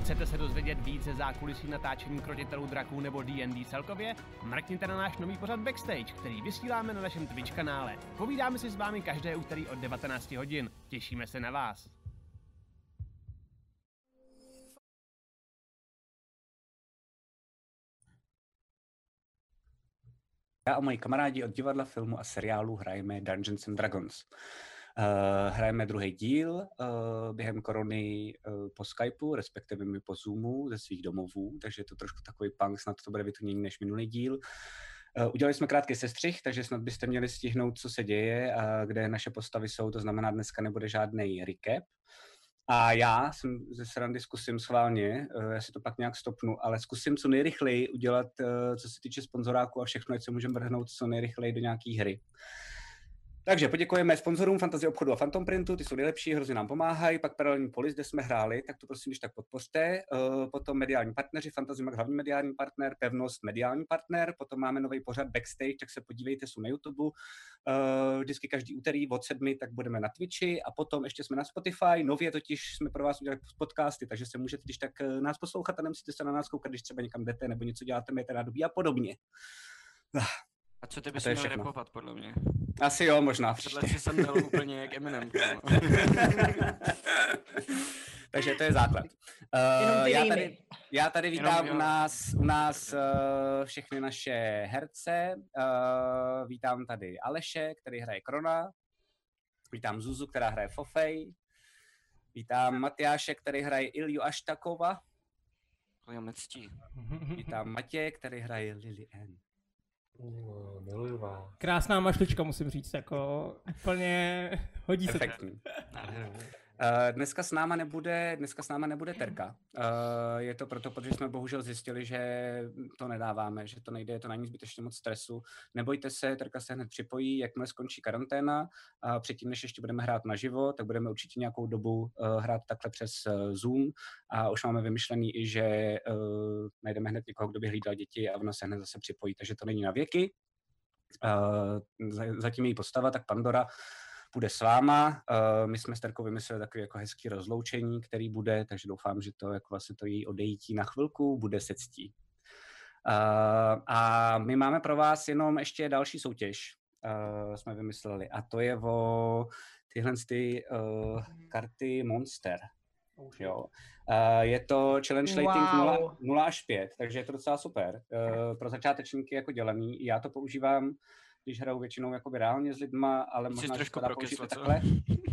Chcete se dozvědět víc ze zákulisí natáčení Krotitelů draků nebo D&D celkově? Mrkněte na náš nový pořad Backstage, který vysíláme na našem Twitch kanále. Povídáme si s vámi každé úterý od 19 hodin. Těšíme se na vás. Já a moji kamarádi od divadla, filmu a seriálu hrajeme Dungeons and Dragons. Hrajeme druhý díl během korony po Skypeu, respektive my po Zoomu ze svých domovů, takže je to trošku takový punk, snad to bude vytunění než minulý díl. Udělali jsme krátký sestřih, takže snad byste měli stihnout, co se děje a kde naše postavy jsou, to znamená, dneska nebude žádný recap. A já jsem ze srandy zkusím schválně, já si to pak nějak stopnu, ale zkusím co nejrychleji udělat, co se týče sponzoráku a všechno, ať se můžeme vrhnout co nejrychleji do nějaký hry. Takže poděkujeme sponzorům Fantasy obchodu a Phantom Printu, ty jsou nejlepší, hrozně nám pomáhají, pak Paralelní polis, kde jsme hráli, tak to prosím, když tak podpořte. Potom mediální partneři, Fantasy Mag, hlavní mediální partner, Pevnost, mediální partner, potom máme nový pořad Backstage, tak se podívejte, jsou na YouTube, vždycky každý úterý od 7, tak budeme na Twitchi a potom ještě jsme na Spotify, nově totiž jsme pro vás udělali podcasty, takže se můžete když tak nás poslouchat a nemusíte se na nás koukat, když třeba někam jdete nebo něco děláte, mějte nádobí a podobně. A co ty bys měl rapovat, podle mě? Asi jo, možná. Tohle si jsem dal úplně jak Eminem. Takže to je základ. Já tady vítám u nás všechny naše herce. Vítám tady Aleše, který hraje Krona. Vítám Zuzu, která hraje Fofej. Vítám Matyáše, který hraje Ilju Aštakova. Vítám Matěje, který hraje Lily Ann. Krásná mašlička, musím říct, jako úplně hodí se. Efektní. Dneska s náma nebude Terka. Je to proto, protože jsme bohužel zjistili, že to nedáváme, že to nejde, je to na ní zbytečně moc stresu. Nebojte se, Terka se hned připojí, jakmile skončí karanténa. A předtím, než ještě budeme hrát naživo, tak budeme určitě nějakou dobu hrát takhle přes Zoom. A už máme vymyšlený i, že najdeme hned někoho, kdo by hlídal děti a ono se hned zase připojí, takže to není na věky. Zatím její postava, tak Pandora, bude s váma. My jsme s Terkou vymysleli takový jako hezký rozloučení, který bude, takže doufám, že to jako vlastně to její odejítí na chvilku bude se ctí. A my máme pro vás jenom ještě další soutěž, jsme vymysleli, a to je o tyhle karty Monster. Jo. Je to challenge rating 0 až 5, takže je to docela super. Pro začátečníky jako dělaný. Já to používám, když hraju většinou jakoby reálně s lidma, ale možná, že to dá použít takhle.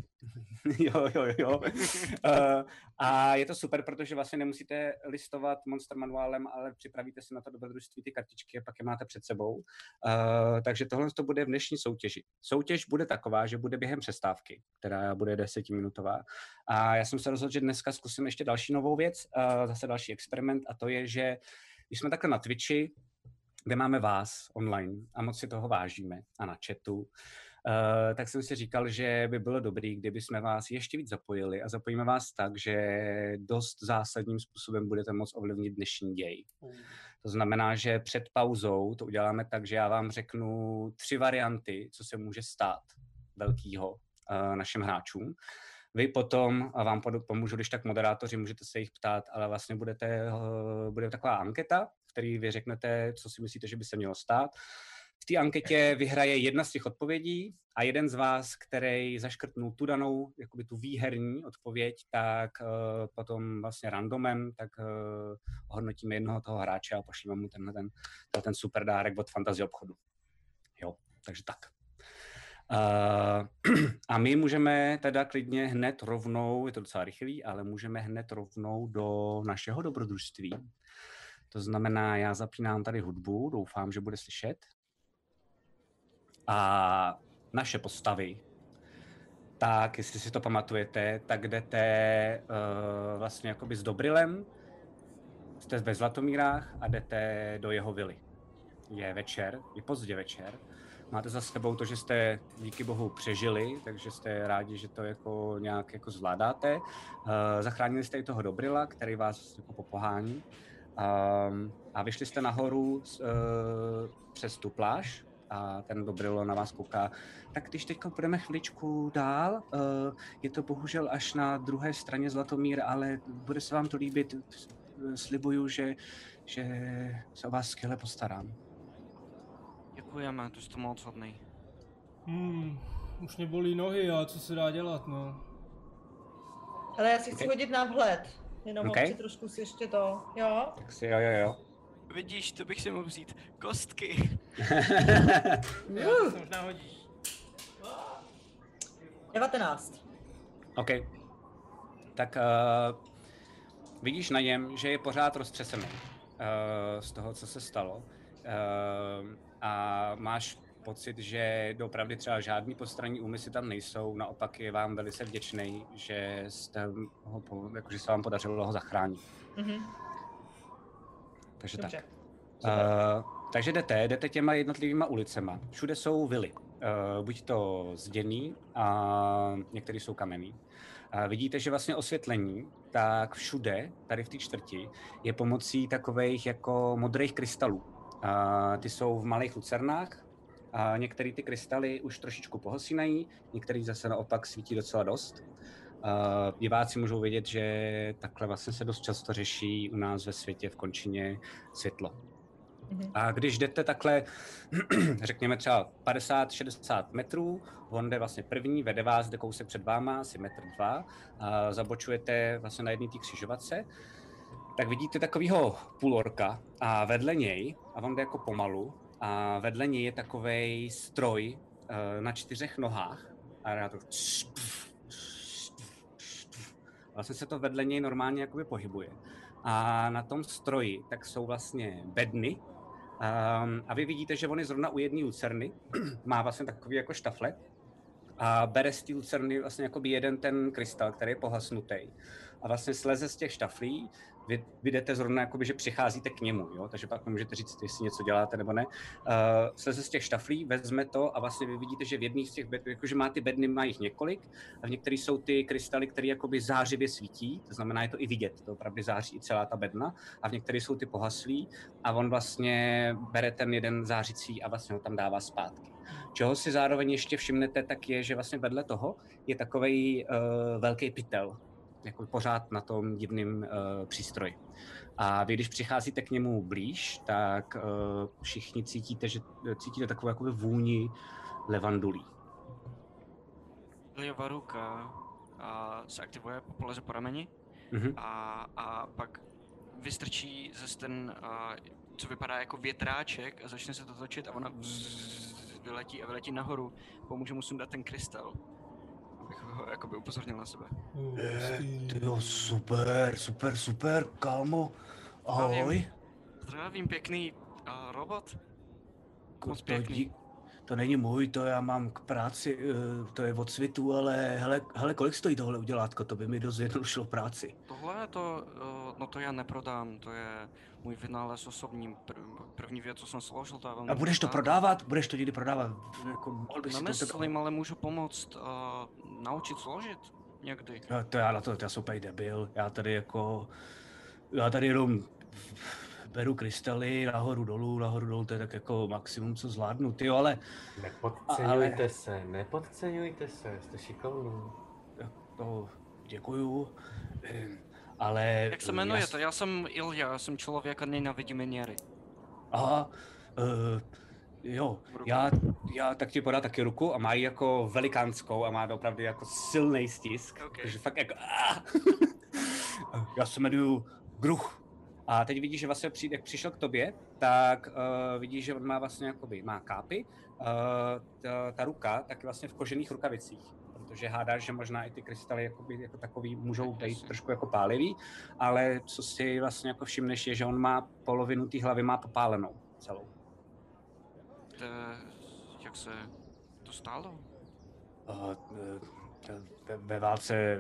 Jo. A je to super, protože vlastně nemusíte listovat Monster manuálem, ale připravíte si na to dobrodružství ty kartičky a pak je máte před sebou. Takže tohle to bude v dnešní soutěži. Soutěž bude taková, že bude během přestávky, která bude 10minutová. A já jsem se rozhodl, že dneska zkusím ještě další novou věc, zase další experiment, a to je, že když jsme takhle na Twitchi, kde máme vás online a moc si toho vážíme a na chatu, tak jsem si říkal, že by bylo dobrý, kdyby jsme vás ještě víc zapojili a zapojíme vás tak, že dost zásadním způsobem budete moct ovlivnit dnešní děj. To znamená, že před pauzou to uděláme tak, že já vám řeknu 3 varianty, co se může stát velkýho našim hráčům. Vy potom, a vám pomůžu, když tak moderátoři, můžete se jich ptát, ale vlastně bude taková anketa, v který vy řeknete, co si myslíte, že by se mělo stát. V té anketě vyhraje jedna z těch odpovědí a jeden z vás, který zaškrtnul tu danou, jakoby tu výherní odpověď, tak potom vlastně randomem, tak hodnotíme jednoho toho hráče a pošlíme mu ten super dárek od Fantasy obchodu. Jo, takže tak. A my můžeme teda klidně hned rovnou, je to docela rychlý, ale můžeme hned rovnou do našeho dobrodružství. To znamená, já zapínám tady hudbu, doufám, že bude slyšet. A naše postavy, tak jestli si to pamatujete, tak jdete vlastně jakoby s Dobrilem, jste ve Zlatomírách a jdete do jeho vily. Je večer, je pozdě večer. Máte za sebou to, že jste díky bohu přežili, takže jste rádi, že to jako nějak jako zvládáte. Zachránili jste i toho Dobrila, který vás jako popohání. A vyšli jste nahoru přes tu pláž a ten Dobrilo na vás kouká. Tak když teďka půjdeme chviličku dál, je to bohužel až na druhé straně Zlatomír, ale bude se vám to líbit, slibuju, že se o vás skvěle postarám. Děkujeme, to jste moc hodný. Už mě bolí nohy, a co se dá dělat, no. Ale já si chci hodit na vhled, jenom Okay. chci trošku si ještě to, jo? Tak si jo. Vidíš, to bych si mohl vzít kostky. Já to možná hodíš. 19. OK. Tak vidíš na něm, že je pořád roztřesený z toho, co se stalo. A máš pocit, že doopravdy třeba žádný postranní úmysly tam nejsou, naopak je vám velice vděčný, že že se vám podařilo ho zachránit. Takže Dobře. tak. Takže jdete těma jednotlivýma ulicema. Všude jsou vily. Buď to zděný a některé jsou kamenný. Vidíte, že vlastně osvětlení, tak všude, tady v té čtvrti, je pomocí takových jako modrých krystalů. Ty jsou v malých lucernách, a některé ty krystaly už trošičku pohasínají, některé zase naopak svítí docela dost. Diváci můžou vědět, že takhle vlastně se dost často řeší u nás ve světě v končině světlo. A když jdete takhle, řekněme třeba 50-60 metrů, on jde vlastně první, vede vás, jde kousek před váma, asi 1,2 m, a zabočujete vlastně na jedné té křižovatce, tak vidíte takovýho půlorka a vedle něj, a on jde jako pomalu, a vedle něj je takovej stroj na 4 nohách a já to vlastně se to vedle něj normálně jakoby pohybuje. A na tom stroji tak jsou vlastně bedny. A vy vidíte, že on je zrovna u jedné lucerny, má vlastně takový jako štafle a bere z té lucerny vlastně jakoby jeden ten krystal, který je pohasnutý. A vlastně sleze z těch štaflí, vy jdete zrovna jakoby, že přicházíte k němu, jo? Takže pak můžete říct, jestli něco děláte nebo ne. Sleze z těch štaflí, vezme to a vlastně vy vidíte, že v jedných z těch bedn, jakože má ty bedny, má jich několik a v některých jsou ty krystaly, které jakoby zářivě svítí, to znamená, je to i vidět, to opravdu září i celá ta bedna, a v některých jsou ty pohaslí a on vlastně bere ten jeden zářící a vlastně ho tam dává zpátky. Čeho si zároveň ještě všimnete, tak je, že vlastně vedle toho je takovej velký pytel, jako pořád na tom divným přístroji. A vy, když přicházíte k němu blíž, tak všichni cítíte takovou jakoby vůni levandulí. Levá ruka se aktivuje, poleze po rameni a pak vystrčí zase ten, co vypadá jako větráček a začne se to točit a ona vyletí nahoru. Pomůže mu sundat ten krystal. Abych ho jakoby upozornil na sebe. Tyjo, super, kámo. Ahoj. Zdravím, pěkný robot. Moc pěkný. To není můj, to já mám k práci, to je od svitu, ale hele, kolik stojí tohle udělátko, to by mi dost zjednodušilo práci. Tohle to já neprodám, to je můj vynález osobní, první věc, co jsem složil, to já vám... A budeš to prodávat? Budeš to někdy prodávat? Jako, mohl bys Nemyslím, ale můžu pomoct naučit složit někdy. To já jsem úplně debil, já tady jenom beru krystaly nahoru dolů, to je tak jako maximum, co zvládnu, tyjo, ale... Nepodceňujte se, jste šikovný. To děkuju, ale... Jak se jmenujete? Já jsem Ilja, já jsem člověk a nenávidím měry. Aha, jo, já tak ti podám taky ruku a má ji jako velikánskou a má opravdu jako silný stisk, takže fakt jako... Já se jmenuju Gruch. A teď vidíš, že vlastně jak přišel k tobě, tak vidíš, že on má vlastně jakoby, má kápy, ta ruka tak vlastně v kožených rukavicích, protože hádáš, že možná i ty krystaly jakoby, jako takový můžou být trošku jako pálivý, ale co si vlastně jako všimneš je, že on má polovinu té hlavy má popálenou celou. Jak se to stalo? Ve válce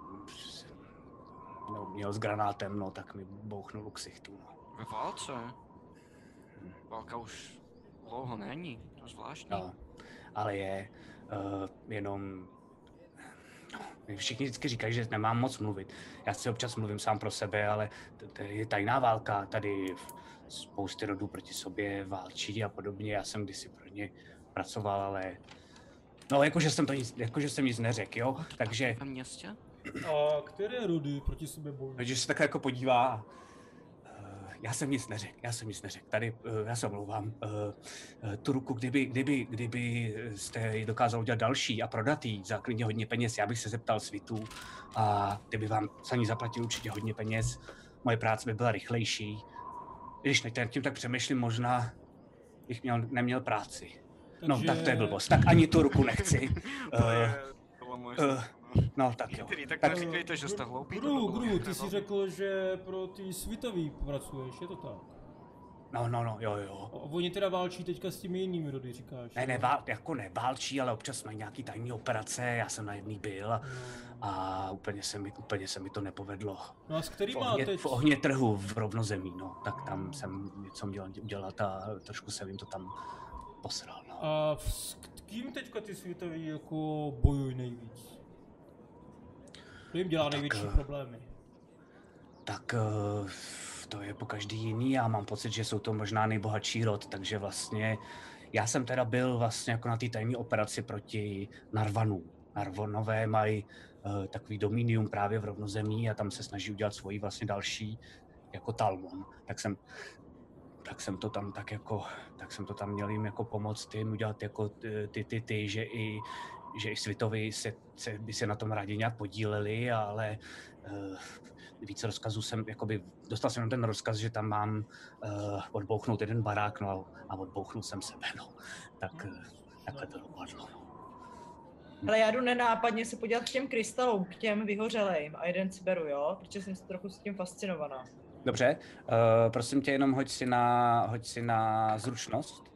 měl s granátem, no, tak mi bouchnul k ksichtu. Ve válce? Válka už dlouho není, to je zvláštní. No, ale je jenom Všichni vždycky říkají, že nemám moc mluvit. Já si občas mluvím sám pro sebe, ale to je tajná válka. Tady spousty rodů proti sobě válčí a podobně. Já jsem kdysi pro ně pracoval, ale... No, jakože jsem nic neřekl, jo? Takže... V městě? A které rody proti sobě bojují? Takže se takhle jako podívá. Já jsem nic neřekl. Tady, já se omlouvám. Tu ruku, kdyby jste ji dokázal udělat další a prodat jí za klidně hodně peněz, já bych se zeptal svitů a kdyby vám za ní zaplatil určitě hodně peněz, moje práce by byla rychlejší. Když nad tím tak přemýšlím, možná bych neměl práci. No, tak to je blbost. Tak ani tu ruku nechci. No, tak jo. Tak říkejte, že jste hloupý. Gru, ty jsi řekl, že pro ty svitový pracuješ, je to tak? No, jo. Oni teda válčí teďka s těmi jinými rody, říkáš? Neválčí, ale občas mají nějaký tajný operace, já jsem na jedný byl a úplně se mi to nepovedlo. No a s kterýma teď? V ohně trhu v rovnozemí, no, tak tam jsem něco měl udělat a trošku jsem jim to tam posral, no. A s kým teďka ty svitový jako bojují nejvíc? Kdo jim dělá největší problémy? Tak to je po každý jiný, já mám pocit, že jsou to možná nejbohatší rod, takže vlastně já jsem teda byl vlastně jako na té tajné operaci proti Narvanům. Narvanové mají takový dominium právě v rovnozemí a tam se snaží udělat svoji vlastně další jako Talmon. Tak jsem to tam měl jim jako pomoct jim udělat jako ty, že i svitovi by se na tom rádi nějak podíleli, ale více rozkazů dostal jsem ten rozkaz, že tam mám odbouchnout jeden barák, no a odbouchnul jsem sebe, no. Takhle to dopadlo, no. Ale já jdu nenápadně se podívat k těm krystalům, k těm vyhořelým a jeden si beru, jo? Protože jsem se trochu s tím fascinovaná. Dobře, prosím tě, jenom hoď si na zručnost.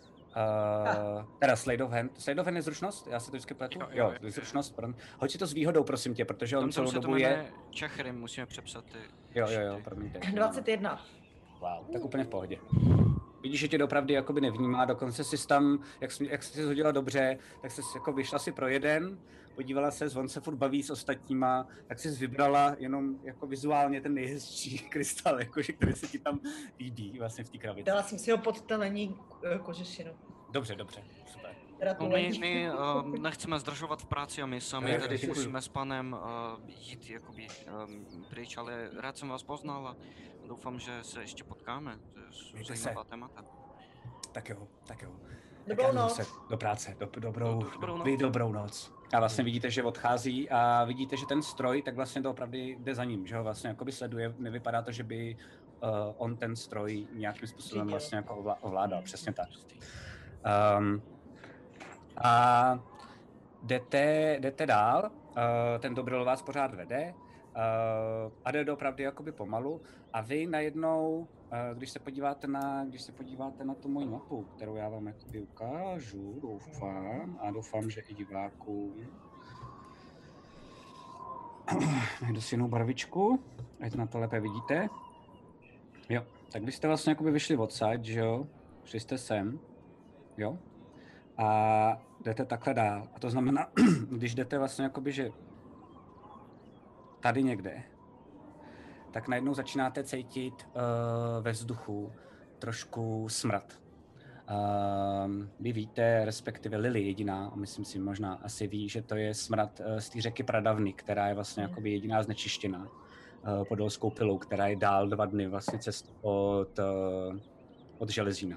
Teda Slade of Hand. Slade of Hand je zručnost? Já se to vždycky pletu? Jo, zručnost, pardon. Hoď si to s výhodou, prosím tě, protože on celou dobu je... Čachry, musíme přepsat ty... Jo, promiňte. 21. Wow, tak úplně v pohodě. Vidíš, že tě dopravdy jakoby nevnímá, dokonce jsi tam, jak jsi hodila dobře, tak jsi jako vyšla si pro jeden, podívala se, on se furt baví s ostatníma, tak jsi vybrala jenom jako vizuálně ten nejhezčí krystal, jakože, který se ti tam líbí vlastně v té krabici. Dala jsem si ho pod telení kožešinu. Dobře, super. My nechceme zdržovat v práci a my sami tady musíme s panem jít jakoby pryč, ale rád jsem vás poznal a doufám, že se ještě potkáme. To je zajímavá témata. Tak jo. Dobrou noc. Do práce, dobrou noc. A vlastně vidíte, že odchází a vidíte, že ten stroj tak vlastně to opravdu jde za ním, že ho vlastně jakoby sleduje, nevypadá to, že by on ten stroj nějakým způsobem vlastně jako ovládal, přesně tak. A jdete dál, ten Dobril vás pořád vede a jde opravdu jakoby pomalu a vy najednou, když se podíváte na tu moji mapu, kterou já vám jakoby ukážu, doufám, že i divákům. Najdu si jinou barvičku, ať na to lépe vidíte. Jo, tak vy jste vlastně jakoby vyšli odsud, že jo, šli jste sem, jo. A jdete takhle dál. A to znamená, když jdete vlastně jakoby, že tady někde, tak najednou začínáte cítit ve vzduchu trošku smrad. Vy víte, respektive Lily jediná, myslím si možná asi ví, že to je smrad z té řeky Pradavny, která je vlastně jakoby jediná znečištěná podolskou pilou, která je dál 2 dny vlastně cestou od Železína.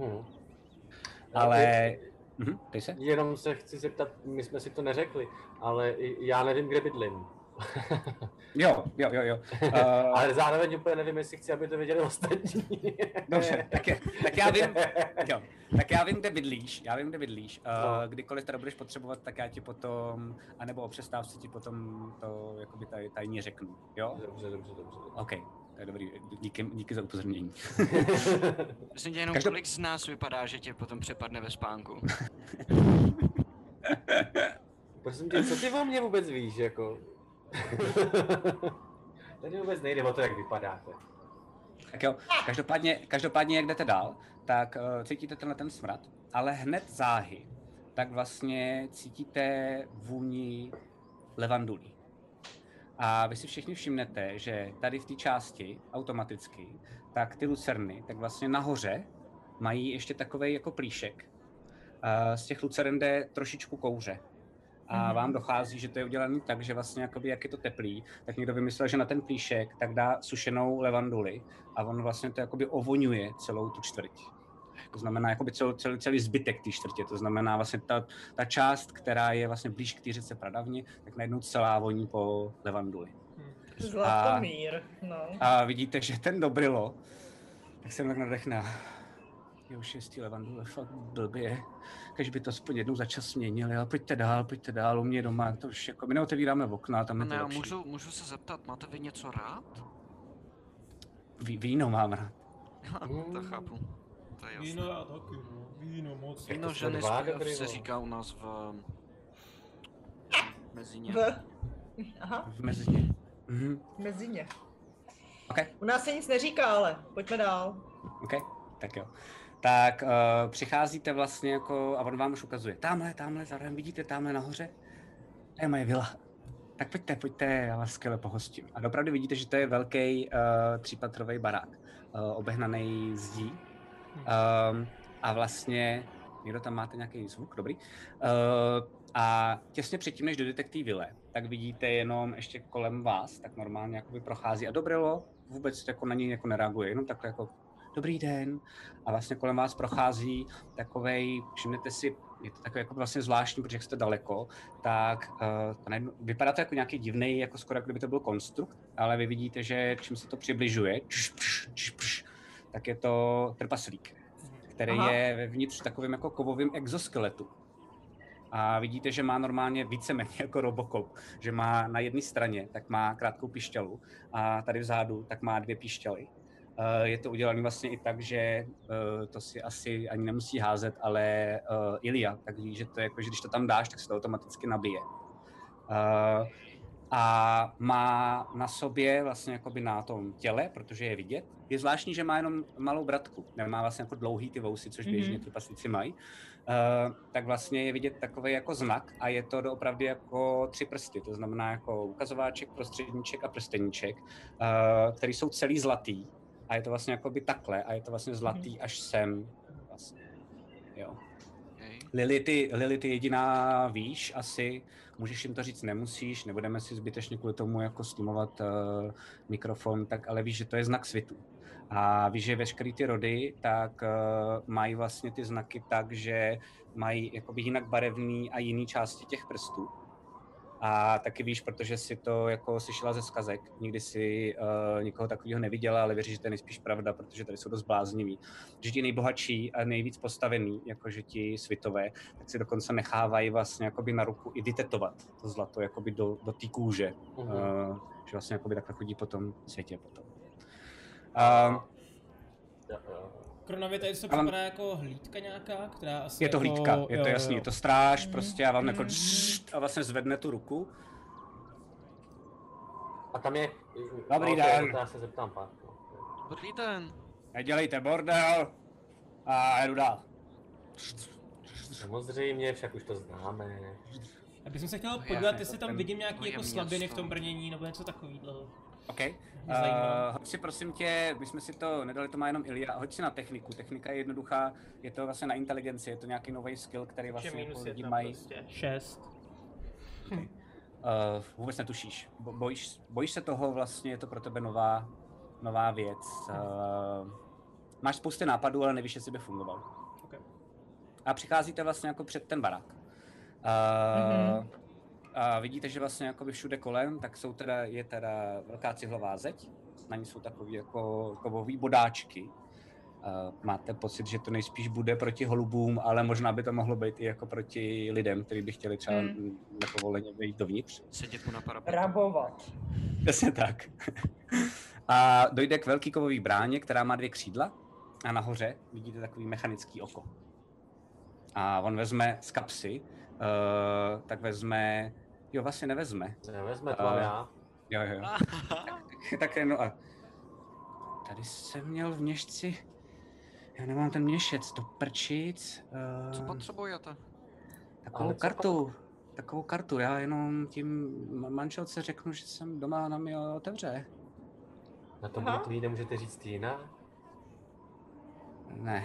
Ale... Dej se? Jenom se chci zeptat, my jsme si to neřekli, ale já nevím, kde bydlím. Jo. Ale zároveň úplně nevím, jestli chci, aby to věděli ostatní. Dobře, tak já vím, kde bydlíš. Kdykoliv teda budeš potřebovat, tak já ti potom, anebo o přestávce ti potom to jakoby tajně řeknu, jo? Dobře. OK, to je dobrý, díky za upozornění. Myslím tě, jenom kolik z nás vypadá, že tě potom přepadne ve spánku? Prosím tě, co ty o mě vůbec víš, jako? Tady vůbec nejde o to, jak vypadáte. Tak jo, každopádně jak jdete dál, tak cítíte ten smrad, ale hned záhy, tak vlastně cítíte vůni levandulí. A vy si všichni všimnete, že tady v té části automaticky, tak ty lucerny, tak vlastně nahoře mají ještě takovej jako plíšek. Z těch luceren jde trošičku kouře. A vám dochází, že to je udělané tak, že vlastně jakoby, jak je to teplý, tak někdo vymyslel, že na ten plíšek tak dá sušenou levanduli a on vlastně to jakoby ovoňuje celou tu čtvrť. To znamená jakoby celý zbytek té čtvrtě, to znamená vlastně ta část, která je vlastně blíž k té řece Pradavně, tak najednou celá voní po levanduli. Zlatomír, no. A vidíte, že ten Dobrilo, tak se tak nadechne. Je už je z té levandule fakt blbě. Kež by to aspoň jednou za čas měnili, ale pojďte dál, u mě doma, to už jako, my neotevíráme okna, tam je to lepší. Můžu se zeptat, máte vy něco rád? Víno mám rád. To chápu, to je jasné. Víno já taky, no. Víno moc. Víno ženy se říká u nás v Mezině. Aha. V Mezině. V Mezině. Okay. U nás se nic neříká, ale pojďme dál. OK, tak jo. Tak přicházíte vlastně jako, a on vám už ukazuje, tamhle, zároveň vidíte, tamhle nahoře, to je moje vila. Tak pojďte, já vás skvěle pohostím. A opravdu vidíte, že to je velký třípatrový barák, obehnaný zdí. A vlastně, někdo tam máte nějaký zvuk, dobrý. A těsně předtím, než dojdete k té vile, tak vidíte jenom ještě kolem vás, tak normálně jakoby prochází a Dobrilo vůbec jako na něj jako nereaguje, jenom takhle jako dobrý den. A vlastně kolem vás prochází takovej, všimnete si, je to takové jako vlastně zvláštní, protože jak jste daleko, tak vypadá to jako nějaký divný, jako skoro jako kdyby to byl konstrukt, ale vy vidíte, že čím se to přibližuje, tak je to trpaslík, který je vevnitř takovým jako kovovým exoskeletu. A vidíte, že má normálně víceméně jako Robocop, že má na jedné straně, tak má krátkou pišťalu a tady vzadu tak má 2 pišťaly. Je to udělané vlastně i tak, že to si asi ani nemusí házet, ale Ilya, tak ví, že to je jako, že když to tam dáš, tak se to automaticky nabije. A má na sobě vlastně jakoby na tom těle, protože je vidět. Je zvláštní, že má jenom malou bratku, nemá vlastně jako dlouhý ty vousy, což běžně trpaslíci mají. Tak vlastně je vidět takový jako znak a je to doopravdy jako 3 prsty, to znamená jako ukazováček, prostředníček a prsteníček, který jsou celý zlatý a je to vlastně jakoby takhle a je to vlastně zlatý až sem vlastně, jo. Lily, ty jediná víš asi, můžeš jim to říct, nemusíš, nebudeme si zbytečně kvůli tomu jako streamovat mikrofon, tak ale víš, že to je znak svitu. A víš, že veškerý ty rody tak mají vlastně ty znaky tak, že mají jakoby jinak barevný a jiný části těch prstů. A taky víš, protože si to jako slyšela ze zkazek, nikdy si nikoho takového neviděla, ale věříš, že to je nejspíš pravda, protože tady jsou dost blázniví. Že ti nejbohatší a nejvíc postavený, jakože ti svitové, tak si dokonce nechávají vlastně jakoby na ruku i vytetovat to zlato jakoby do té kůže. Že vlastně jakoby takhle chodí po tom světě potom. Kronově tady to připadá jako hlídka nějaká, která asi je to jako, hlídka, je to jasný, je to stráž prostě a vám jako a vlastně zvedne tu ruku. A tam je... Dobrý den. Já se zeptám pár. Dobrý den. Nedělejte bordel a jdu dál. Samozřejmě, však už to známe. Já bych se chtěl podívat, jestli tam vidím nějaký jako slabiny v tom brnění nebo něco takového. OK. Hoď si prosím tě, my jsme si to nedali, to má jenom Ilya, hoď si na techniku. Technika je jednoduchá, je to vlastně na inteligenci, je to nějaký nový skill, který vlastně jako lidi mají. Prostě. 6. Okay. Vůbec netušíš. Bojíš se toho, vlastně je to pro tebe nová věc. Máš spousty nápadů, ale nevíš, jestli by fungoval. Okay. A přicházíte vlastně jako před ten barák. A vidíte, že vlastně jakoby všude kolem, tak je teda velká cihlová zeď, na ní jsou takový jako kovový bodáčky. Máte pocit, že to nejspíš bude proti holubům, ale možná by to mohlo být i jako proti lidem, kteří by chtěli třeba nepovoleně vejít dovnitř. Sedět mu na parapetu. Rabovat. Přesně tak. A dojde k velký kovový bráně, která má 2 křídla a nahoře vidíte takový mechanický oko. A on vezme z kapsy, tak vezme... Jo, vlastně nevezme. Nevezme, to mám já. Jo. Tak no a... Tady jsem měl v měšci... Já nemám ten měšec, to prčic... Co potřebujete? Takovou kartu. takovou kartu, já jenom tím manželce řeknu, že jsem doma, nám ji otevře. Na tom mrtvý nemůžete říct jiná? Ne.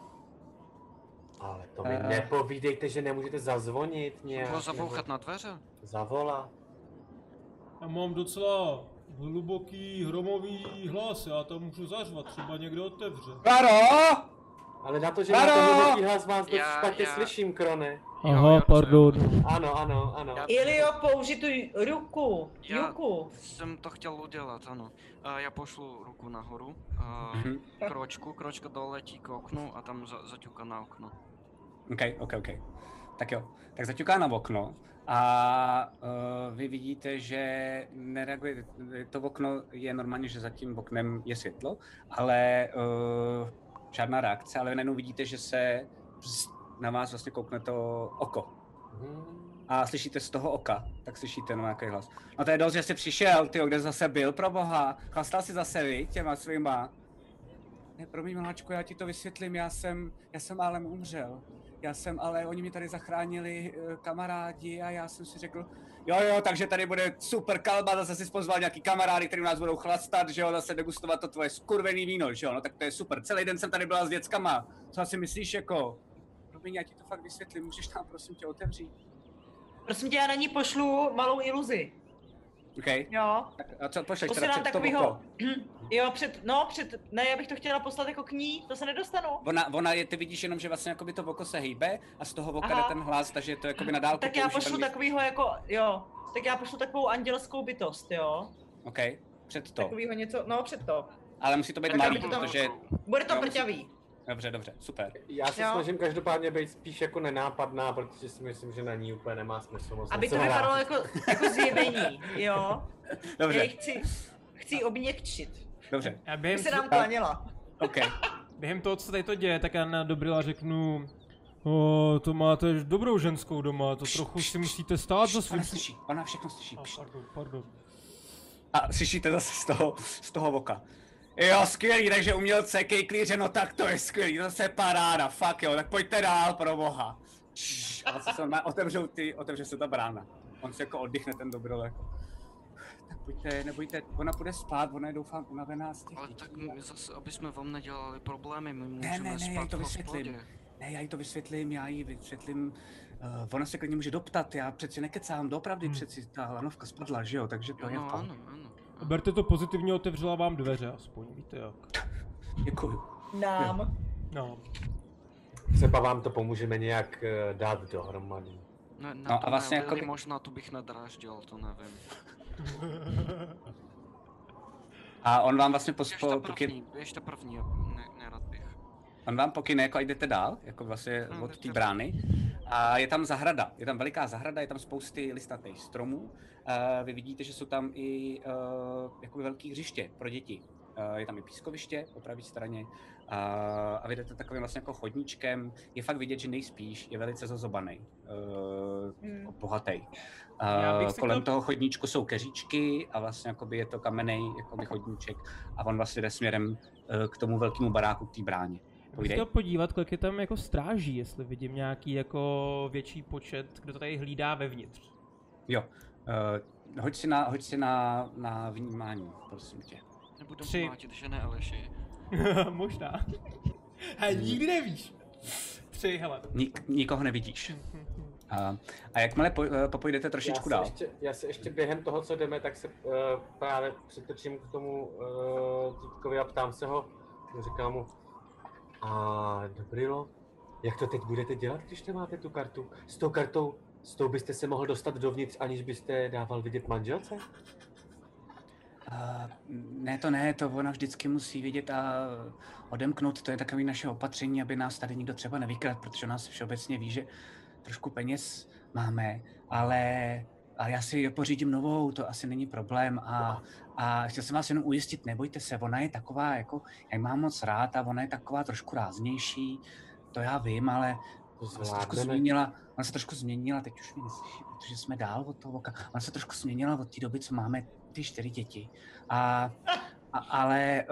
Ale to mi nepovídejte, že nemůžete zazvonit nějak. Bylo zabouchat na dveře? Zavolat. Já mám docela hluboký hromový hlas, já tam můžu zařvat, třeba někdo otevře. Klaro! Ale na to, že máte hluboký hlas, vás dost špatně slyším, Krone. Aha, pardon. Ano. Ilio, použij tu ruku. Já jsem to chtěl udělat, ano. Já pošlu ruku nahoru, kročka doletí k oknu a tam zaťuká na okno. OK. Tak jo, tak zaťuká na okno a vy vidíte, že nereaguje, to okno je normálně, že za tím oknem je světlo, ale žádná reakce, ale najednou vidíte, že se na vás vlastně koukne to oko. A slyšíte z toho oka, tak slyšíte nějaký hlas. No to je dost, že jsi přišel, tyjo, kde jsi zase byl, pro boha, chlastal jsi zase, vy, těma svýma. Ne, promiň, miláčku, já ti to vysvětlím, já jsem málem umřel. Ale oni mi tady zachránili kamarádi a já jsem si řekl, jo, takže tady bude super kalba, zase si pozval nějaký kamarády, který nás budou chlastat, že jo, zase degustovat to tvoje skurvený víno, že jo, no tak to je super, celý den jsem tady byla s dětskama, co asi myslíš jako? Promiň, já ti to fakt vysvětlím, můžeš tam prosím tě otevřít? Prosím tě, já na ní pošlu malou iluzi. OK. Jo. Tak a co pošleš Posílám teda takovýho, jo, ne, já bych to chtěla poslat jako k ní, to se nedostanu. Ona je, ty vidíš jenom, že vlastně jakoby to oko se hýbe a z toho oka jde ten hlas, takže je to jakoby na dálku. Tak já pošlu takovýho jako, tak já pošlu takovou andělskou bytost, jo. OK, před to. Takovýho něco, no před to. Ale musí to být malý, protože... Bude to prťavý. Dobře, super. Já se snažím každopádně být spíš jako nenápadná, protože si myslím, že na ní úplně nemá smysl moc. Aby to vypadalo jako zjevení, jo? Dobře. Já ji chci obměkčit. Dobře. By se nám klaněla. OK. Během toho, co tady to děje, tak já na Dobrila řeknu, to máte dobrou ženskou doma, to trochu si musíte stát za svým... Ona všechno slyší. Pardon. A slyšíte zase z toho oka. Jo, skvělý, takže umělce kejklíře, no tak to je skvělý, zase paráda, fakt jo, tak pojďte dál, pro boha. A vlastně se otevře se ta brána. On si jako oddychne ten Dobril jako. Tak pojďte, nebojte, ona půjde spát, ona je doufám unavená z těch ale dětí. tak my zase, aby jsme vám nedělali problémy, my můžeme Ne, spát já jí to v vysvětlím. hospodě. Ne, já jí to vysvětlím, ona se klidně může doptat, já přeci nekecám, doopravdy přeci ta lanovka spadla, že jo, takže to je fakt. Ano. Berte to pozitivně, otevřela vám dveře aspoň, víte jak. Děkuju. Nám. No. Třeba vám to pomůžeme nějak dát dohromady. No a vlastně jako možná tu bych nadráždil, to nevím. A on vám vlastně Ještě první, nerad bych. On vám pokyne, jako jdete dál, jako vlastně od té brány. A je tam zahrada, je tam veliká zahrada, je tam spousty listatých stromů. Vy vidíte, že jsou tam i jakoby velký hřiště pro děti. Je tam i pískoviště po pravé straně a vy jdete takovým vlastně jako chodníčkem. Je fakt vidět, že nejspíš je velice zazobaný, bohatý. Kolem toho chodníčku jsou keříčky a vlastně jakoby je to kamenný jakoby chodníček a on vlastně jde směrem k tomu velkému baráku, k té bráně. Můžu chtěl podívat, kolik je tam jako stráží, jestli vidím nějaký jako větší počet, kdo to tady hlídá vevnitř. Jo, hoď si na vnímání, prosím tě. Nebudu mlátit, že ne, Aleši. Možná. Hej, nikdy nevíš. 3, hele. Nikoho nevidíš. A jakmile popojdete trošičku dál. Já se ještě během toho, co jdeme, tak se právě přitočím k tomu týpkovi a ptám se ho. Říkám mu, a Dobrilo, jak to teď budete dělat, když nemáte tu kartu? S tou kartou, s tou byste se mohl dostat dovnitř, aniž byste dával vidět manželce? Ne, to ona vždycky musí vidět a odemknout, to je takové naše opatření, aby nás tady nikdo třeba nevykradl, protože nás všeobecně ví, že trošku peněz máme, ale já si ji pořídím novou, to asi není problém a chtěl jsem vás jenom ujistit, nebojte se, ona je taková, jako, jak mám moc rád a ona je taková trošku ráznější, to já vím, ale ona se trošku změnila, teď už mi neslyší, protože jsme dál od toho oka, ona se trošku změnila od té doby, co máme ty 4 děti. Ale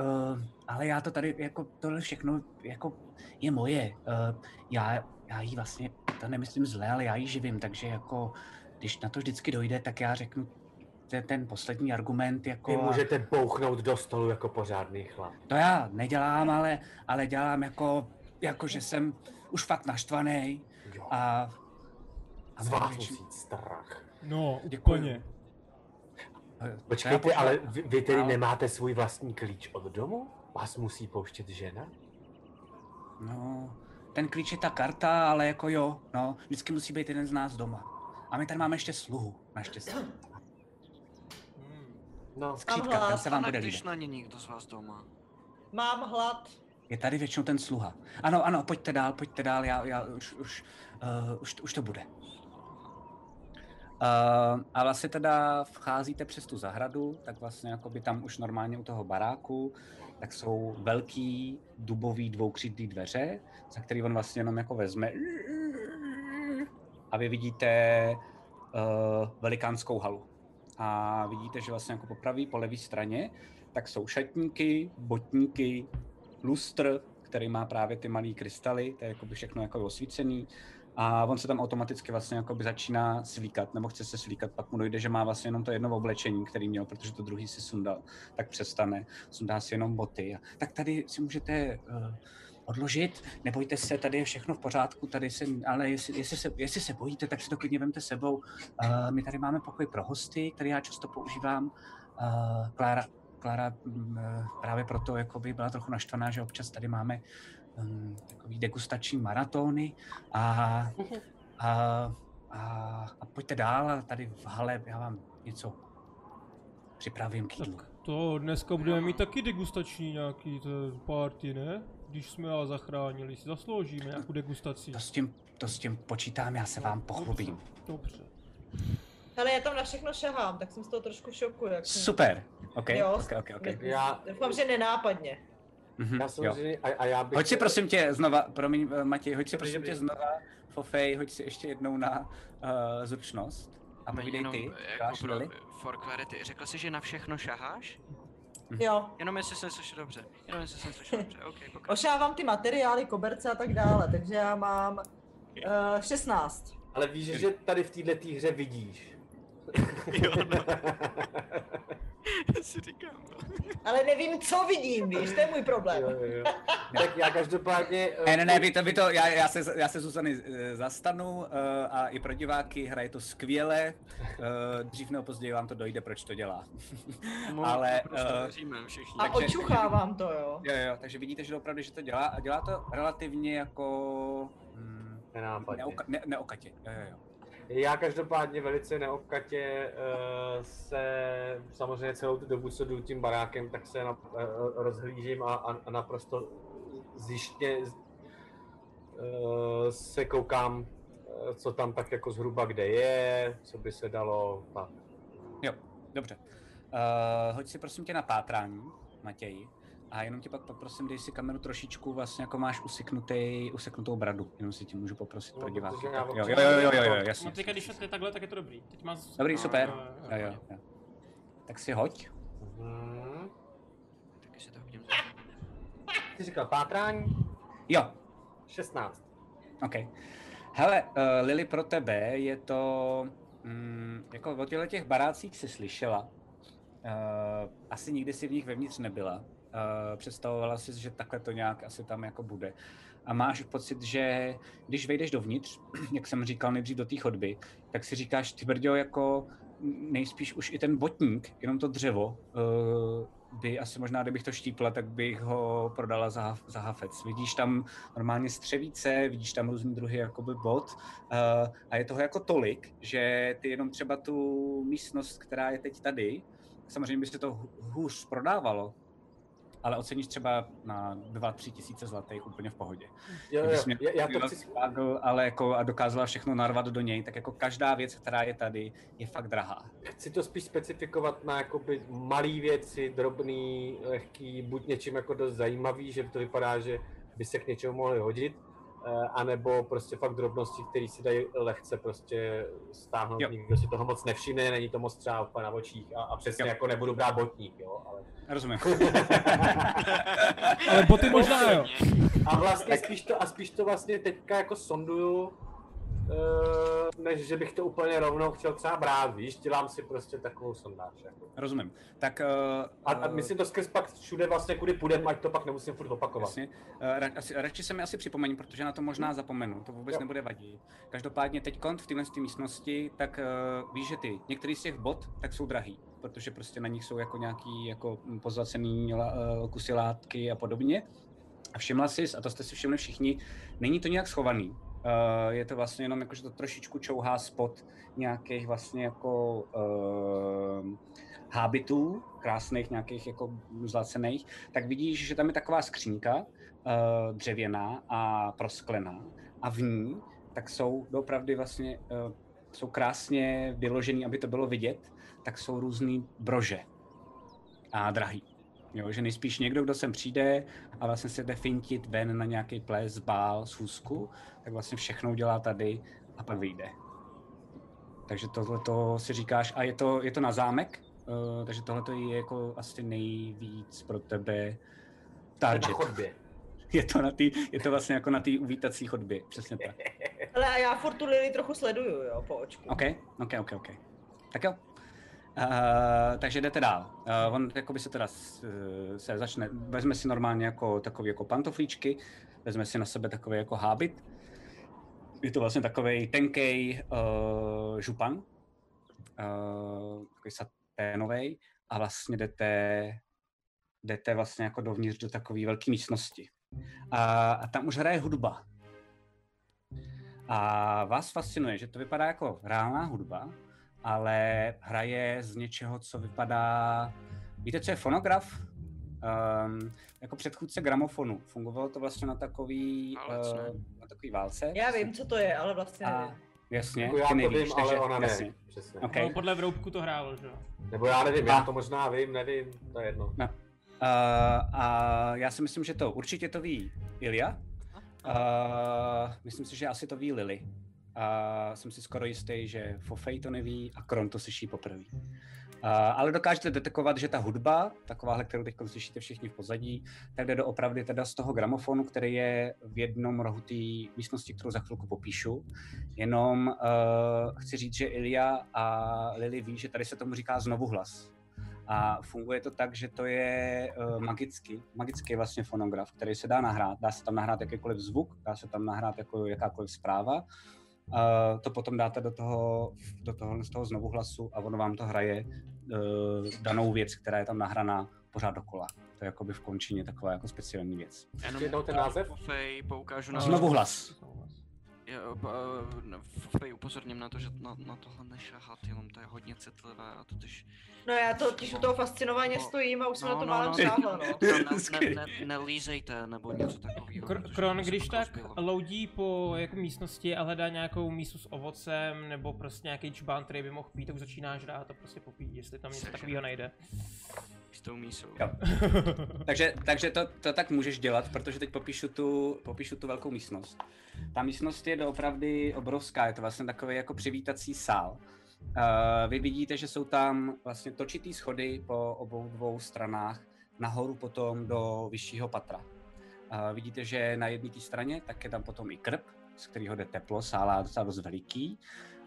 já to tady, jako tohle všechno, jako je moje. Já jí vlastně to nemyslím zle, ale já ji živím, takže jako, když na to vždycky dojde, tak já řeknu ten poslední argument jako... Vy můžete bouchnout do stolu jako pořádný chlap. To já nedělám, ale dělám jako že jsem už fakt naštvaný a z vás musí jít strach. No, úplně. Počkejte, ale vy tedy nemáte svůj vlastní klíč od domu? Vás musí pouštět žena? No, ten klíč je ta karta, ale jako jo, no, vždycky musí být jeden z nás doma. A my tady máme ještě sluhu, naštěstí. No, skřítka, ten se vám bude když líbit. na ně nikdo z vás doma. Mám hlad. Je tady většinou ten sluha. Ano, pojďte dál, já už to bude. A vlastně teda vcházíte přes tu zahradu, tak vlastně jakoby tam už normálně u toho baráku, tak jsou velký dubový dvoukřídlý dveře, za který on vlastně jenom jako vezme a vy vidíte velikánskou halu. A vidíte, že vlastně jako po pravé, po levé straně, tak jsou šatníky, botníky, lustr, který má právě ty malý krystaly, to je jakoby všechno jako osvícený. A on se tam automaticky vlastně jakoby začíná svlíkat, nebo chce se svlíkat, pak mu dojde, že má vlastně jenom to jedno oblečení, který měl, protože to druhý si sundal, tak přestane, sundá si jenom boty. Tak tady si můžete odložit, nebojte se, tady je všechno v pořádku, tady se, ale jestli se bojíte, tak si to klidně vemte sebou. My tady máme pokoj pro hosty, který já často používám. Klára právě proto jakoby byla trochu naštvaná, že občas tady máme takový degustační maratony a pojďte dál a tady v hale já vám něco připravím k jídlu. Tak to dneska budeme mít taky degustační nějaký party, ne? Když jsme vás zachránili, si zasloužíme nějakou degustaci. To s tím počítám, já se vám pochlubím. Dobře. Ale já tam na všechno šahám, tak jsem z toho trošku v šoku. Super, ok. Já doufám, že nenápadně. Já samozřejmě, a já bych... Hoď si prosím tě znova, promiň Matěj, hoď si prosím tě znova, Fofej, hoď si ještě jednou na zručnost. A povídej ty, For clarity, řekl jsi, že na všechno šaháš? Jo. Jenom jestli jsem slyšel dobře, ok, pokračuj. Ošávám ty materiály, koberce a tak dále, takže já mám 16. Ale víš, že tady v této hře vidíš. Jo, no. Si říkám, no. Ale nevím, co vidím, víš, to je můj problém. Jo. Tak já každopádně... Ne, vy to, já se Zuzany zastanu a i pro diváky hraje to skvěle. Dřív nebo později vám to dojde, proč to dělá. Ale... A očuchávám to, jo. Jo, takže vidíte, že opravdu, že to dělá a dělá to relativně jako... neokatě, jo. Já každopádně velice neobkatě se samozřejmě celou tu dobu, co jdu tím barákem, tak se rozhlížím a naprosto zjištně se koukám, co tam tak jako zhruba kde je, co by se dalo. Tak. Jo, dobře. Hoď si prosím tě na pátrání, Matěji. A jenom tě pak poprosím, dej si kameru trošičku, vlastně jako máš useknutou bradu, jenom si tě můžu poprosit pro diváky. Jo, jasně. No teďka, když je takhle, tak je to dobrý. Teď má... Dobrý, super. Jo. Tak si hoď. Taky si to hodím. Ty říkal pátrání? Jo. 16. OK. Hele, Lily, pro tebe je to, jako o těch barácích jsi slyšela. Asi nikdy si v nich vevnitř nebyla. Představovala si, že takhle to nějak asi tam jako bude. A máš pocit, že když vejdeš dovnitř, jak jsem říkal nejdřív do té chodby, tak si říkáš, ty brďo, jako nejspíš už i ten botník, jenom to dřevo, by asi možná, kdybych to štípla, tak bych ho prodala za hafec. Vidíš tam normálně střevíce, vidíš tam různý druhy jakoby bot a je toho jako tolik, že ty jenom třeba tu místnost, která je teď tady, samozřejmě by se to hůř prodávalo, ale oceníš třeba na 2-3 tisíce zlatých úplně v pohodě. Jo, já to chci... Ale jako a dokázala všechno narvat do něj, tak jako každá věc, která je tady, je fakt drahá. Chci to spíš specifikovat na jakoby malý věci, drobný, lehký, buď něčím jako dost zajímavý, že to vypadá, že by se k něčemu mohli hodit, anebo prostě fakt drobnosti, které si dají lehce prostě stáhnout, nikdo si toho moc nevšimne, není to moc třeba na očích a přesně jako nebudu brát botník, jo, ale... Rozumím. Ale boty možná jo. A vlastně spíš to vlastně teďka jako sonduju, než že bych to úplně rovnou chtěl třeba brát, víš, dělám si prostě takovou sondáž. Jako. Rozumím. Tak, a myslím to skrz pak všude vlastně, kudy půjdem, ať to pak nemusím furt opakovat. Jasně. Radši se mi asi připomeň, protože na to možná zapomenu, to vůbec nebude vadit. Každopádně teď v téhle místnosti, tak víš, že některý z těch bot tak jsou drahý, protože prostě na nich jsou jako nějaký jako pozlacený kusy látky a podobně. A všimla jsi, a to jste si všimli všichni, není to nějak schovaný. Je to vlastně jenom jako, že to trošičku čouhá spod nějakých vlastně jako hábitů, krásných nějakých jako zlacených, tak vidíš, že tam je taková skřínka dřevěná a prosklená a v ní tak jsou doopravdy vlastně jsou krásně vyložený, aby to bylo vidět, tak jsou různý brože a drahý. Jo, že nejspíš někdo, kdo sem přijde a vlastně se jde fintit ven na nějaký ples, bál, schůzku, tak vlastně všechno udělá tady a pak vyjde. Takže tohleto si říkáš, a je to na zámek, takže tohleto je jako asi nejvíc pro tebe target. Na chodbě. Je to vlastně jako na té uvítací chodbě, přesně tak. Ale já furt tu Lily trochu sleduju, jo, po očku. OK. Tak jo. Takže jdete dál. On jakoby se teda se začne, vezme si normálně jako takový jako pantoflíčky, vezme si na sebe takový jako hábit. Je to vlastně takový tenkej župan, takový saténovej, a vlastně jdete vlastně jako dovnitř do takové velké místnosti. A tam už hraje hudba. A vás fascinuje, že to vypadá jako reálná hudba, ale hraje z něčeho, co vypadá... Víte, co je fonograf? Jako předchůdce gramofonu. Fungovalo to vlastně na takový válce. Já vím, co to je, ale vlastně nevím. Jasně, jako já to nevíš, vím, ale ona jasně. ne. Přesně. Okay. No, podle Vroubku to hrálo, že jo? Nebo já nevím, já to možná vím, nevím, to je jedno. No. A já si myslím, že to určitě to ví Ilja. Myslím si, že asi to ví Lily. A jsem si skoro jistý, že Fofej to neví a Kron to slyší poprvé. Ale dokážete detekovat, že ta hudba, takováhle, kterou teď slyšíte všichni v pozadí, tak jde doopravdy teda z toho gramofonu, který je v jednom rohu té místnosti, kterou za chvilku popíšu. Jenom chci říct, že Ilja a Lily ví, že tady se tomu říká znovuhlas. A funguje to tak, že to je magický vlastně fonograf, který se dá nahrát. Dá se tam nahrát jakýkoliv zvuk, dá se tam nahrát jako jakákoliv zpráva. To potom dáte do toho z toho znovuhlasu a ono vám to hraje danou věc, která je tam nahraná pořád dokola. To je jakoby v končině taková jako speciální věc. Jenom ten název? Fofej poukážu na... Znovuhlas. Fofej upozorním na to, že na tohle nešahat, jenom to je hodně citlivé a totiž... No já totiž u toho fascinovaně stojím a už jsem na to málem sáhla, no. Nelízejte nebo něco takového. Kron, když tak loudí po jako místnosti a hledá nějakou místu s ovocem nebo prostě nějaký čbán, který by mohl pít, tak začíná žrát a prostě popít, jestli tam něco takového najde. S tou mísou. Takže to tak můžeš dělat, protože teď popíšu tu velkou místnost. Ta místnost je doopravdy obrovská, je to vlastně takový jako přivítací sál. Vy vidíte, že jsou tam vlastně točitý schody po obou dvou stranách, nahoru potom do vyššího patra. Vidíte, že na jedné té straně tak je tam potom i krb, z kterého jde teplo, sál je docela dost veliký.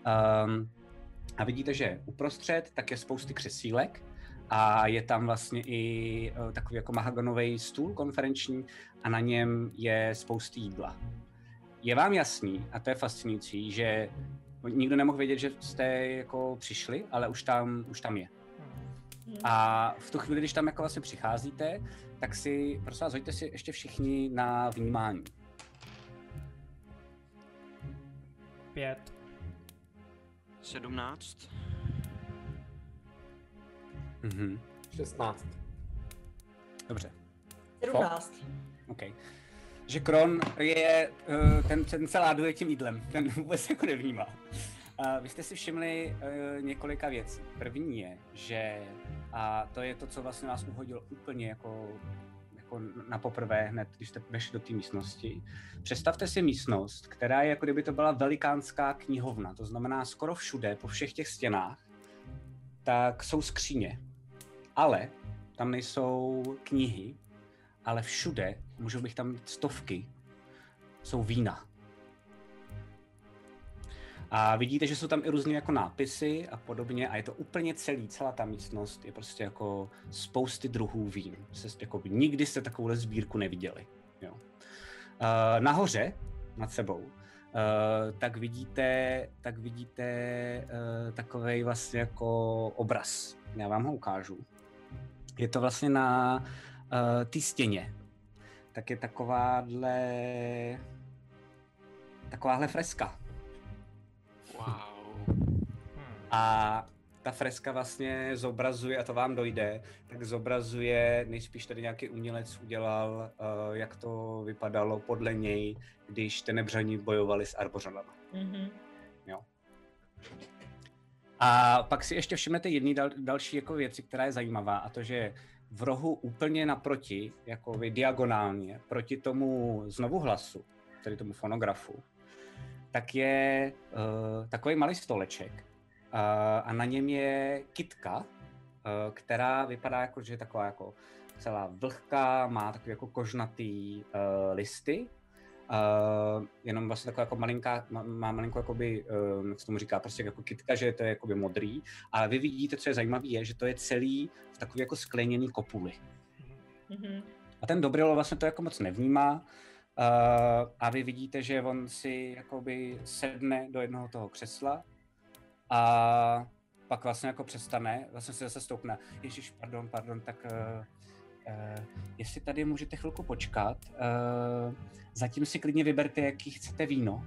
A vidíte, že uprostřed tak je spousty křesílek a je tam vlastně i takový jako mahagonový stůl konferenční a na něm je spousty jídla. Je vám jasný, a to je fascinující, že nikdo nemohl vědět, že jste jako přišli, ale už tam je. A v tu chvíli, když tam jako vlastně přicházíte, tak si, prosím vás, hoďte si ještě všichni na vnímání. 5. 17. 16. Dobře. 17. OK. Že Kron je, ten se láduje tím jídlem, ten vůbec jako nevnímá. Vy jste si všimli několika věcí. První je, že, a to je to, co vlastně vás uhodilo úplně jako na poprvé hned, když jste vešli do té místnosti. Představte si místnost, která je jako kdyby to byla velikánská knihovna, to znamená skoro všude, po všech těch stěnách, tak jsou skříně. Ale tam nejsou knihy, ale všude, můžou být tam stovky, jsou vína. A vidíte, že jsou tam i různé jako nápisy a podobně a je to úplně celá ta místnost je prostě jako spousty druhů vín. Jako nikdy jste takovouhle sbírku neviděli. Jo. Nahoře, nad sebou, tak vidíte takovej vlastně jako obraz. Já vám ho ukážu. Je to vlastně na té stěně. Tak je takováhle freska. Wow. A ta freska vlastně zobrazuje, a to vám dojde, tak zobrazuje, nejspíš tady nějaký umělec udělal, jak to vypadalo podle něj, když Tenebřani bojovali s Arbořanama. Mhm. Jo. A pak si ještě všimnete jedný další jako věci, která je zajímavá, a to, že v rohu úplně naproti, jako diagonálně, proti tomu znovu hlasu, tedy tomu fonografu, tak je takový malý stoleček a na něm je kytka, která vypadá jako, že je taková jako celá vlhká, má takový jako kožnatý listy, jenom vlastně taková jako malinká, má malinkou jakoby, jak se tomu říká, prostě jako kytka, že to je jakoby modrý, ale vy vidíte, co je zajímavé, je, že to je celý v takový jako skleněný kopuli. Mhm. A ten Dobrilo vlastně to jako moc nevnímá, a vy vidíte, že on si jakoby sedne do jednoho toho křesla a pak vlastně jako přestane, vlastně se zase stoupne. Ježiš, pardon, tak jestli tady můžete chvilku počkat, zatím si klidně vyberte, jaký chcete víno.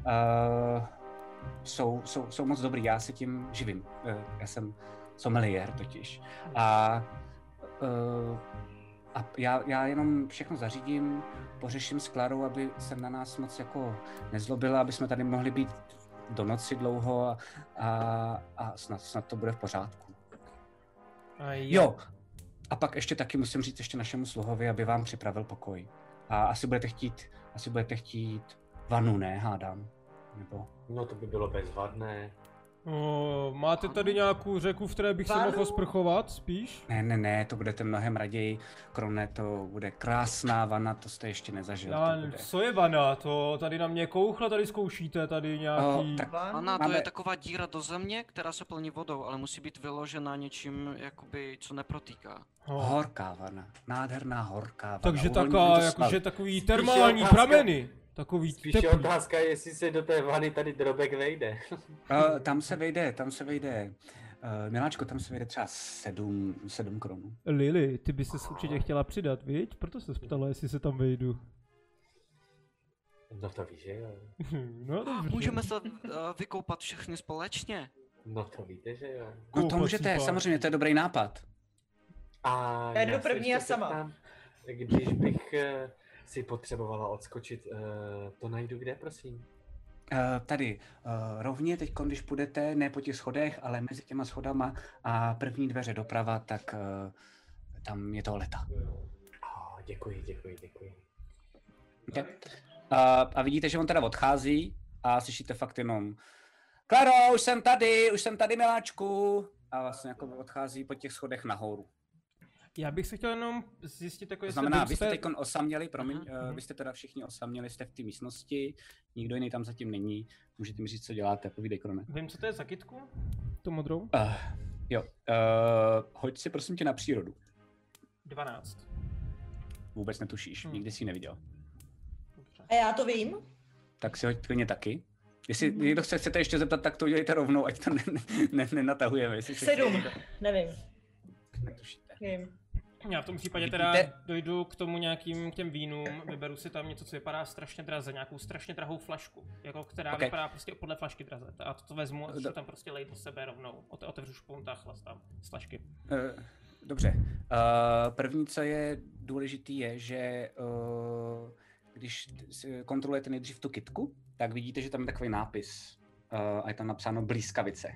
Jsou moc dobrý, já se tím živím. Já jsem sommelier totiž. A já jenom všechno zařídím, pořeším s Klárou, aby se na nás moc jako nezlobila, aby jsme tady mohli být do noci dlouho a snad to bude v pořádku. Jo, a pak ještě taky musím říct ještě našemu sluhovi, aby vám připravil pokoj. A asi budete chtít vanu, ne, hádám? Nebo... No to by bylo bezvadné. Máte tady nějakou řeku, v které bych se mohl sprchovat spíš? Ne, to budete mnohem raději. Krone, to bude krásná vana, to jste ještě nezažil. Co je vana? To tady na mě kouchla, tady zkoušíte, tady nějaký... Vana, to je taková díra do země, která se plní vodou, ale musí být vyložena něčím, jakoby, co neprotýká. Horká vana, nádherná horká vana. Takže jakože takový termální prameny. Spíš je otázka, jestli se do té vany tady Drobek vejde. Tam se vejde. Miláčko, tam se vejde třeba 7 kronů. Lili, ty by se určitě chtěla přidat, viď? Proto se ptala, jestli se tam vejdu. No to víš, že jo. No dobře. Můžeme se vykoupat všichni společně. No to víte, že jo. No to můžete, samozřejmě, to je dobrý nápad. A já jdu první a sama. Ptám, když bych si potřebovala odskočit, to najdu kde, prosím? Tady, rovně teď, když půjdete, ne po těch schodech, ale mezi těma schodama a první dveře doprava, tak tam je toaleta. Děkuji. Okay. A vidíte, že on teda odchází a slyšíte fakt jenom Klaro, už jsem tady, miláčku. A vlastně jako odchází po těch schodech nahoru. Já bych se chtěl jenom zjistit, jako jestli... To znamená, vy jste teď osaměli, vy jste teda všichni osaměli, jste v té místnosti, nikdo jiný tam zatím není, můžete mi říct, co děláte, povídej, Krone. Vím, co to je za kytku? Tu modrou? Hoď si prosím tě na přírodu. 12. Vůbec netušíš, nikdy jsi ji neviděl. A já to vím? Tak si hoď klidně taky. Jestli někdo se chcete ještě zeptat, tak to udělejte rovnou, ať to nenatahujeme. 7, nevím. Netušíte. Vím. Já v tom případě teda dojdu k tomu k těm vínům, vyberu si tam něco, co vypadá strašně draze, nějakou strašně drahou flašku, jako která vypadá prostě podle flašky draze. A to vezmu a začnu tam prostě lejt do sebe rovnou. Otevřu špunt a chlastám z flašky. Dobře. První, co je důležitý, je, že když kontrolujete nejdřív tu kytku, tak vidíte, že tam je takový nápis a je tam napsáno blízkavice.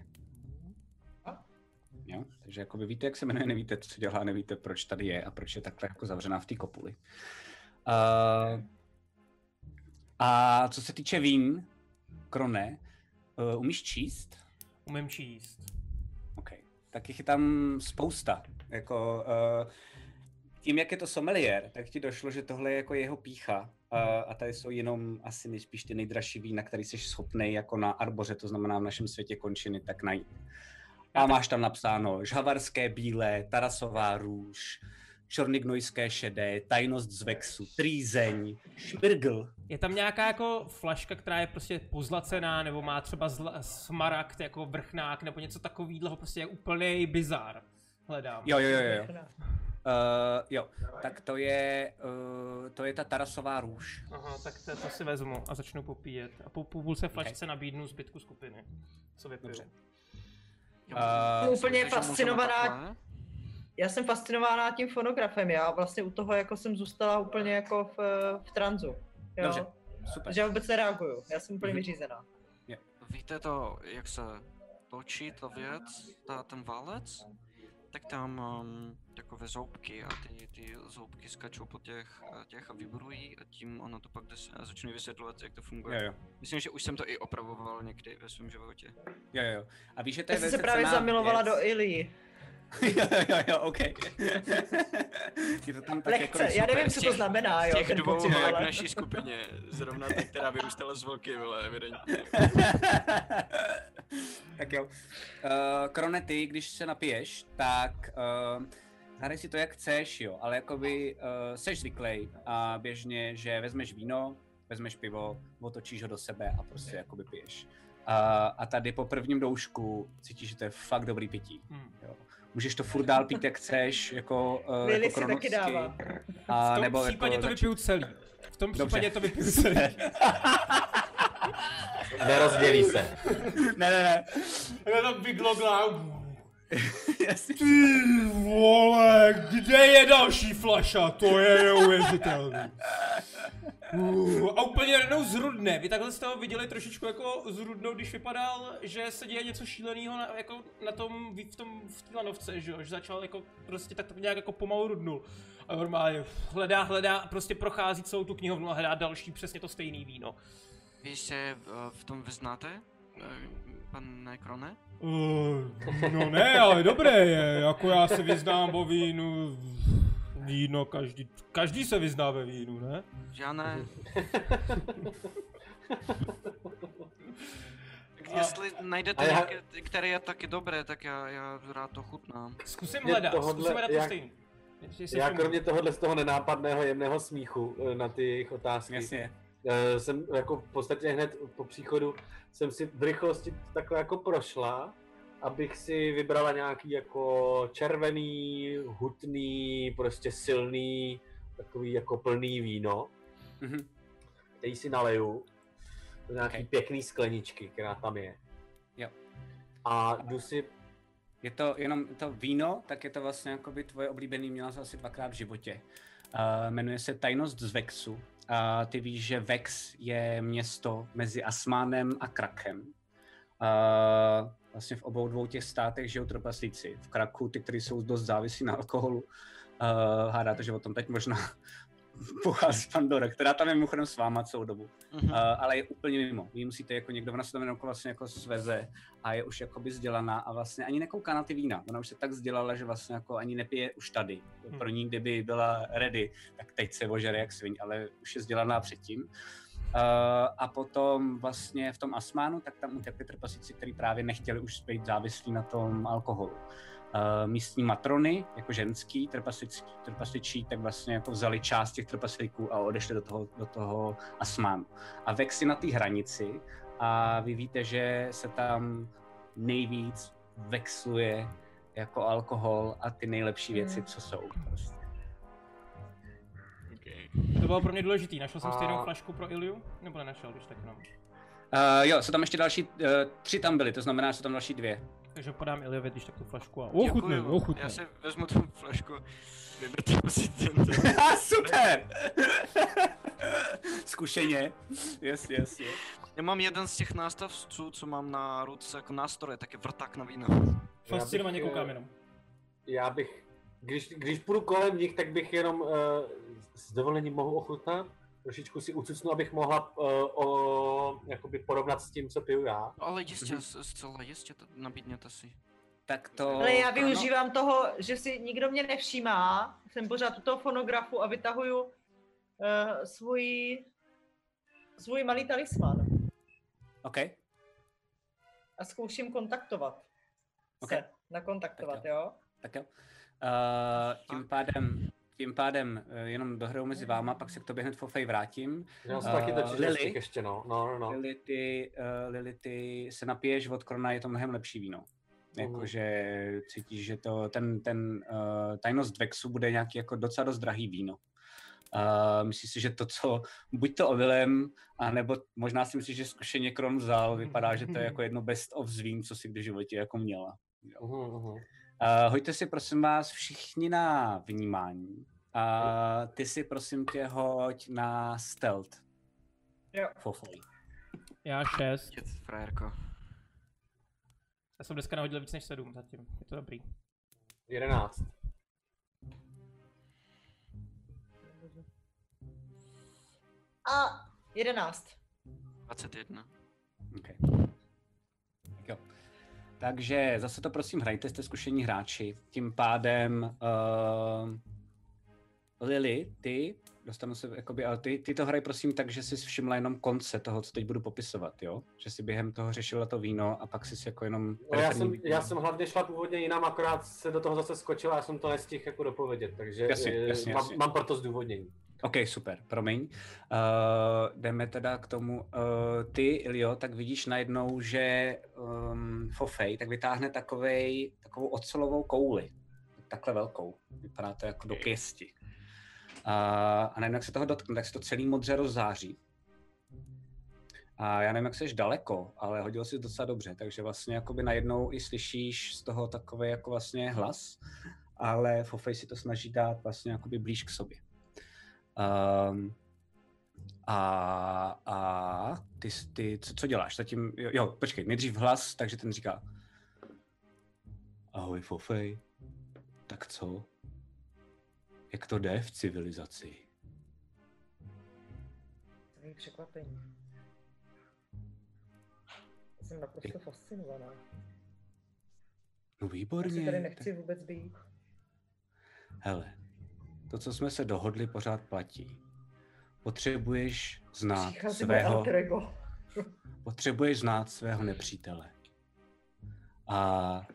Jo? Takže jako vy víte, jak se jmenuje, nevíte, co dělá, nevíte, proč tady je a proč je takhle jako zavřená v té kopuli. A co se týče vín, Krone, umíš číst? Umím číst. OK. Tak jich je tam spousta. Jako, tím, jak je to sommelier, tak ti došlo, že tohle je jako jeho pýcha. A tady jsou jenom asi nejspíš ty nejdražší vína, který jsi schopnej jako na arboře, to znamená v našem světě končiny, tak najít. A máš tam napsáno žhavarské bílé, tarasová růž, čornygnojské šedé, tajnost z vexu, trýzeň, šmirgl. Je tam nějaká jako flaška, která je prostě pozlacená, nebo má třeba smaragd jako vrchnák, nebo něco takového, prostě je úplný bizar. Hledám. Jo. Jo, tak to je ta tarasová růž. Aha, tak to si vezmu a začnu popíjet. A po půlce flašce nabídnu zbytku skupiny. Co vypiju. Úplně fascinovaná. Já jsem fascinována tím fonografem, já vlastně u toho jako jsem zůstala úplně jako v tranzu. Jo? Dobře, super. Že já vůbec nereaguju, já jsem úplně vyřízená. Víte to, jak se točí ta věc, ten válec? Tak tam takové zoubky a ty zoubky skačou po těch a vibrují a tím ono to pak začne vysvětlovat, jak to funguje. Jo. Myslím, že už jsem to i opravoval někdy ve svém životě. Jo. A víš, že to je já jsem se právě zamilovala do Ilii. jo, OK. Je to tam tak lekce, jako já nevím, co to znamená, jo, těch ten dvou pocit, v ale... naší skupině, zrovna ta, která vyrůstala z velké vile, evidentně. Tak jo. Krone, ty, když se napiješ, tak hádej si to, jak chceš, jo, ale jakoby seš zvyklý a běžně, že vezmeš víno, vezmeš pivo, otočíš ho do sebe a prostě jakoby piješ. A tady po prvním doušku cítíš, že to je fakt dobrý pití. Jo. Můžeš to furt dál pít, jak chceš, jako kronovsky. V tom případě to vypiju celý. V tom případě to vypiju celý. Nerozdělí se. Ne. Je to Big Log Ty vole, kde je další flaša? To je neuvěřitelný. A úplně jednou zrudne. Vy takhle jste ho viděli trošičku jako zrudnou, když vypadal, že se děje něco šíleného jako v té lanovce, že jo? Že začal jako prostě tak nějak jako pomalu rudnul. A normálně hledá, prostě prochází celou tu knihovnu a hledá další přesně to stejný víno. Vy se v tom vyznáte, pane Krone? No ne, ale dobré je, jako já se vyznám o vínu. Víno, každý se vyzná ve vínu, ne? Já ne. Jestli najdete nějaké, které je taky dobré, tak já rád to chutnám. Zkusím hledat to stejný. Já kromě tohohle z toho nenápadného jemného smíchu na ty jejich otázky, jasně. Jsem jako v podstatě hned po příchodu jsem si v rychlosti takhle jako prošla, abych si vybrala nějaký jako červený, hutný, prostě silný, takový jako plný víno, který si naleju do nějaký pěkný skleničky, která tam je. Jo. A jdu si... Je to jenom to víno, tak je to vlastně jakoby tvoje oblíbený, měla jsi asi 2krát v životě. Jmenuje se Tajnost z Vexu. A ty víš, že Vex je město mezi Asmánem a Krakem. Vlastně v obou dvou těch státech žijou trpaslíci. V Kraku, ty, kteří jsou dost závislí na alkoholu. Hádáte, že o tom teď možná pochází Pandora, která tam je mimochodem s váma celou dobu. Ale je úplně mimo. Vy musíte jako někdo, ona se tam jenom vlastně jako sveze a je už jakoby vzdělaná a vlastně ani nekouká na ty vína. Ona už se tak vzdělala, že vlastně jako ani nepije už tady. Pro ní, kdyby byla ready, tak teď se ožere jak sviň, ale už je vzdělaná předtím. A potom vlastně v tom Asmánu, tak tam utekli trpaslíci, kteří právě nechtěli už být závislí na tom alkoholu. Místní matrony, jako ženský trpasličí, tak vlastně jako vzali část těch trpaslíků a odešli do toho Asmánu. A Vex je na té hranici a vy víte, že se tam nejvíc vexluje jako alkohol a ty nejlepší věci, co jsou. Prostě. To bylo pro mě důležitý. Našel jsem stejnou flašku pro Iliu? Nebo nenašel, když tak jenom? Jo, jsou tam ještě další, 3 tam byly, to znamená, že jsou tam další 2. Takže podám Iliovi, když tak tu flašku a ochutnej. Já si vezmu tu flašku, vyberte si tento. Super! Zkušeně. Yes. Já mám jeden z těch nástavců, co mám na ruce jako nástroje, taky vrták na víno. Fascinovaně koukám jenom. Já bych, když půjdu kolem nich, tak bych jenom s dovolením mohu ochutnat. Trošičku si ucucnu, abych mohla jakoby porovnat s tím, co piju já. Ale jistě, zcela jistě, nabídněte si. Tak to... Ale já využívám toho, že si nikdo mě nevšímá. Jsem pořád u toho fonografu a vytahuju svůj malý talisman. OK. A zkouším kontaktovat. Okay. Nakontaktovat, jo? Tak jo. Tím pádem jenom dohrou mezi váma, pak se k tobě hned Fofej vrátím. Já jsem taky Lily, ještě, no. Lily, ty se napiješ od Krona, je to mnohem lepší víno. Jakože cítíš, že to, ten tajnost Dvexu bude nějaký jako docela dost drahý víno. Myslíš si, že to, co buď to ovilem, anebo možná si myslíš, že zkušeně Kron vzal, vypadá, že to je jako jedno best of z vín, co si kdy v životě jako měla. Hoďte si prosím vás všichni na vnímání. Ty si prosím tě hoď na stealth. Jo. Fofoj. Já 6. Frajerko. Já jsem dneska nahodil víc než 7 zatím, je to dobrý. 11. A 11. 21. Okay. Jo. Takže zase to prosím hrajte, jste zkušení hráči. Tím pádem Lily, ty dostanu se jakoby, ale ty to hraj prosím tak, že jsi všimla jenom konce toho, co teď budu popisovat, jo? Že si během toho řešila to víno a pak jsi jako jenom... No, já jsem hlavně šla původně jinam, akorát se do toho zase skočila a já jsem to nestihl jako dopovědět, takže jasně. Mám proto zdůvodnění. OK, super, promiň. Jdeme teda k tomu. Ty, Ilio, tak vidíš najednou, že Fofej tak vytáhne takovou ocelovou kouli. Takhle velkou. Vypadá to jako do pěsti. A najednou, jak se toho dotkne, tak se to celý modře rozzáří. A já nevím, jak jsi daleko, ale hodil jsi docela dobře, takže vlastně jakoby najednou i slyšíš z toho takový jako vlastně hlas, ale Fofej si to snaží dát vlastně jakoby blíž k sobě. Ty co děláš? Zatím, jo, počkej, nejdřív hlas, takže ten říká ahoj Fofej, tak co? Jak to jde v civilizaci? To je překvapení. Jsem naprosto fascinovaná. No výborně. Já si tady nechci vůbec být. Hele, to, co jsme se dohodli, pořád platí. Potřebuješ znát svého nepřítele. A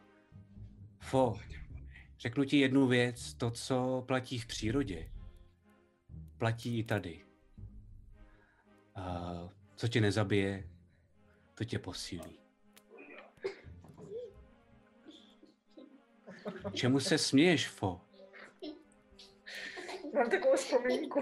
řeknu ti jednu věc, to, co platí v přírodě, platí i tady. A co tě nezabije, to tě posílí. Čemu se směješ, Fo? Mám takovou vzpomínku.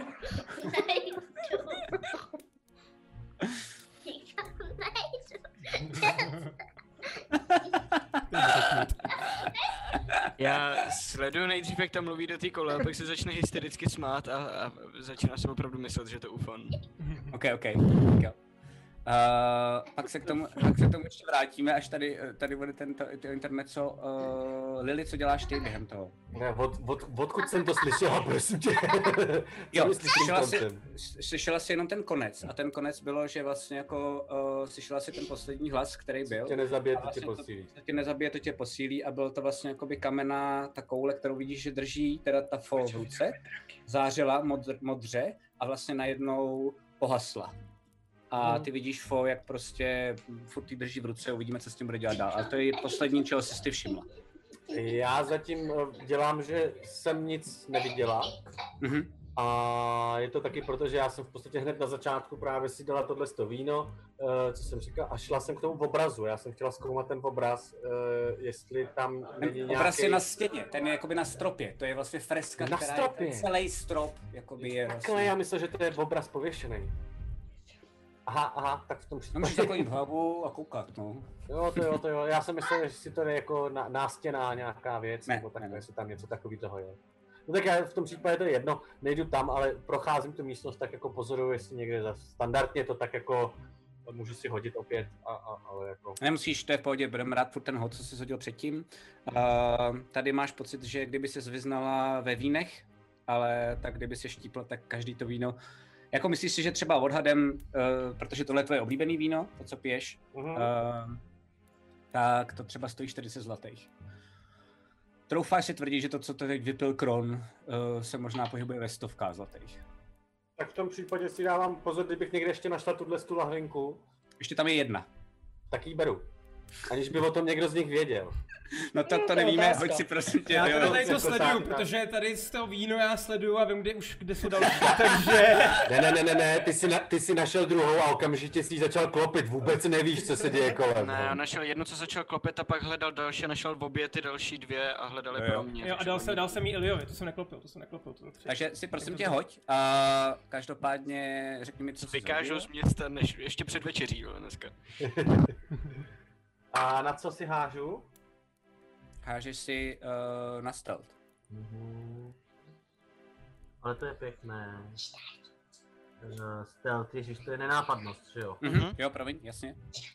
Já sleduju nejdřív, jak tam mluví do té kole, a pak se začne hystericky smát a začíná si opravdu myslet, že to je ufon. OK. Pak se k tomu ještě vrátíme, až tady bude to intermezzo. Lily, co děláš ty během toho? Ne, odkud jsem to slyšela, prosím tě? Jo, slyšela jsi jenom ten konec. A ten konec bylo, že vlastně jako slyšela si ten poslední hlas, který byl. Tě nezabije, to tě posílí. Tě nezabije, to tě posílí a bylo to vlastně jakoby kamenná ta koule, kterou vidíš, že drží teda ta Fo v ruce. Zářila modře a vlastně najednou pohasla. A ty vidíš Fo, jak prostě furt ji drží v ruce, uvidíme, co s tím bude dělat dál. Ale to je poslední, čeho jsi ty všimla. Já zatím dělám, že jsem nic neviděla. A je to taky proto, že já jsem v podstatě hned na začátku právě si dala tohle víno, co jsem říkal, a šla jsem k tomu obrazu. Já jsem chtěla zkoumat ten obraz, jestli tam není nějaký... Obraz je na stěně, ten je jakoby na stropě. To je vlastně freska, na která stropě. Je celý strop, jakoby je vlastně... Já myslel, že to je obraz pověšený. Aha, tak v tom případě... Můžeš zaklonit hlavu a koukat, no. Jo, já jsem myslel, že si to je jako nástěná nějaká věc, nebo tak, jestli tam něco takového toho je. No tak já v tom případě to je jedno, nejdu tam, ale procházím tu místnost, tak jako pozoruju, jestli někde standardně to tak jako můžu si hodit opět, ale jako... Nemusíš, to je v pohodě, budeme rád furt ten hod, co jsi hodil předtím. Tady máš pocit, že kdyby se vyznala ve vínech, ale tak kdyby se štípla, tak každý to víno... Jako myslíš si, že třeba odhadem, protože tohle je tvoje oblíbený víno, to co piješ, tak to třeba stojí 40 zlatých. troufáš si tvrdit, že to, co teď vypil Kron, se možná pohybuje ve stovkách zlatých. Tak v tom případě si dávám pozor, kdybych někde ještě našla tu lahvinku. Ještě tam je jedna. Tak ji beru. Aniž by o tom někdo z nich věděl. No to nevíme, hoď si prosím tě. Já tady to sleduju, protože tady z toho víno já sleduju a vím, kde jsou další, takže... Ne, ty jsi našel druhou a okamžitě si ji začal klopit, vůbec nevíš, co se děje kolem. Ne, já našel jednu, co začal klopit a pak hledal další a našel obě ty další dvě a hledali pro mě. Jo, a dal jsem jí Iliovi, to jsem neklopil. Takže si prosím tě hoď a každopádně řekni mi, co jsi vykážu z města než ještě před večeří, jo, dneska. A na co si hážu? Hážeš si na stealth. Ale to je pěkné. Stealth, ježiš, to je nenápadnost, že jo? Jo, promiň, jasně.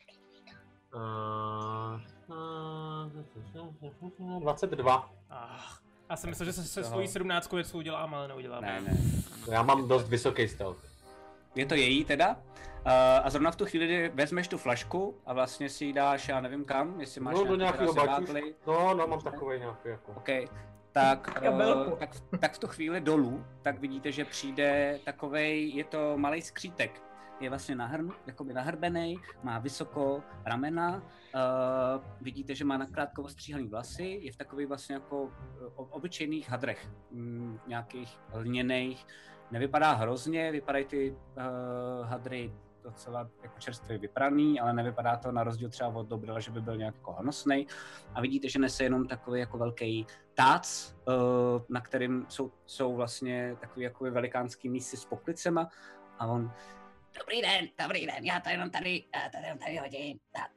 22. Já jsem myslel, že se svojí 17 něco udělám, ale neudělám. Ne. Já mám dost vysoký stealth. Je to její teda. A zrovna v tu chvíli, kdy vezmeš tu flašku a vlastně si ji dáš, já nevím kam, jestli máš do nějakého baťušku. No, mám takový nějaký jako. Okay. Tak v tu chvíli dolů, tak vidíte, že přijde takovej, je to malej skřítek. Je vlastně nahrbený, má vysoko ramena, vidíte, že má nakrátko ostříhaný vlasy, je v takových vlastně jako obyčejných hadrech, nějakých lněných. Nevypadá hrozně, vypadají ty hadry docela jako čerstvě vypraný, ale nevypadá to na rozdíl třeba od Dobrila, že by byl nějak jako honosnej. A vidíte, že nese jenom takový jako velký tác, na kterým jsou vlastně takový jako velikánský mísy s poklicema a on Dobrý den, já to jenom tady hodím. Tak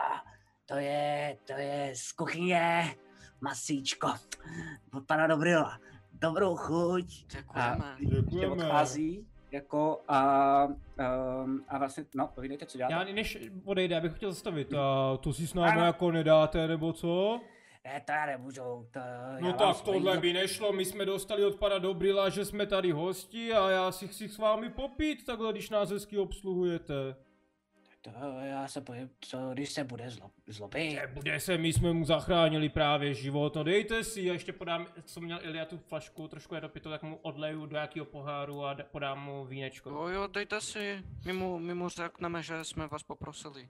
to je z kuchyně masíčko od pana Dobrila. Dobrou chuť. Děkujeme. Odchází jako a vlastně, no, povídejte, co děláte. Já než odejde, abych chtěl zastavit, a to si s námi jako nedáte, nebo co? Ne, to já nemůžu, No tak tohle by nešlo, my jsme dostali od pana Dobrila, že jsme tady hosti a já si chci s vámi popít, takhle, když nás hezky obsluhujete. To já se bojím, co když se bude zlobit. Nebude se, my jsme mu zachránili právě život, no dejte si, a ještě podám, co měl Ilja tu flašku, trošku je dopito, tak mu odleju do jakého poháru a podám mu vínečko. Jo, dejte si, my mu řekneme, že jsme vás poprosili.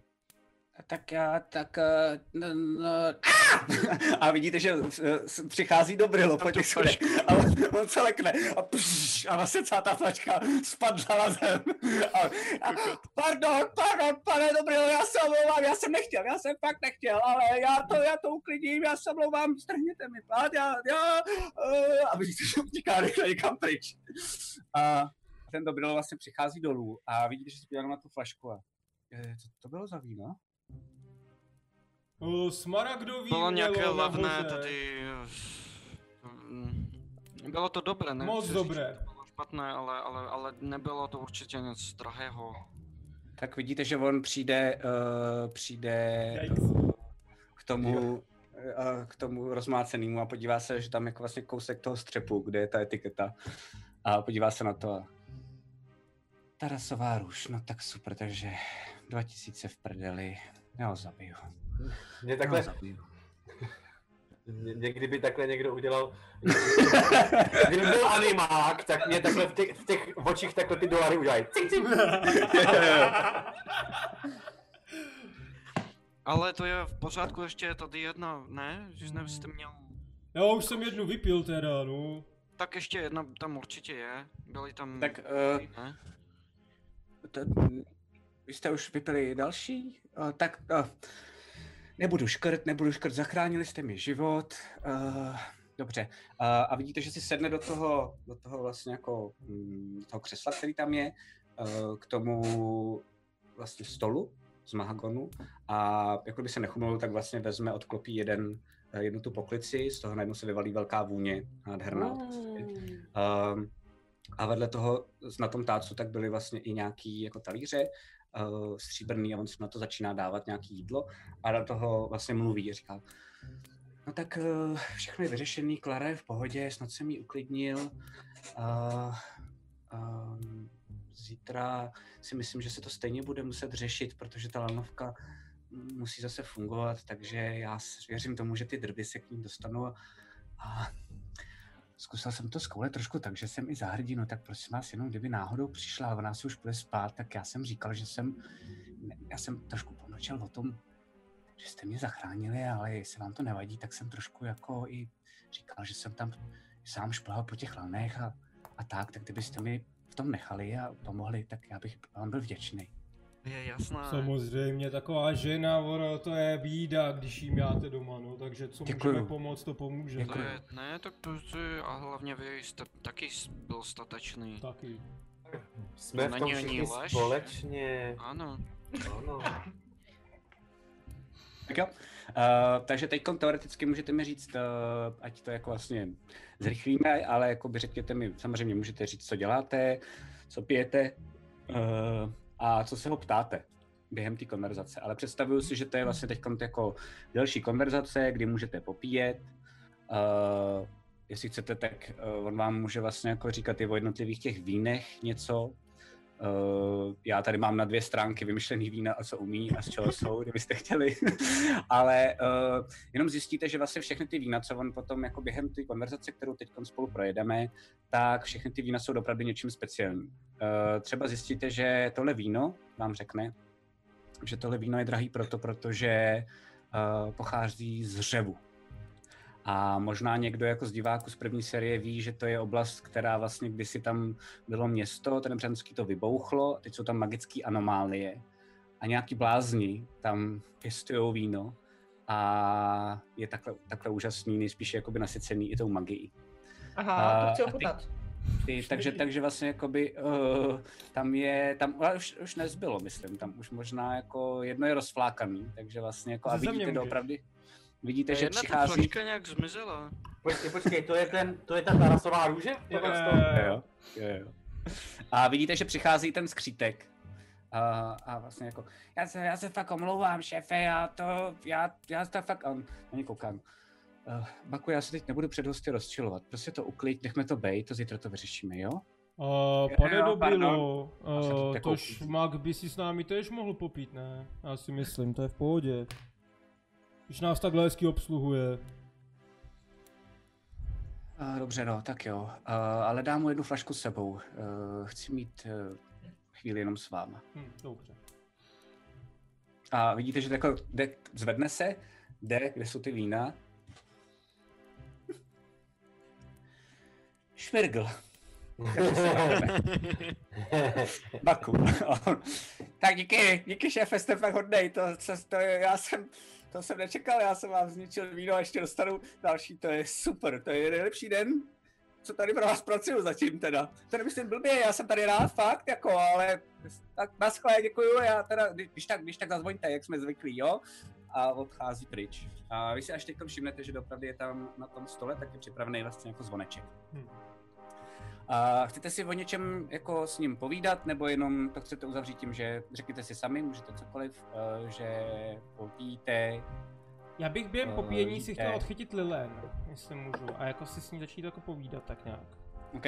A vidíte, že přichází Dobrilo po těch schodech a on se lekne a vlastně celá ta flačka spadla na zem. Pardon, pane Dobrilo, já se omlouvám, já jsem fakt nechtěl, ale já to uklidím, já se omlouvám, strhněte mi pát, a vidíte, že utíká rychle někam pryč. A ten Dobrilo vlastně přichází dolů a vidíte, že se podívá na tu flašku a co to bylo za víno? Smaragdový bylo nějaké levné tady. Bylo to dobré, ne? Moc dobré. Bylo špatné, ale nebylo to určitě nic drahého. Tak vidíte, že on přijde k tomu rozmácenému a podívá se, že tam je vlastně kousek toho střepu, kde je ta etiketa. A podívá se na to a Tarasová růž, no tak super, takže 2000 v prdeli, já ho zabiju. Mě takhle, někdy by takhle někdo udělal, kdyby byl animák, tak mě takhle v těch očích takhle ty dolary udělají. Ale to je v pořádku, ještě je tady jedna, ne? Že jste měl... Já už jsem jednu vypil teda, no. Tak ještě jedna tam určitě je, byly tam... Tak, ne? Vy jste už vypili další? Nebudu škrt, zachránili jste mi život. Dobře. A vidíte, že si sedne do toho vlastně jako toho křesla, který tam je, k tomu vlastně stolu z mahagonu a jako by se nechumil, tak vlastně vezme, odklopí jednu tu poklici, z toho najednou se vyvalí velká vůně, nádherná. A vedle toho na tom tácu tak byly vlastně i nějaký jako talíře stříbrný a on si na to začíná dávat nějaký jídlo a do toho vlastně mluví, říká no tak všechno je vyřešený, Klara je v pohodě, snad jsem ji uklidnil. Zítra si myslím, že se to stejně bude muset řešit, protože ta lanovka musí zase fungovat, takže já věřím tomu, že ty drby se k ní dostanou A zkusil jsem to zkoulet trošku tak, že jsem i za hrdinu, tak prosím vás, jenom kdyby náhodou přišla a ona si už bude spát, tak já jsem říkal, že já jsem trošku pomlčel o tom, že jste mě zachránili, ale jestli vám to nevadí, tak jsem trošku jako i říkal, že jsem tam sám šplhal po těch lanech a tak kdybyste mi v tom nechali a pomohli, tak já bych vám byl vděčný. Je jasná. Samozřejmě, taková žena, ono, to je bída, když jí máte doma, no, takže co můžeme pomoct, to pomůže. Ne, tak to a hlavně vy jste taky byl statečný. Taky. Jsme v tom všichni společně. Ano. Tak jo, takže teď teoreticky můžete mi říct, ať to jako vlastně zrychlíme, ale jako by řekněte mi, samozřejmě můžete říct, co děláte, co pijete a co se ho ptáte během té konverzace. Ale představuju si, že to je vlastně teď jako delší konverzace, kdy můžete popíjet. Jestli chcete, tak on vám může vlastně jako říkat i o jednotlivých těch vínech něco. Já tady mám na 2 stránky vymyšlený vína a co umí a z čeho jsou, kdybyste chtěli. Ale jenom zjistíte, že vlastně všechny ty vína, co on potom jako během té konverzace, kterou teď spolu projedeme, tak všechny ty vína jsou opravdu něčím speciálním. Třeba zjistíte, že tohle víno vám řekne, že tohle víno je drahý protože pochází z Řevu. A možná někdo jako z diváků z první série ví, že to je oblast, která vlastně kdysi tam bylo město, ten Břanský to vybouchlo, teď jsou tam magické anomálie a nějaký blázni tam pěstujou víno a je takhle úžasný, nejspíš jakoby nasycený i tou magií. Aha, to chci ochutnat. Takže vlastně jakoby tam už nezbylo, myslím, tam už možná jako jedno je rozflákaný, takže vlastně jako a vidíte doopravdy. Vidíte, že přichází... Jedna ta nějak zmizela. Počkej, to je ta tarasová růže? Jo. A vidíte, že přichází ten skřítek. A vlastně jako, já se fakt omlouvám, šéfe, já to fakt... Na ně koukám. Baku, já se teď nebudu před hosty rozčilovat. Prostě to uklid, nechme to bejt, to zítra to vyřešíme, jo? Pane Dobrilo, tož Mag by si s námi tež mohl popít, ne? Já si myslím, to je v pohodě. Když nás takhle hezky obsluhuje. Dobře, no, tak jo. Ale dám mu 1 flašku s sebou. Chci mít chvíli jenom s váma. Dobře. A vidíte, že tako zvedne se, kde jsou ty vína. Švirgl. Baku. Tak díky šéfe, jste fakt hodnej, to jsem nečekal, já jsem vám zničil víno a ještě dostanu další, to je super, to je nejlepší den, co tady pro vás pracuju zatím teda. To nemyslím blbě, já jsem tady rád, fakt, jako, ale tak naschle, děkuju, já teda, když tak zazvoňte, jak jsme zvyklí, jo? A odchází pryč. A vy si až teď všimnete, že opravdu je tam na tom stole taky připravený vlastně jako zvoneček. A chcete si o něčem jako s ním povídat, nebo jenom to chcete uzavřít tím, že řekněte si sami, můžete cokoliv, že popíjíte? Já bych během popíjení si chtěl odchytit Lilen, jestli můžu, a jako si s ní začít jako povídat tak nějak. OK.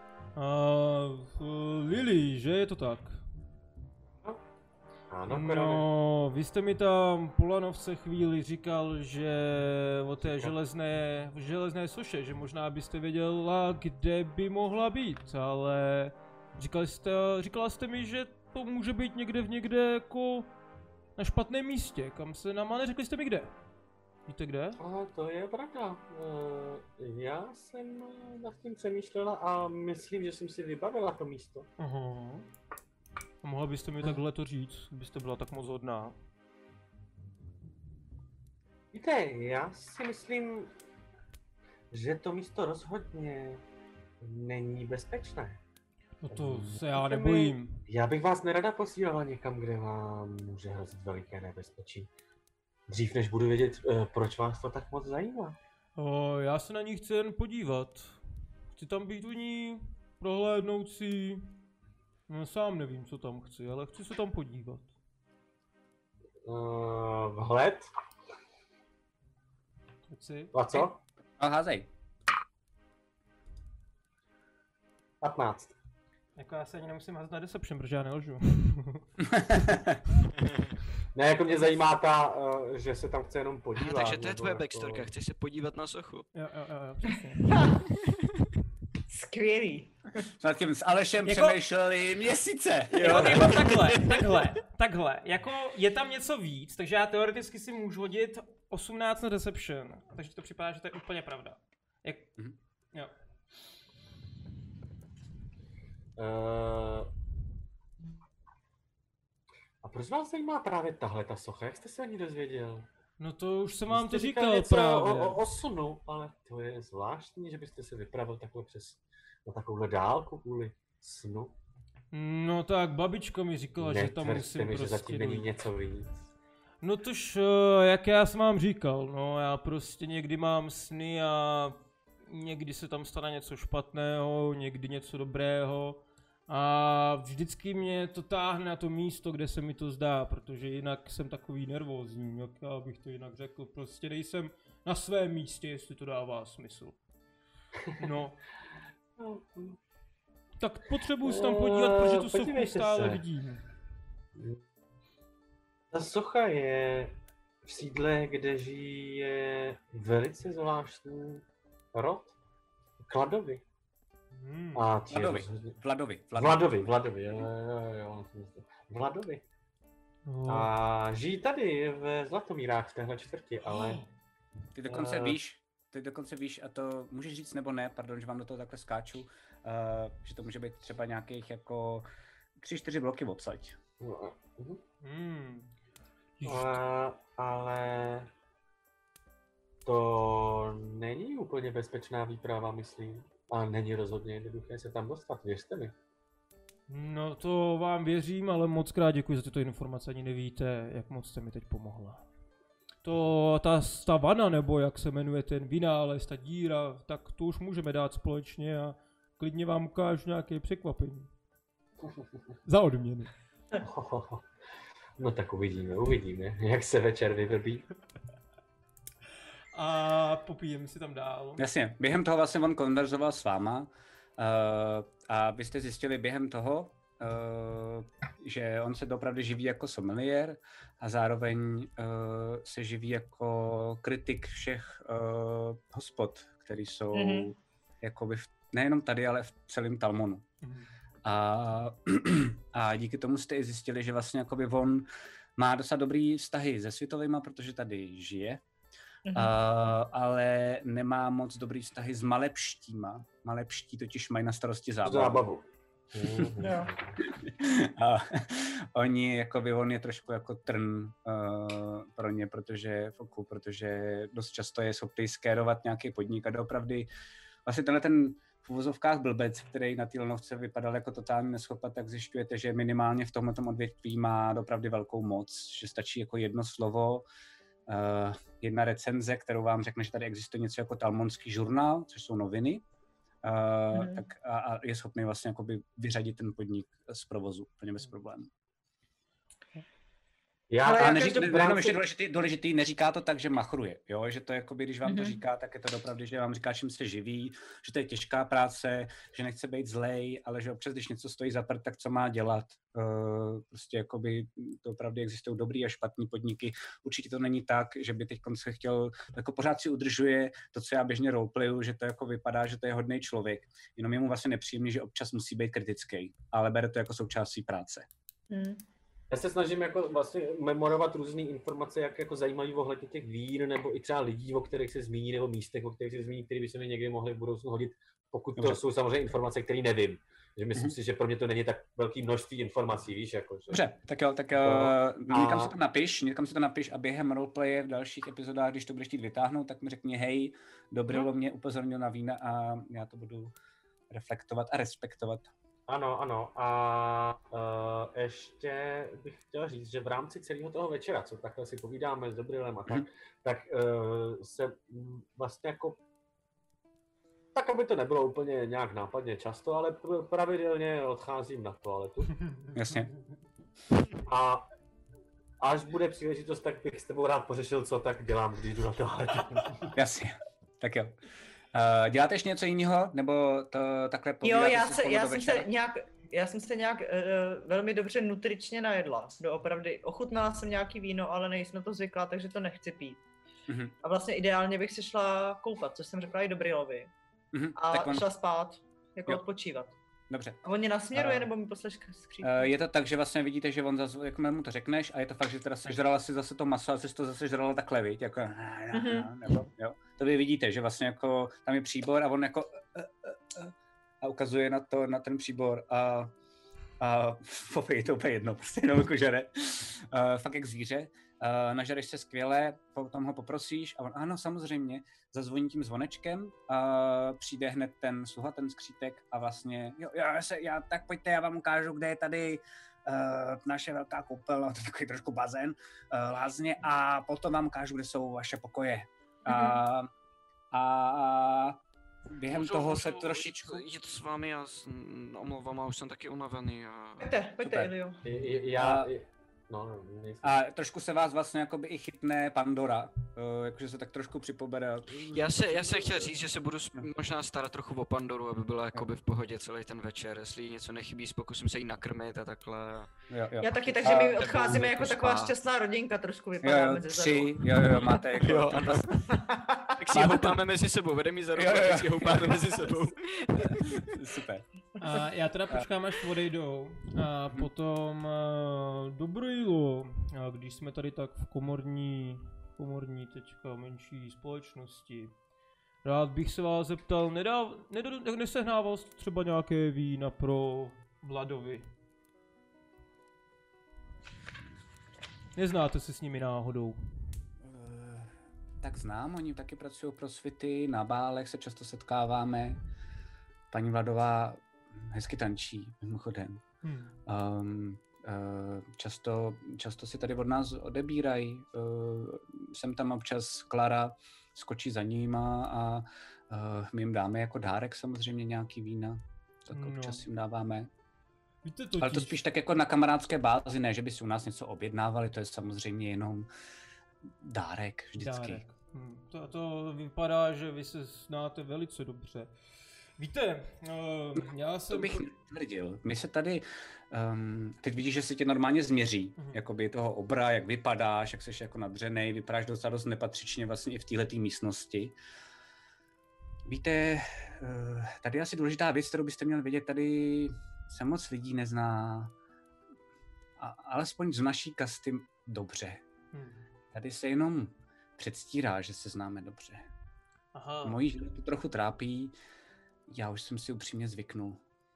Lily, že je to tak? Ano, no, vy jste mi tam po lanovce chvíli říkal, že o té železné soše, že možná byste věděla, kde by mohla být, ale říkala jste mi, že to může být někde jako na špatném místě, kam se nám, a neřekli jste mi kde. Víte kde? To je pravda. Já jsem nad tím přemýšlela a myslím, že jsem si vybavila to místo. Aha. A mohla byste mi takhle to říct, kdybyste byla tak moc hodná? Víte, já si myslím, že to místo rozhodně není bezpečné. No to se já nebojím. Já bych vás nerada posílala někam, kde vám může hrozit veliké nebezpečí. Dřív než budu vědět, proč vás to tak moc zajímá. Já se na ní chci jen podívat. Chci tam být u ní, prohlédnout si. No, sám nevím, co tam chci, ale chci se tam podívat. Vhled? Chci. A co? Házej. 15. Jako já se ani nemusím házet na deception, protože já nelžu. Ne, jako mě zajímá ta, že se tam chce jenom podívat. Takže to je tvoje jako... backstorka, chceš se podívat na sochu. Jo, přesně. Skvělý. Nad tím s Alešem přemýšleli měsíce. Jako takhle. Jako je tam něco víc, takže já teoreticky si můžu hodit 18 na deception. Takže to připadá, že to je úplně pravda. Jo. A proč vás zajímá právě tahle ta socha? Jak jste se o ní dozvěděl? No to už jsem vám to říkal něco právě. O snu, ale to je zvláštní, že byste se vypravil takhle na takovouhle dálku kvůli snu. No tak babička mi říkala, že tam musím mi, prostě že zatím není něco víc. No tož, jak já jsem vám říkal, no já prostě někdy mám sny a někdy se tam stane něco špatného, někdy něco dobrého. A vždycky mě to táhne na to místo, kde se mi to zdá, protože jinak jsem takový nervózní, jak já bych to jinak řekl, prostě nejsem na svém místě, jestli to dává smysl. No. Tak potřebuji se tam podívat, protože tu sochu stále vidím. Ta socha je v sídle, kde žije velice zvláštní rod. Kladovi. A Vladovi, jo. Vladovi. A žijí tady v Zlatomírách v téhle čtvrti, ale... Ty dokonce víš, a to můžeš říct nebo ne, pardon, že vám do toho takhle skáču, že to může být třeba nějakých jako 3-4 bloky odsaď. Ale to není úplně bezpečná výprava, myslím. A není rozhodně jednoduché se tam dostat, věřte mi. No to vám věřím, ale moc krát děkuji za tyto informace, ani nevíte, jak moc jste mi teď pomohla. Ta vana, nebo jak se jmenuje ten vynález, ta díra, tak to už můžeme dát společně a klidně vám ukážu nějaké překvapení. Za odměny. No tak uvidíme, jak se večer vyvrbí. A popijeme si tam dál. Jasně, během toho vlastně on konverzoval s váma a vy jste zjistili během toho, že on se opravdu živí jako sommelier a zároveň se živí jako kritik všech hospod, který jsou jakoby nejenom tady, ale v celém Talmonu. A díky tomu jste i zjistili, že vlastně jakoby on má docela dobrý vztahy se světovýma, protože tady žije. Ale nemá moc dobrý vztahy s malepštíma. Malepští totiž mají na starosti zábavu. A on je trošku jako trn pro ně, protože dost často je schopný skérovat nějaký podnik a doopravdy vlastně tenhle ten v uvozovkách blbec, který na té Lnovce vypadal jako totální neschopat, tak zjišťujete, že minimálně v tomhletom odvětví má opravdu velkou moc, že stačí jako jedno slovo, jedna recenze, kterou vám řekne, že tady existuje něco jako talmonský žurnál, což jsou noviny, tak a je schopný vlastně jakoby vyřadit ten podnik z provozu úplně bez problémů. Ještě důležitý, neříká to tak, že machruje, jo? Že to jakoby, když vám to říká, tak je to opravdu, že vám říká, čím se živí, že to je těžká práce, že nechce být zlej, ale že občas, když něco stojí za prd, tak co má dělat. Prostě jakoby to opravdu existují dobrý a špatný podniky. Určitě to není tak, že by teď se chtěl, jako pořád si udržuje to, co já běžně roleplayu, že to jako vypadá, že to je hodný člověk. Jenom je mu vlastně nepříjemný, že občas musí být kritický, ale bere to jako součást své práce. Já se snažím jako vlastně memorovat různé informace, jak jako zajímají ohledně těch vín, nebo i třeba lidí, o kterých se zmíní, nebo místech, o kterých se zmíní, které by se mi někdy mohly v budoucnu hodit, pokud to jsou samozřejmě informace, které nevím. Že myslím si, že pro mě to není tak velké množství informací, víš, jako. Že... Dobře, tak jo, někam si to napiš a během roleplaye v dalších epizodách, když to budeš chtít vytáhnout, tak mi řekni, hej, Dobrilo mě upozornil na vína a já to budu reflektovat a respektovat. Ano. A ještě bych chtěl říct, že v rámci celého toho večera, co takhle si povídáme s Dobrilem a tak se vlastně jako, tak aby to nebylo úplně nějak nápadně často, ale pravidelně odcházím na toaletu. Jasně. A až bude příležitost, tak bych s tebou rád pořešil, co tak dělám, když jdu na toaletu. Jasně, tak jo. Děláte ještě něco jiného, nebo to takhle povídáte? Jo, já jsem se nějak já jsem se nějak velmi dobře nutričně najedla. Doopravdy ochutnala jsem nějaký víno, ale nejsem na to zvyklá, takže to nechci pít. A vlastně ideálně bych se šla koupat, což jsem řekla i Dobrilovi. A šla spát, jako odpočívat. Dobře. A on mě nasměruje, nebo mi posleš skřípku? Je to tak, že vlastně vidíte, že on zase, jakmile mu to řekneš, a je to fakt, že teda sežrala si zase to maso a jsi to zase žrala takhle, viď? Jako, nebo, jo. To vy vidíte, že vlastně jako tam je příbor a on jako a ukazuje na ten příbor a je to úplně jedno, prostě jenom jako žere. Fakt jak zvíře. Nažereš se skvěle, potom ho poprosíš a on, ano, samozřejmě, zazvoní tím zvonečkem, přijde hned ten sluha, ten skřítek a vlastně, tak pojďte, já vám ukážu, kde je tady naše velká koupelna, to je takový trošku bazén, lázně a potom vám ukážu, kde jsou vaše pokoje. A během toho se trošičku... Jít s vámi, já omlouvám, a už jsem taky unavený. Pojďte, Ilio. A trošku se vás vlastně jakoby i chytne Pandora, jakože se tak trošku připobere. Já se chtěl říct, že se budu možná starat trochu o Pandoru, aby byla jakoby v pohodě celý ten večer, jestli něco nechybí, pokusím se jí nakrmit a takhle. Jo. Já taky, takže my odcházíme jako taková šťastná rodinka, trošku vypadáme ze zadu. Jo, máte jako... Tak si houpáme mezi sebou, vedeme ji za ruku, tak si houpáme mezi sebou. Super. A já teda počkám, až odejdou a potom Dobrýlo, když jsme tady tak v komorní teďka menší společnosti. Rád bych se vás zeptal, nesehnával jste třeba nějaké vína pro Vladovi? Neznáte se s nimi náhodou? Tak znám, oni taky pracují pro Svity, na bálech se často setkáváme. Paní Vladová hezky tančí, mimochodem. Často si tady od nás odebírají. Sem tam občas Klara skočí za nima a my jim dáme jako dárek samozřejmě nějaký vína. Tak občas jim dáváme. Víte totiž... Ale to spíš tak jako na kamarádské bázi, ne, že by si u nás něco objednávali, to je samozřejmě jenom dárek vždycky. Dárek. To vypadá, že vy se znáte velice dobře. Víte, já jsem... To bych netvrdil. My se tady, teď vidíš, že se tě normálně změří, jakoby toho obra, jak vypadáš, jak jsi jako nadřenej, vypadáš docela dost nepatřičně vlastně i v téhletý místnosti. Víte, tady je asi důležitá věc, kterou byste měli vědět, tady se moc lidí nezná, alespoň z naší kasty dobře. Tady se jenom předstírá, že se známe dobře. Aha. Mojí ženu to trochu trápí, já už jsem si upřímně zvyknul.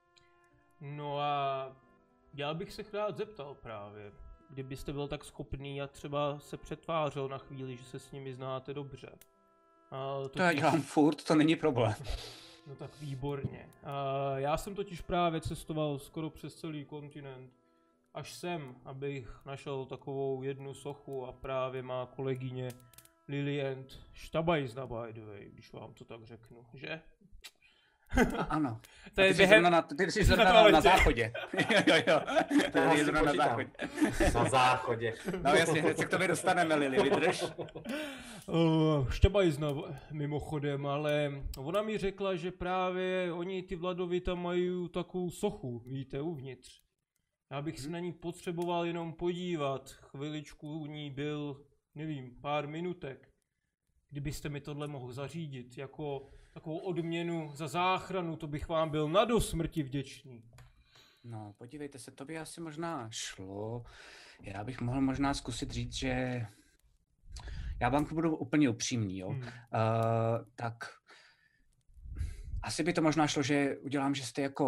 No a já bych se rád zeptal právě, kdybyste byl tak schopný a třeba se přetvářel na chvíli, že se s nimi znáte dobře. To já dělám furt, to není problém. No tak výborně. Já jsem totiž právě cestoval skoro přes celý kontinent. Až sem, abych našel takovou jednu sochu a právě má kolegyně Lilient Štabajzna, by the way, když vám to tak řeknu, že? Ano. To je ty jsi zrovna na záchodě. jo. To je zrovna na záchodě. Na záchodě. No jasně, hned se k tobě dostaneme, Lili, vydrž. Štabajzna mimochodem, ale ona mi řekla, že právě oni ty Vladovi tam mají takovou sochu, víte, uvnitř. Já bych se na ní potřeboval jenom podívat, chviličku u ní byl, nevím, pár minutek. Kdybyste mi tohle mohl zařídit, jako takovou odměnu za záchranu, to bych vám byl na do smrti vděčný. No, podívejte se, to by asi možná šlo. Já bych mohl možná zkusit říct, že... Já vám budu úplně upřímný, jo. Tak... Asi by to možná šlo, že udělám, že jste jako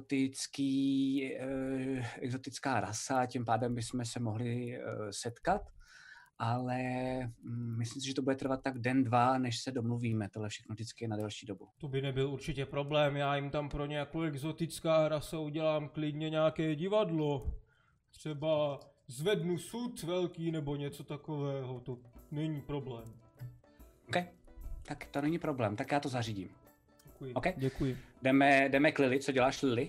exotická rasa, tím pádem bychom se mohli setkat, ale myslím si, že to bude trvat tak den, dva, než se domluvíme, tohle všechno vždycky je na delší dobu. To by nebyl určitě problém, já jim tam pro nějakou exotická rasa udělám klidně nějaké divadlo, třeba zvednu sud velký nebo něco takového, to není problém. OK, tak to není problém, tak já to zařídím. Děkuji. Okay. Děkuji. Jdeme k Lili, co děláš, Lili?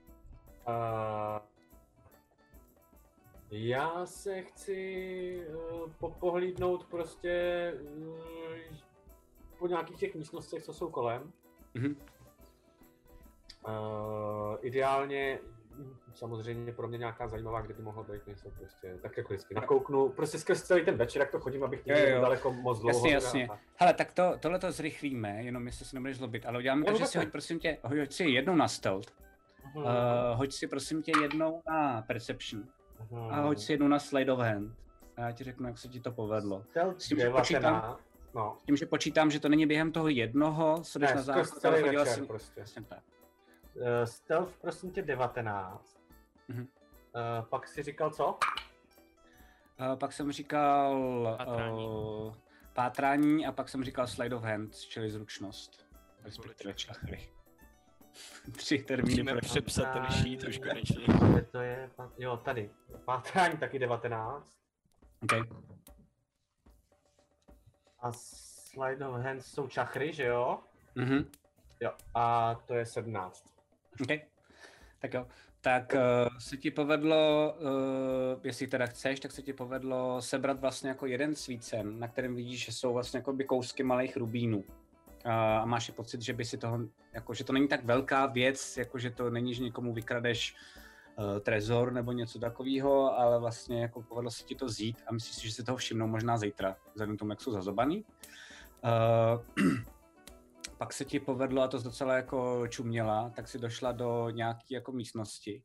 Já se chci pohlídnout prostě po nějakých těch místnostech, co jsou kolem. Ideálně samozřejmě pro mě nějaká zajímavá, kdyby mohlo být něco prostě, tak jako vždycky nakouknu, prostě skrz celý ten večer, jak to chodím, abych tím daleko moc dlouho. Jasně. Hele, tak tohle to zrychlíme, jenom jestli se nebudeš zlobit, ale uděláme to, že si hoď prosím tě, hoď si jednou na stealth, hoď si prosím tě jednou na perception a hoď si jednou na sleight of hand. A já ti řeknu, jak se ti to povedlo. S tím, že počítám, že to není během toho jednoho, co jdeš na záchod, ale chodila si... Prostě. Tak. Stealth, prosím tě, 19. Pak jsi říkal co? Pak jsem říkal pátrání a pak jsem říkal sleight of hand, čili zručnost. Respektive čachry. 3 termíny. Musíme přepsat ten šít už konečně. To je, jo, tady. Pátrání taky 19. Okay. A sleight of hand jsou čachry, že jo? Mhm. Jo, a to je 17. OK. Tak jo. Tak se ti povedlo, jestli teda chceš, tak se ti povedlo sebrat vlastně jako jeden svícen, na kterém vidíš, že jsou vlastně jako by kousky malých rubínů. A máš pocit, že by si toho, jako, že to není tak velká věc, jako že to není, že někomu vykradeš trezor nebo něco takového, ale vlastně jako povedlo se ti to vzít a myslíš si, že si toho všimnou možná zítra, vzhledem k tomu, jak jsou zazobaný. Pak se ti povedlo, a to docela jako čuměla, tak si došla do nějaké jako místnosti.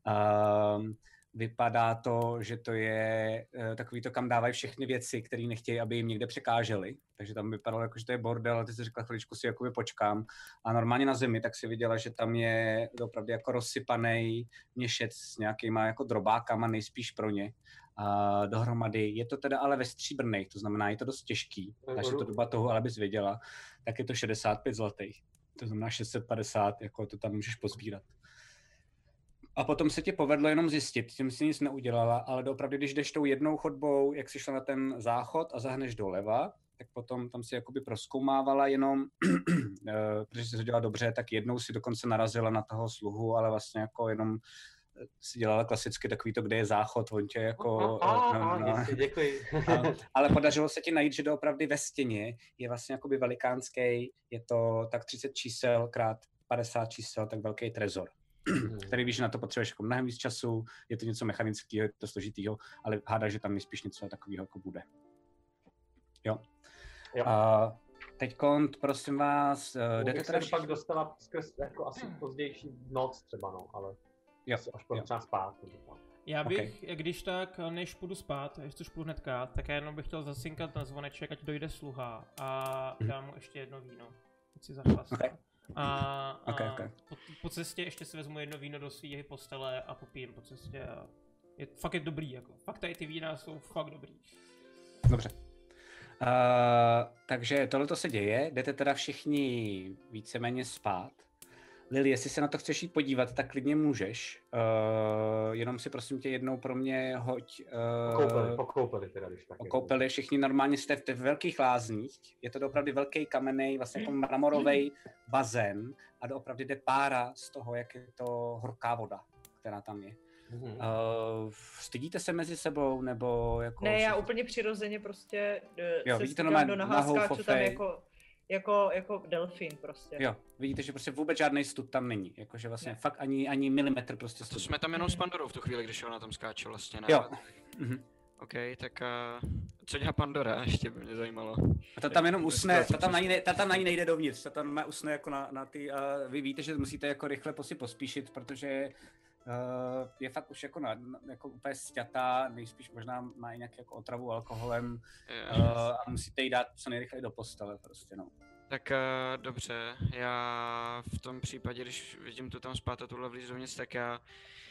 Vypadá to, že to je takový to, kam dávají všechny věci, které nechtějí, aby jim někde překážely. Takže tam vypadalo jako, že to je bordel, a ty si řekla, chviličku si jakoby počkám. A normálně na zemi, tak si viděla, že tam je opravdu jako rozsypaný měšec s nějakýma jako drobákama, nejspíš pro ně. Dohromady. Je to teda ale ve stříbrných, to znamená, je to dost těžký, takže to doba toho, ale bys věděla, tak je to 65 zlatých. To znamená 650, jako to tam můžeš pozbírat. A potom se ti povedlo jenom zjistit, tím si nic neudělala, ale doopravdy, když jdeš tou jednou chodbou, jak jsi šla na ten záchod a zahneš doleva, tak potom tam si jakoby prozkoumávala jenom, protože jsi to dělala dobře, tak jednou si dokonce narazila na toho sluhu, ale vlastně jako jenom si dělala klasicky takový to, kde je záchod, on tě jako... Děkuji. Ale podařilo se ti najít, že doopravdy ve stěně je vlastně jakoby velikánský, je to tak 30 čísel krát 50 čísel, tak velký trezor. Který víš, že na to potřebuješ jako mnohem víc času, je to něco mechanického, je to složitýho, ale hádáš, že tam nejspíš něco takového jako bude. Jo. Teďkon, prosím vás, jdete teda... pak dostala skrz jako asi pozdější noc třeba, no, ale až půjdu třeba spát. Já bych, když tak, než půjdu spát, což půjdu hnedka, tak já jenom bych chtěl zasinkat na zvoneček, ať dojde sluha a dám mu ještě jedno víno, ať si zachlastá. Po cestě ještě si vezmu jedno víno do svý postele a popijím po cestě a fakt je dobrý, jako. Fakt tady ty vína jsou fakt dobrý. Dobře. Takže tohleto se děje, jdete teda všichni víceméně spát. Lily, jestli se na to chceš jít podívat, tak klidně můžeš. Jenom si prosím tě jednou pro mě hoď... Pokoupili teda, když tak. Pokoupili, všichni normálně jste v velkých lázních. Je to opravdu velký kamenný, vlastně jako mramorový bazén a opravdu jde pára z toho, jak je to horká voda, která tam je. Stydíte se mezi sebou, nebo jako... Ne, já úplně přirozeně prostě se stydám do naháskáču tam jako delfín prostě. Jo, vidíte, že prostě vůbec žádný stud tam není, jakože vlastně fakt ani milimetr prostě studu. To jsme tam jenom s Pandorou v tu chvíli, když ona tam skáče vlastně, ne? Jo. OK, tak co dělá Pandora, ještě by mě zajímalo. A ta tam jenom usne, ta tam na ní nejde dovnitř, ta tam usne jako na ty, vy víte, že musíte jako rychle pospíšit, protože je fakt už jako úplně sťatá, nejspíš možná má i nějaký jako otravu alkoholem a musíte jí dát co nejrychleji do postele prostě, no. Tak dobře, já v tom případě, když vidím tu tam spát a tuhle vlíz dovnitř, tak já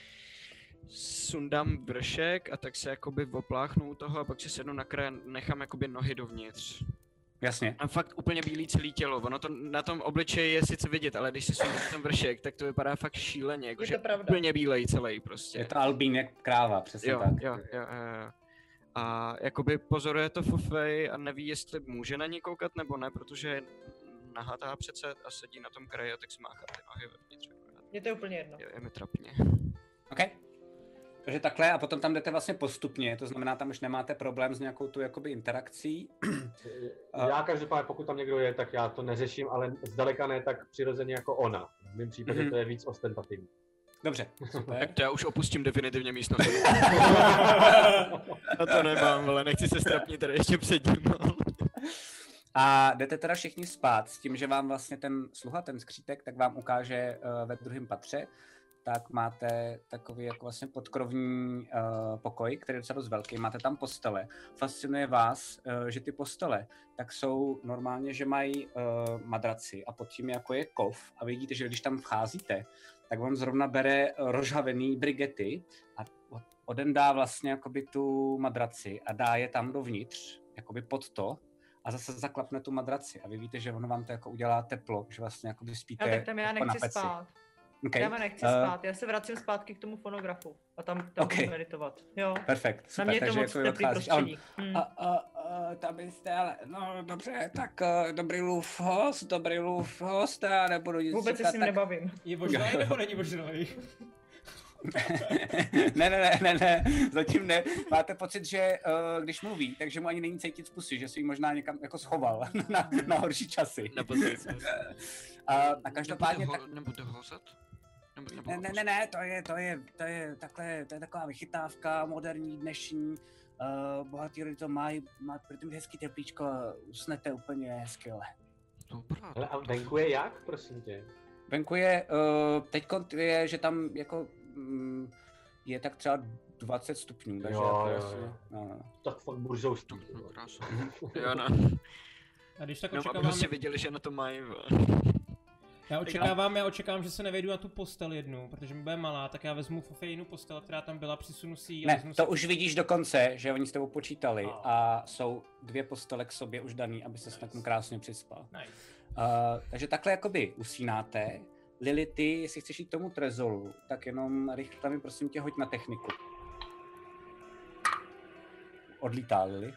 sundám vršek a tak se jakoby opláchnu u toho a pak si sednu na kraj a nechám jakoby nohy dovnitř. Jasně. A fakt úplně bílý celý tělo, ono to na tom obličeji je sice vidět, ale když si sundám ten vršek, tak to vypadá fakt šíleně, jakože úplně bílej celý prostě. Je to albín jak kráva, přesně jo, tak. Jo. A jakoby pozoruje to Fufej a neví, jestli může na ní koukat nebo ne, protože je nahatá přece a sedí na tom kraji a tak si máchá ty nohy vevnitř. Mně to je úplně jedno. Je mi trapně. OK. Takže takhle a potom tam jdete vlastně postupně, to znamená, tam už nemáte problém s nějakou tu jakoby interakcí. Já každopádně, pokud tam někdo je, tak já to neřeším, ale zdaleka ne tak přirozeně jako ona. V mém případě to je víc ostentativní. Dobře, super. Tak to já už opustím definitivně místnost. No to nemám, ale nechci se strapnit tady ještě před ním. A jdete teda všichni spát s tím, že vám vlastně ten sluha, ten skřítek, tak vám ukáže ve druhém patře, tak máte takový jako vlastně podkrovní pokoj, který je docela dost velký, máte tam postele. Fascinuje vás, že ty postele tak jsou normálně, že mají madraci a pod tím jako je kov a vidíte, že když tam vcházíte, tak on zrovna bere rozhavený brigety a odendá vlastně jakoby tu madraci a dá je tam dovnitř, jakoby pod to a zase zaklapne tu madraci a vy víte, že ono vám to jako udělá teplo, že vlastně jakoby spíte tak tam já jako na nechci peci. spát. Okay. Já nechci spát, já se vracím zpátky k tomu fonografu a tam budu meditovat. Jo. Perfekt, super, na mě takže to moc jako teplý prostředí. Tam byste ale, no dobře, tak dobrý lův host, já nebudu nic vůbec říkat, se s ním nebavím. Je možný nebo není možný? Ne, zatím ne. Máte pocit, že když mluví, takže mu ani není cítit z pusy, že si ji možná někam jako schoval na horší časy. A každopádně Nebudu hozat? Ne, to je takhle, to je taková vychytávka, moderní, dnešní, bohatý lidi to mají, protože hezký teplíčko a usnete úplně skvěle. Dobrá. Ale a venku je jak, prosím tě? Venku je, teďko je, že tam jako je tak třeba 20 stupňů, takže jo. No. Tak fakt burzou stupňů. Jo, no. A když tak očekávám... No, aby si viděli, že na to mají. Já očekávám, že se nevejdu na tu postel jednu, protože mi bude malá, tak já vezmu Fofejinu postel, která tam byla, přisunu si ji a Ne, to už vidíš dokonce, že oni s tebou počítali a jsou 2 postele k sobě už daný, aby se s krásně přispal. Nice. Takže takhle jakoby usínáte. Lily, ty, jestli chceš jít k tomu trezolu, tak jenom rychle mi prosím tě hoď na techniku. Odlítá Lily.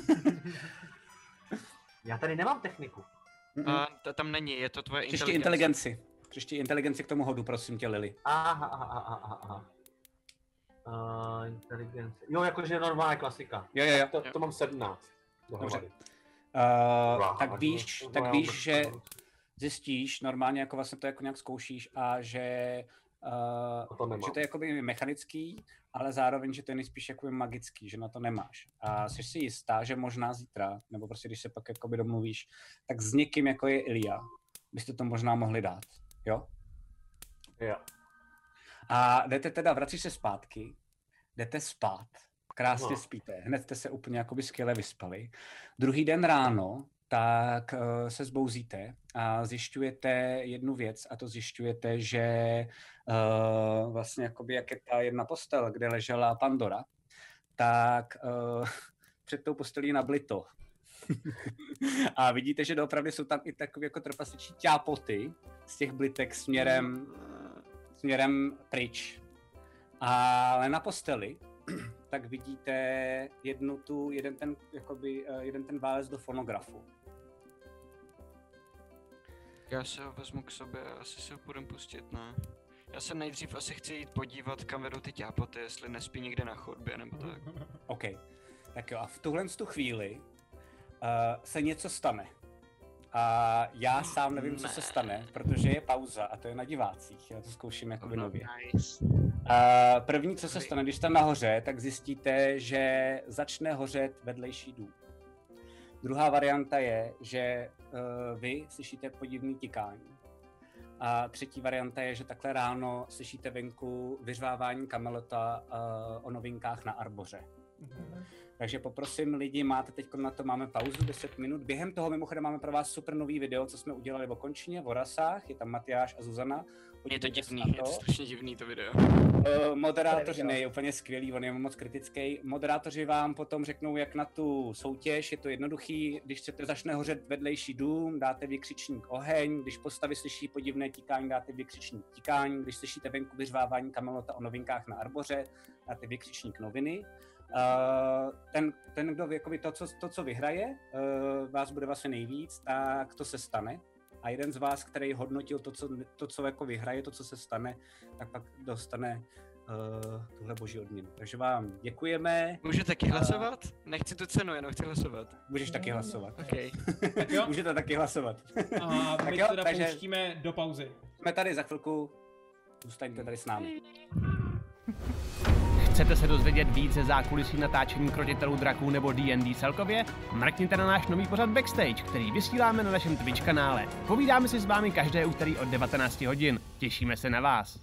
Já tady nemám techniku. Tam není, je to tvoje Příští inteligenci k tomu hodu, prosím tě, Lily. Aha. Inteligence. Jo, jakože normální klasika. Jo. To mám 17. Dobře. Tak víš, že zjistíš, normálně jako vlastně to jako nějak zkoušíš a že to je jakoby mechanický, ale zároveň, že to je nejspíš jakoby magický, že na to nemáš. A jsi si jistá, že možná zítra, nebo prostě když se pak jakoby domluvíš, tak s někým jako je Ilia, byste to možná mohli dát, jo? Jo. A vracíš se zpátky, jdete spát, krásně spíte, hned jste se úplně jakoby skvěle vyspali. Druhý den ráno, tak se zbouzíte a zjišťujete jednu věc a to zjišťujete, že vlastně jakoby jak je ta jedna postel, kde ležela Pandora, tak před tou postelí je nablito. A vidíte, že doopravdy jsou tam i takové jako trpasičí ťápoty z těch blitek směrem pryč. Ale na posteli tak vidíte jeden ten válec do fonografu. Já se ho vezmu k sobě a asi se ho půjdem pustit, ne? Já se nejdřív asi chci jít podívat, kam vedou ty ťápoty, jestli nespí někde na chodbě nebo tak. OK. Tak jo, a v tuhle chvíli se něco stane. A já sám nevím, co se stane, protože je pauza a to je na divácích. Já to zkouším jakoby nově. Nice. První, co se stane, když jste nahoře, tak zjistíte, že začne hořet vedlejší dům. Druhá varianta je, že vy slyšíte podivný tikání. A třetí varianta je, že takhle ráno slyšíte venku vyřvávání Kamelota o novinkách na Arboře. Takže poprosím lidi, máme pauzu 10 minut. Během toho mimochodem máme pro vás super nový video, co jsme udělali o končině, o rasách, je tam Matyáš a Zuzana. Je to divný, je to strašně divný to video. Moderátoři je úplně skvělý, on je moc kritický. Moderátoři vám potom řeknou, jak na tu soutěž, je to jednoduchý, když chcete začne hořet vedlejší dům, dáte vykřičník oheň, když postavy slyší podivné tikání, dáte vykřičník tikání, když slyšíte venku vyřvávání Kamelota o novinkách na Arboře, dáte vykřičník noviny. Ten kdo jakoby to, co vyhraje, vás bude vlastně nejvíc, tak to se stane. A jeden z vás, který hodnotil to, co jako vyhraje, to, co se stane, tak pak dostane tuhle boží odměnu. Takže vám děkujeme. Můžu taky hlasovat? Nechci tu cenu, jenom chci hlasovat. Můžeš taky hlasovat. Okay. Můžete taky hlasovat. A my teda pouštíme do pauzy. Jsme tady za chvilku. Zůstaňte tady s námi. Chcete se dozvědět víc ze zákulisí natáčení Krotitelů draků nebo D&D celkově? Mrkněte na náš nový pořad Backstage, který vysíláme na našem Twitch kanále. Povídáme si s vámi každé úterý od 19 hodin. Těšíme se na vás.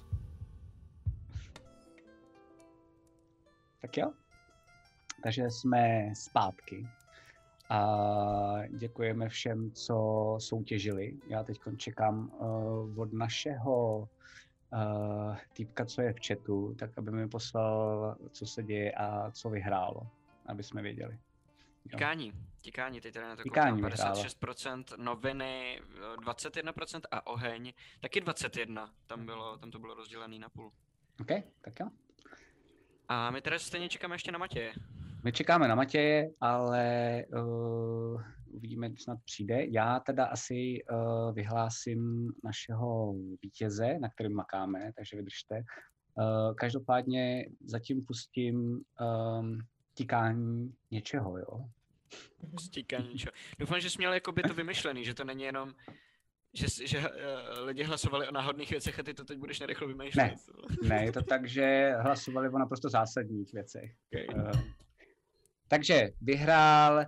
Tak jo. Takže jsme zpátky. A děkujeme všem, co soutěžili. Já teď čekám od našeho týpka, co je v chatu, tak aby mi poslal, co se děje a co vyhrálo, aby jsme věděli. Tikání, teď tady na to koukám, 56%, noviny 21% a oheň taky 21%, tam to bylo rozdělené na půl. OK, tak jo. A my teda stejně čekáme ještě na Matěje. My čekáme na Matěje, ale uvidíme, když snad přijde. Já teda asi vyhlásím našeho vítěze, na kterém makáme, takže vydržte. Každopádně zatím pustím tikání něčeho, jo? Tikání něčeho. Doufám, že jsi měl jakoby to vymyšlený, že to není jenom, že lidi hlasovali o náhodných věcech a ty to teď budeš narychlo vymýšlet. Ne, je to tak, že hlasovali o naprosto zásadních věcech. Okay. Takže vyhrál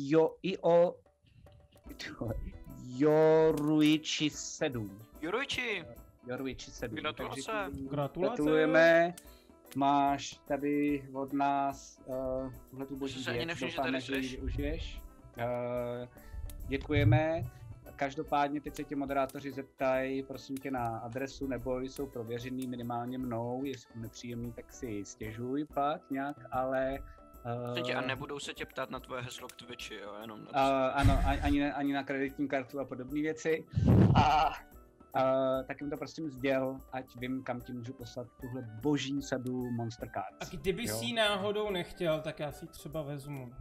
Yoruichi 7. Yoruichi 7. Gratulujeme. Máš tady od nás tuhletu boží věc. Doufám, že ji využiješ. Děkujeme. Každopádně teď se tě moderátoři zeptají, prosím tě, na adresu, nebo jsou prověřený minimálně mnou, jestli nepříjemný, tak si stěžuj pak nějak, ale... A nebudou se tě ptát na tvoje heslo k Twitchi, jo, jenom na ano, ani na kreditní kartu a podobné věci. A tak jim to prostě sděl, ať vím, kam ti můžu poslat tuhle boží sadu Monster Cards. A kdyby si ji náhodou nechtěl, tak já si ji třeba vezmu.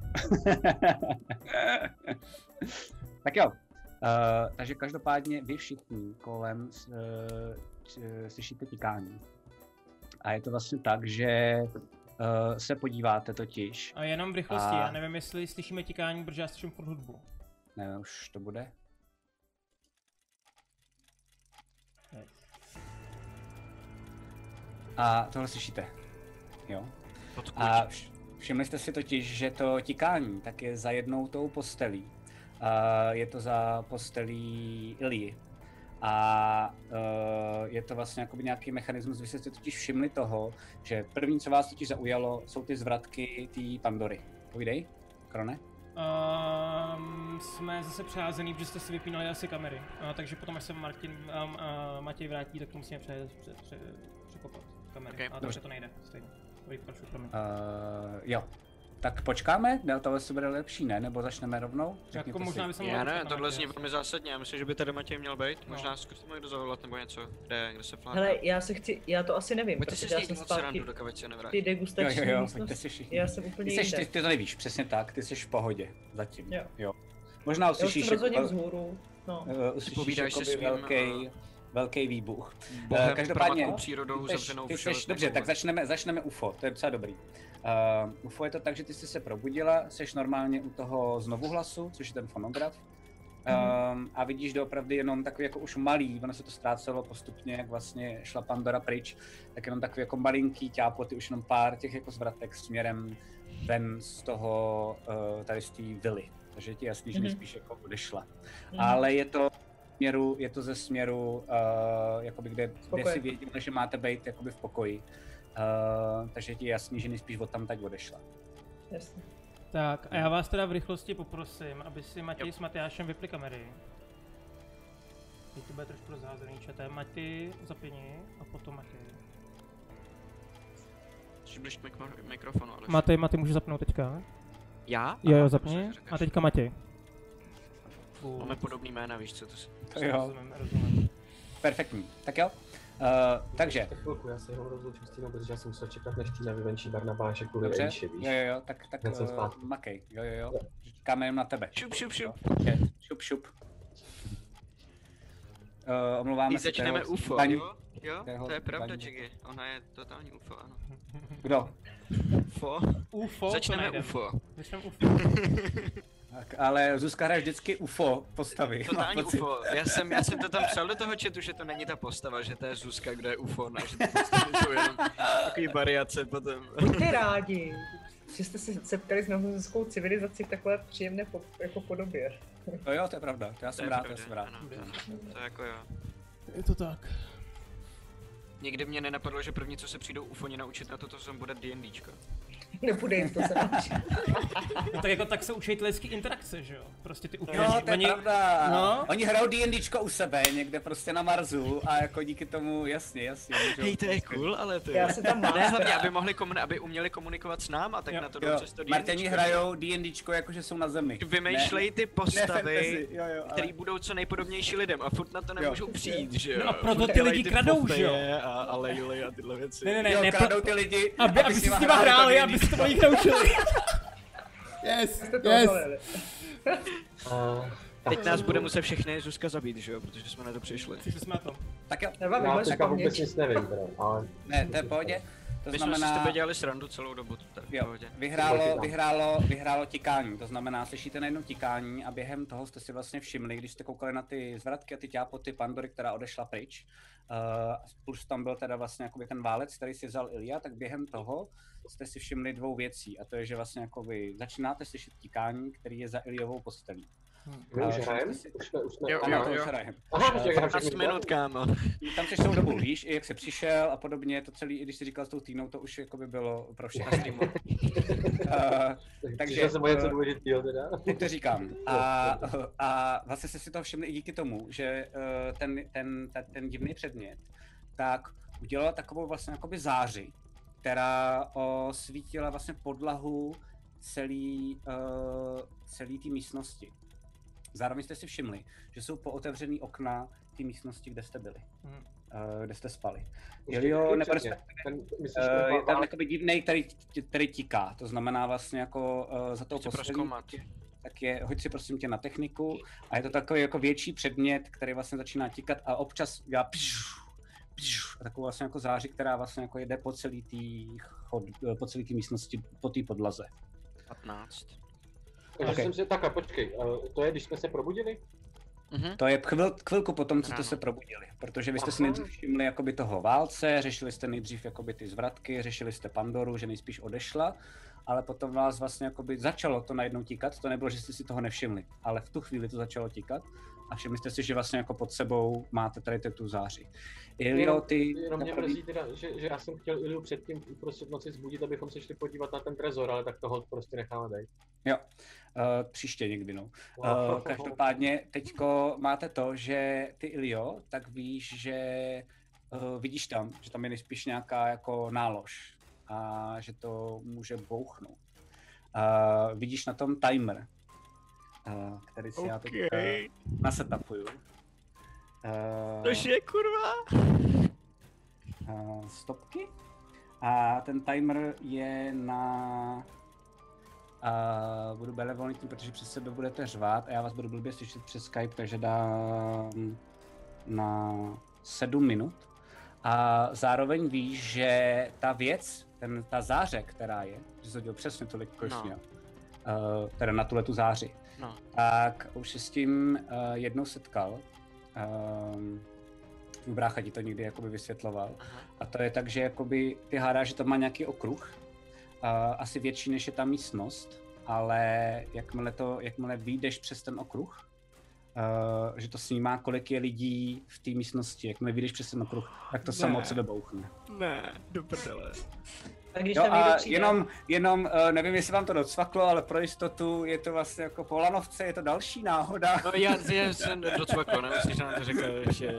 Tak jo. Takže každopádně vy všichni kolem slyšíte tikání. A je to vlastně tak, že se podíváte totiž. A jenom v rychlosti, já nevím, jestli slyšíme tikání, protože já slyším furt hudbu. Ne, už to bude. A tohle slyšíte, jo? A všimli jste si totiž, že to tikání tak je za jednou tou postelí. Je to za postelí Ilii. A je to vlastně jakoby nějaký mechanismus, vy jste si totiž všimli toho, že první, co vás totiž zaujalo, jsou ty zvratky té Pandory. Povídej, Krone? Jsme zase přeházený, protože jste si vypínali asi kamery. Takže potom, až se Matěj vrátí, tak to musíme překopat kamery. Okay, takže to nejde stejně. Jo. Tak počkáme? Ne, tohle se bude lepší, ne? Nebo začneme rovnou? Jako možná by se mohlo ne, tohle zní velmi zásadně, já myslím, že by tady Matěj měl být. Možná zkuste mu někdo zavolat nebo něco, kde se fláká. Hele, já to asi nevím, protože já jsem zpátky ty degustační místnosti. Já jsem úplně jinde. Ty to nevíš, přesně tak, ty jsi v pohodě zatím. Jo. Možná uslyšíš rozhodně vzhůru. Uslyšíš jakoby velký výbuch. Každopádně, přírodou dobře, tak začneme UFO, to je docela dobrý. UFO je to tak, že ty jsi se probudila, jsi normálně u toho znovu hlasu, což je ten fonograf. A vidíš doopravdy jenom takový jako už malý, ono se to ztrácelo postupně, jak vlastně šla Pandora pryč, tak jenom takový jako malinký ťáploty, už jenom pár těch jako zvratek směrem ven z toho, tady z té vily. Takže je ti jasný, že nejspíš jako odešla. Ale je to ze směru, jakoby kde si věděla, že máte být jakoby v pokoji. Takže ti je jasný, že nejspíš od tam tak odešla. Jasně. Tak a já vás teda v rychlosti poprosím, aby si Matěj s Matyášem vypli kamery. Teď to bude trošku rozházený chatem. Matěj, zapni a potom Matěj. Jsi blíž k mikrofonu, ale... Matěj můžu zapnout teďka? Já? Jo, zapni. A teďka Matěj. Máme podobný jména, víš co to si... Rozumím. Perfektní. Tak jo. Takže. Tak chvilku, já se jenom rozloučím s tím, protože já jsem musel čekat, než týhle vyvenčí Barnabáše kvůli Eliše, víš? Jo, tak makej, jo. Čekáme jen na tebe. Šup. Šup. omlouváme se. Začneme UFO, jo? To je pravda, Jiggy. Ona je totální UFO, ano. Kdo? UFO? Začneme UFO. Tak, ale Zuzka hraje vždycky UFO postavy. Totální UFO. Já jsem to tam psal do toho chatu, že to není ta postava, že to je Zuzka, kdo je UFO, ne, že to jsou jenom takový variace potom. Buďte rádi, že jste se setkali s novozemskou civilizací v takové příjemné jako podobě. No jo, to je pravda, to já jsem rád. Ano, to jako jo. Je to tak. Nikdy mě nenapadlo, že první, co se přijdou UFOni naučit na to jsem bude D&Dčko. Nebude jim to se naučit. No tak jako tak se učí lidský interakce, že jo? Prostě ty UFOni. Jo, to je pravda. No? Oni hrajou D&Dčko u sebe, někde prostě na Marsu a jako díky tomu, jasně. Hej, to je cool, ale to je... Já se tam mám. Ne, hlavně, aby uměli komunikovat s náma, tak jo. Na to jdou přes to D&Dčko. Marťani hrajou D&Dčko, jakože jsou na zemi. Vymýšlej ty postavy, které budou co nejpodobnější lidem a furt na to nemůžou přijít, že jo? No a proto ty lidi kradou, že jo? A lejly a tyhle věci. Ne, kradou ty lidi, aby si s nima hráli, aby se to jich naučili. Yes. Teď nás bude muset všechny Zuzka zabít, že jo? Protože jsme na to přišli. Přišli jsme na to. Tak jo. Já teďka vůbec nic nevím, ale... Ne, to je v pohodě. My jsme si s tebe dělali srandu celou dobu, to je v pohodě. Vyhrálo tikání, to znamená, slyšíte najednou tikání a během toho jste si vlastně všimli, když jste koukali na ty zvratky a ty ťápoty Pandory, která odešla pryč, plus tam byl teda vlastně jakoby ten válec, který si vzal Ilja, tak během toho jste si všimli dvou věcí a to je, že vlastně jako vy začínáte slyšet tikání, který je za Iljovou postelí. My už hrajeme? Jo. Už hrajeme. 15 minut, kámo. Tam jsi tou dobu, víš, i jak se přišel a podobně, to celý, i když jsi říkal s tou Týnou, to už jako by bylo pro všechny. Takže jsem něco důležitýho teda. Teď to říkám. A vlastně jste si toho všimli i díky tomu, že ten divný předmět tak udělal takovou vlastně jakoby záři, která osvítila vlastně podlahu celý té místnosti. Zároveň jste si všimli, že jsou pootevřený okna té místnosti, kde jste byli, kde jste spali. Je tam takový divnej, který tiká, to znamená vlastně jako za tou postelí. Tak hoď si prosím tě na techniku a je to takový jako větší předmět, který vlastně začíná tikat a občas dělá a takovou vlastně jako záři, která vlastně jako jede po celý té místnosti, po té podlaze. 15. Takže jsem si, tak a počkej, to je, když jsme se probudili? To je chvilku potom, co jste se probudili, protože vy jste si nejdřív všimli jakoby toho válce, řešili jste nejdřív jakoby ty zvratky, řešili jste Pandoru, že nejspíš odešla, ale potom vás vlastně jakoby začalo to najednou tíkat, to nebylo, že jste si toho nevšimli, ale v tu chvíli to začalo tíkat a všimli jste si, že vlastně jako pod sebou máte tady tu záři. Iljo, jenom mě mrzí teda, že já jsem chtěl Ilju předtím uprostřed noci zbudit, abychom se šli podívat na ten trezor, ale tak toho prostě necháme být. Jo, příště někdy, no. Každopádně teďko máte to, že ty Iljo, tak víš, že vidíš tam, že tam je nejspíš nějaká jako nálož a že to může bouchnout. Vidíš na tom timer, který si já teď nasetapuju. Tož je kurva! Stopky. A ten timer je na... budu benevolentní, protože přes sebe budete řvát a já vás budu blbě slyšet přes Skype, takže dám na 7 minut. A zároveň víš, že ta věc, ta záře, která je, že jsi hodil přesně tolik, kolik jsi měl, teda na tuhletu záři, tak už si s tím jednou setkal. Brácha ti to někdy jakoby vysvětloval. A to je tak, že jakoby ty hádáš, že to má nějaký okruh, asi větší než je ta místnost, ale jakmile vyjdeš přes ten okruh, že to snímá, kolik je lidí v té místnosti, jakmile vyjdeš přes ten okruh, tak to samo od sebe bouchne. Ne, do prdele. Jenom nevím, jestli vám to docvaklo, ale pro jistotu je to vlastně jako po lanovce, je to další náhoda. No já jsem docvaklo, nemusíš nám to říkat ještě.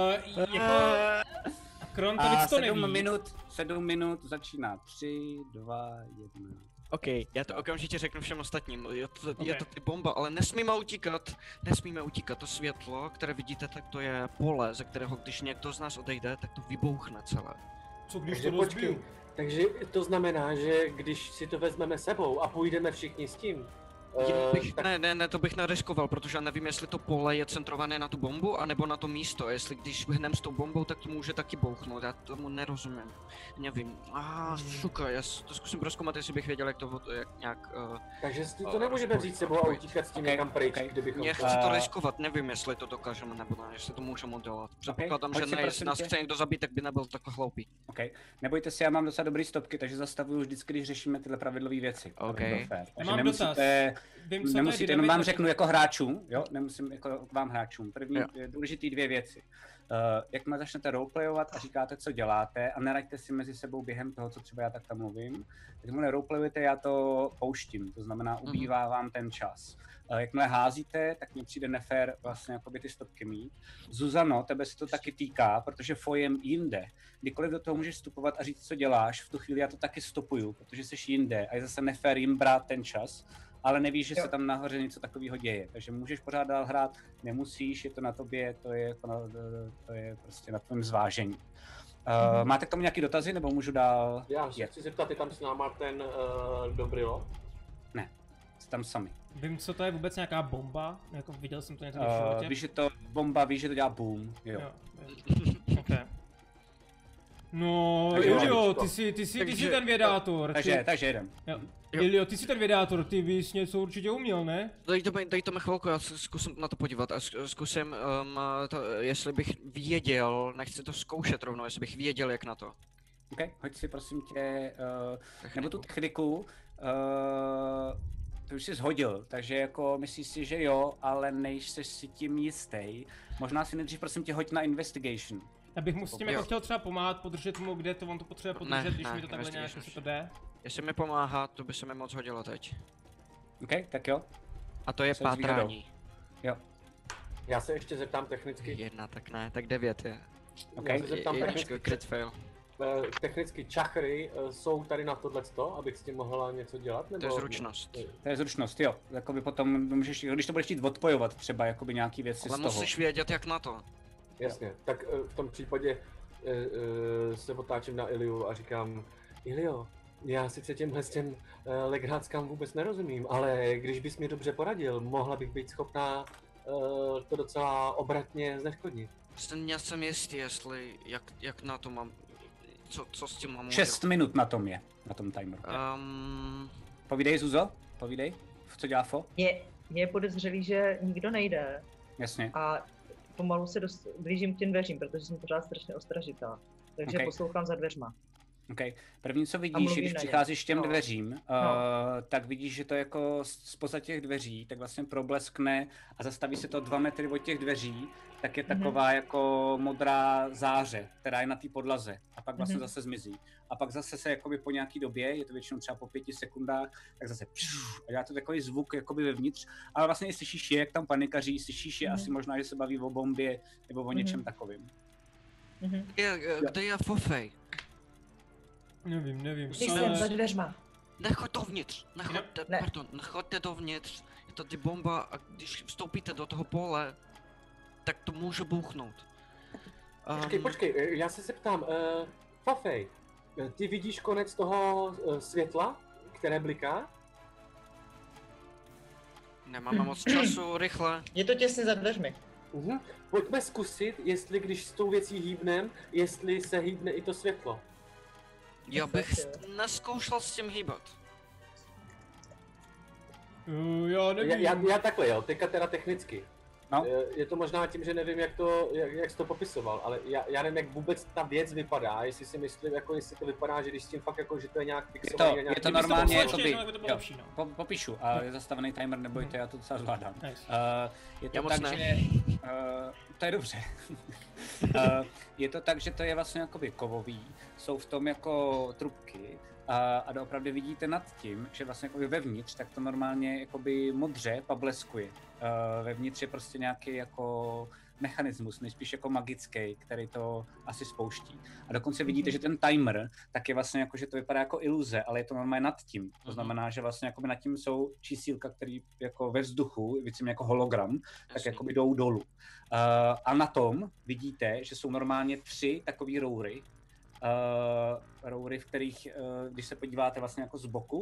Kron to víc to neví. 7 minut začíná. 3, 2, 1. OK, já to okamžitě řeknu všem ostatním. Je to ty bomba, ale nesmíme utíkat. To světlo, které vidíte, tak to je pole, ze kterého když někdo z nás odejde, tak to vybouchne celé. Co když to rozbiju? Takže to znamená, že když si to vezmeme sebou a půjdeme všichni s tím, Ne, to bych neriskoval, protože já nevím, jestli to pole je centrované na tu bombu, anebo na to místo. Jestli když hnem s tou bombou, tak to může taky bouchnout, já tomu nerozumím. Nevím. Suka, já to zkusím prozkoumat, jestli bych věděl, jak to nějak... Takže si to nemůžeme vzít sebou a utíkat s tím někam pryč, kdybychom... Já chci to riskovat, nevím, jestli to dokážeme nebo ne, jestli to můžeme udělat. Předpokládám, že ne, jestli nás chce někdo zabít, tak by nebyl takhle hloupý. Nebojte se, já mám docela dobrý stopky, takže zastavuju vždycky, když řešíme tyhle pravidlové věci. Mám dotaz. Nemusíte, jenom vám řeknu jako hráčům, jo, nemusím jako k vám hráčům. První důležitý 2 věci. Jakmile začnete roleplayovat a říkáte, co děláte a neraďte si mezi sebou během toho, co třeba já tak tam mluvím, jakmile roleplayujete, já to pouštím, to znamená ubývá vám ten čas. Jakmile házíte, tak mi přijde nefér vlastně jakoby ty stopky mít. Zuzano, tebe se to taky týká, protože fojem jinde. Kdykoliv do toho můžeš vstupovat a říct, co děláš, v tu chvíli já to taky stopuju, protože jsi jinde a je zase nefér jim brát ten čas, ale nevíš, že se tam nahoře něco takového děje. Takže můžeš pořád dál hrát, nemusíš, je to na tobě, to je prostě na tvém zvážení. Máte k tomu nějaký dotazy, nebo můžu dál? Já se chci zeptat, je tam s náma ten Dobrilo? Ne, jste tam sami. Vím, co to je vůbec nějaká bomba? Jako viděl jsem to někdy v životě. Víš, že to bomba, víš, že to dělá boom, jo. Okay. No, Ilio, ty jsi ten vědátor. Takže jedem. Ilio, ty jsi ten vědátor, ty bys něco určitě uměl, ne? Dejte mi chvilku, já zkusím na to podívat a zkusím, jestli bych věděl, nechci to zkoušet rovnou, jestli bych věděl, jak na to. Hoď si prosím tě, nebo tu techniku, to už jsi shodil, takže jako myslíš si, že jo, ale nejsi si tím jistý. Možná si nejdřív prosím tě hoď na investigation. Já bych mu s tím jako chtěl třeba pomáhat, podržet mu, kde to on to potřebuje podržet, když mi to takhle nějak se to jde. Jestli mi pomáhá, to by se mi moc hodilo teď. Tak jo. A to je pátrání. Jo. Já se ještě zeptám technicky. 1, tak ne, tak 9 je. Já se zeptám technicky. Crit fail. Technicky čachry jsou tady na tohleto, abych s tím mohla něco dělat? Nebo... To je zručnost. To je zručnost, jo. Jakoby potom můžeš, když to budeš chtít odpojovat třeba jakoby nějaký věci z toho. Ale musíš vědět, jak na to. Jasně, tak v tom případě se otáčím na Iliu a říkám, Ilio, já sice těm legráckám vůbec nerozumím, ale když bys mi dobře poradil, mohla bych být schopná to docela obratně zneškodnit. Já jsem jistý, jestli, jak na to mám, co s tím mám 6 minut na tom je, na tom timeru. Povídej, Zuzo, povídej, co dělá Fo? Je podezřelý, že nikdo nejde. Jasně. A pomalu se blížím k těm dveřím, protože jsem pořád strašně ostražitá. Takže poslouchám za dveřma. První, co vidíš, když přicházíš k těm dveřím, tak vidíš, že to jako spoza těch dveří, tak vlastně probleskne a zastaví se to 2 metry od těch dveří, tak je taková jako modrá záře, která je na té podlaze a pak vlastně zase zmizí. A pak zase se jakoby po nějaký době, je to většinou třeba po 5 sekundách, tak zase a dělá to takový zvuk jakoby vevnitř, ale vlastně i slyšíš je, jak tam panikaří, slyšíš je asi možná, že se baví o bombě nebo o něčem takovým. Kde je Fofej? Nevím. Jsem za dveřma. Nechoď dovnitř, nechoďte dovnitř, je tady bomba a když vstoupíte do toho pole, tak to může bouchnout. Počkej, já se zeptám, Fafej, ty vidíš konec toho světla, které bliká? Nemáme moc času, rychle. Je to těsně za dveřmi. Pojďme zkusit, jestli když s tou věcí hýbnem, jestli se hýbne i to světlo. Já bych neskoušel s tím hýbat. Já nevím. Já takhle jo, teďka teda technicky. No. Je to možná tím, že nevím, jak jsi to popisoval, ale já nevím, jak vůbec ta věc vypadá, jestli si myslím, jako jestli to vypadá, že když s tím fakt jako, že to je nějak fixovaný. Je to normálně, jakoby, popíšu a je zastavený timer, nebojte, já to docela zvládám. Je to tak, že, to je dobře. Je to tak, že to je vlastně jakoby kovový, jsou v tom jako trubky, a doopravdy vidíte nad tím, že vlastně jakoby vevnitř, tak to normálně jakoby modře pableskuje. Vevnitř je prostě nějaký jako mechanismus, nejspíš jako magický, který to asi spouští. A dokonce vidíte, že ten timer, tak je vlastně jako, že to vypadá jako iluze, ale je to normálně nad tím. To znamená, že vlastně jakoby nad tím jsou čísílka, které jako ve vzduchu, víceméně jako hologram, tak jakoby jdou dolů. A na tom vidíte, že jsou normálně 3 takové roury, v kterých, když se podíváte vlastně jako z boku,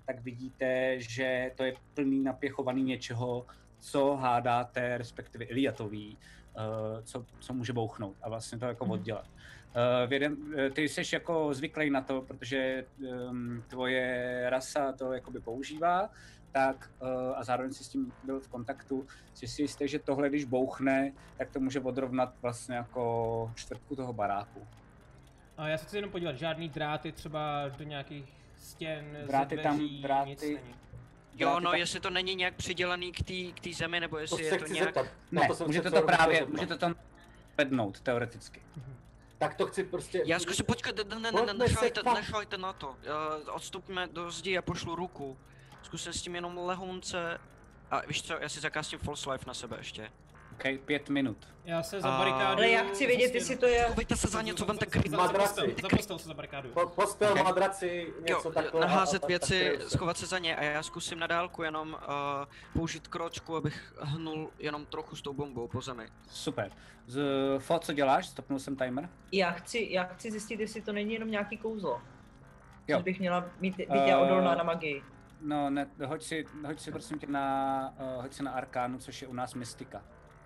tak vidíte, že to je plný napěchovaný něčeho, co hádáte, respektive Ilja to ví, co může bouchnout a vlastně to jako oddělat. Ty jsi jako zvyklý na to, protože tvoje rasa to jakoby používá, tak a zároveň si s tím byl v kontaktu, si jistý, že tohle, když bouchne, tak to může odrovnat vlastně jako čtvrtku toho baráku. A já se chci jenom podívat, žádný dráty třeba do nějakých stěn, dráty dveří, tam, dráty, nic není. Jo, no, jestli to není nějak přidělaný k té zemi, nebo jestli je to nějak... Ne, můžete to pednout, teoreticky. Tak to chci prostě... Já zkusím, počkat, nechajte na to. Odstupme do zdi a pošlu ruku. Zkusím s tím jenom lehonce. A víš co, já si zakázím false life na sebe ještě. OK, 5 minut. Já se zabarikáduju... Ale já chci vědět, jestli to je... Schovejte se za něco, vemte kryt. Madraci. Za postel se zabarikáduju. Postel, madraci, něco takhle. Naházet věci, schovat se za ně a já zkusím na dálku jenom použít kročku, abych hnul jenom trochu s tou bombou po zemi. Super. Co děláš? Stopnul jsem timer. Já chci zjistit, jestli to není jenom nějaký kouzlo. Jo. Že bych měla být já odolná na magii. No, ne, hoď si prosím tě na arkánu, což je u nás mystika.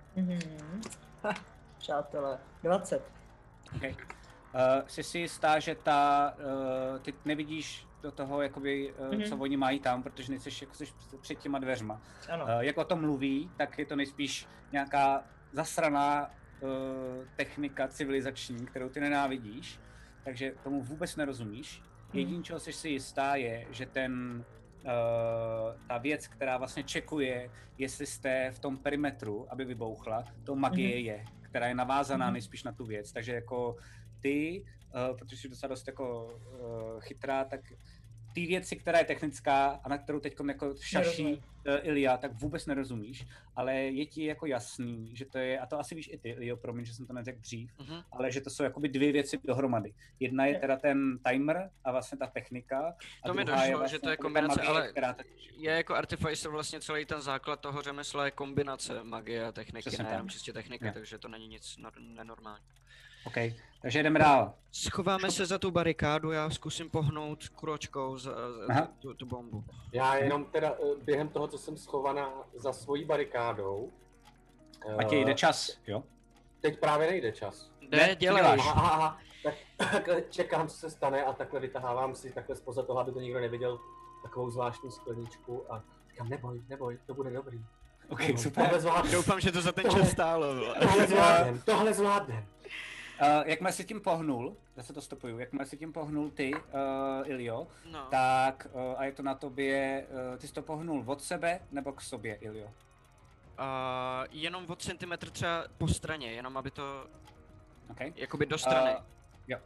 Přátelé, 20. Okay. Jsi si jistá, že ty nevidíš do toho, jakoby, co oni mají tam, protože nejseš jako před těma dveřma. Ano. Jak o tom mluví, tak je to nejspíš nějaká zasraná technika civilizační, kterou ty nenávidíš, takže tomu vůbec nerozumíš. Jediné, čeho jsi si jistá, je, že ta věc, která vlastně čekuje, jestli jste v tom perimetru, aby vybouchla, to magie je, která je navázaná nejspíš na tu věc. Takže jako ty, protože jsi docela dost jako chytrá, tak ty věci, která je technická a na kterou teď jako šaší Ilja, tak vůbec nerozumíš, ale je ti jako jasný, že to je, a to asi víš i ty, Iljo, promiň, že jsem to neřekl dřív, ale že to jsou jakoby dvě věci dohromady. Jedna je teda ten timer a vlastně ta technika. A to mi došlo, vlastně že to je kombinace, magie, ale je jako Artificer vlastně celý ten základ toho řemesla je kombinace magie a techniky, nejenom čistě technika, takže to není nic nenormální. OK, takže jdeme dál. Schováme se za tu barikádu, já zkusím pohnout kročkou za tu bombu. Já jenom teda během toho, co jsem schovaná za svojí barikádou... Matěj, jde čas, jo? Teď právě nejde čas. Děláš. Aha, tak čekám, co se stane a takhle vytahávám si takhle zpoza toho, aby to nikdo neviděl, takovou zvláštní skleničku a říkám, neboj, to bude dobrý. OK, super. Doufám, že to za ten čas stálo. Tohle zvládnem. Jakmile si tím pohnul, zase to stopuju, jakmile si tím pohnul ty, Iljo, no. Tak a je to na tobě, ty jsi to pohnul od sebe nebo k sobě, Iljo? Jenom od centimetr třeba po straně, jenom aby to, jakoby do do strany. Jo,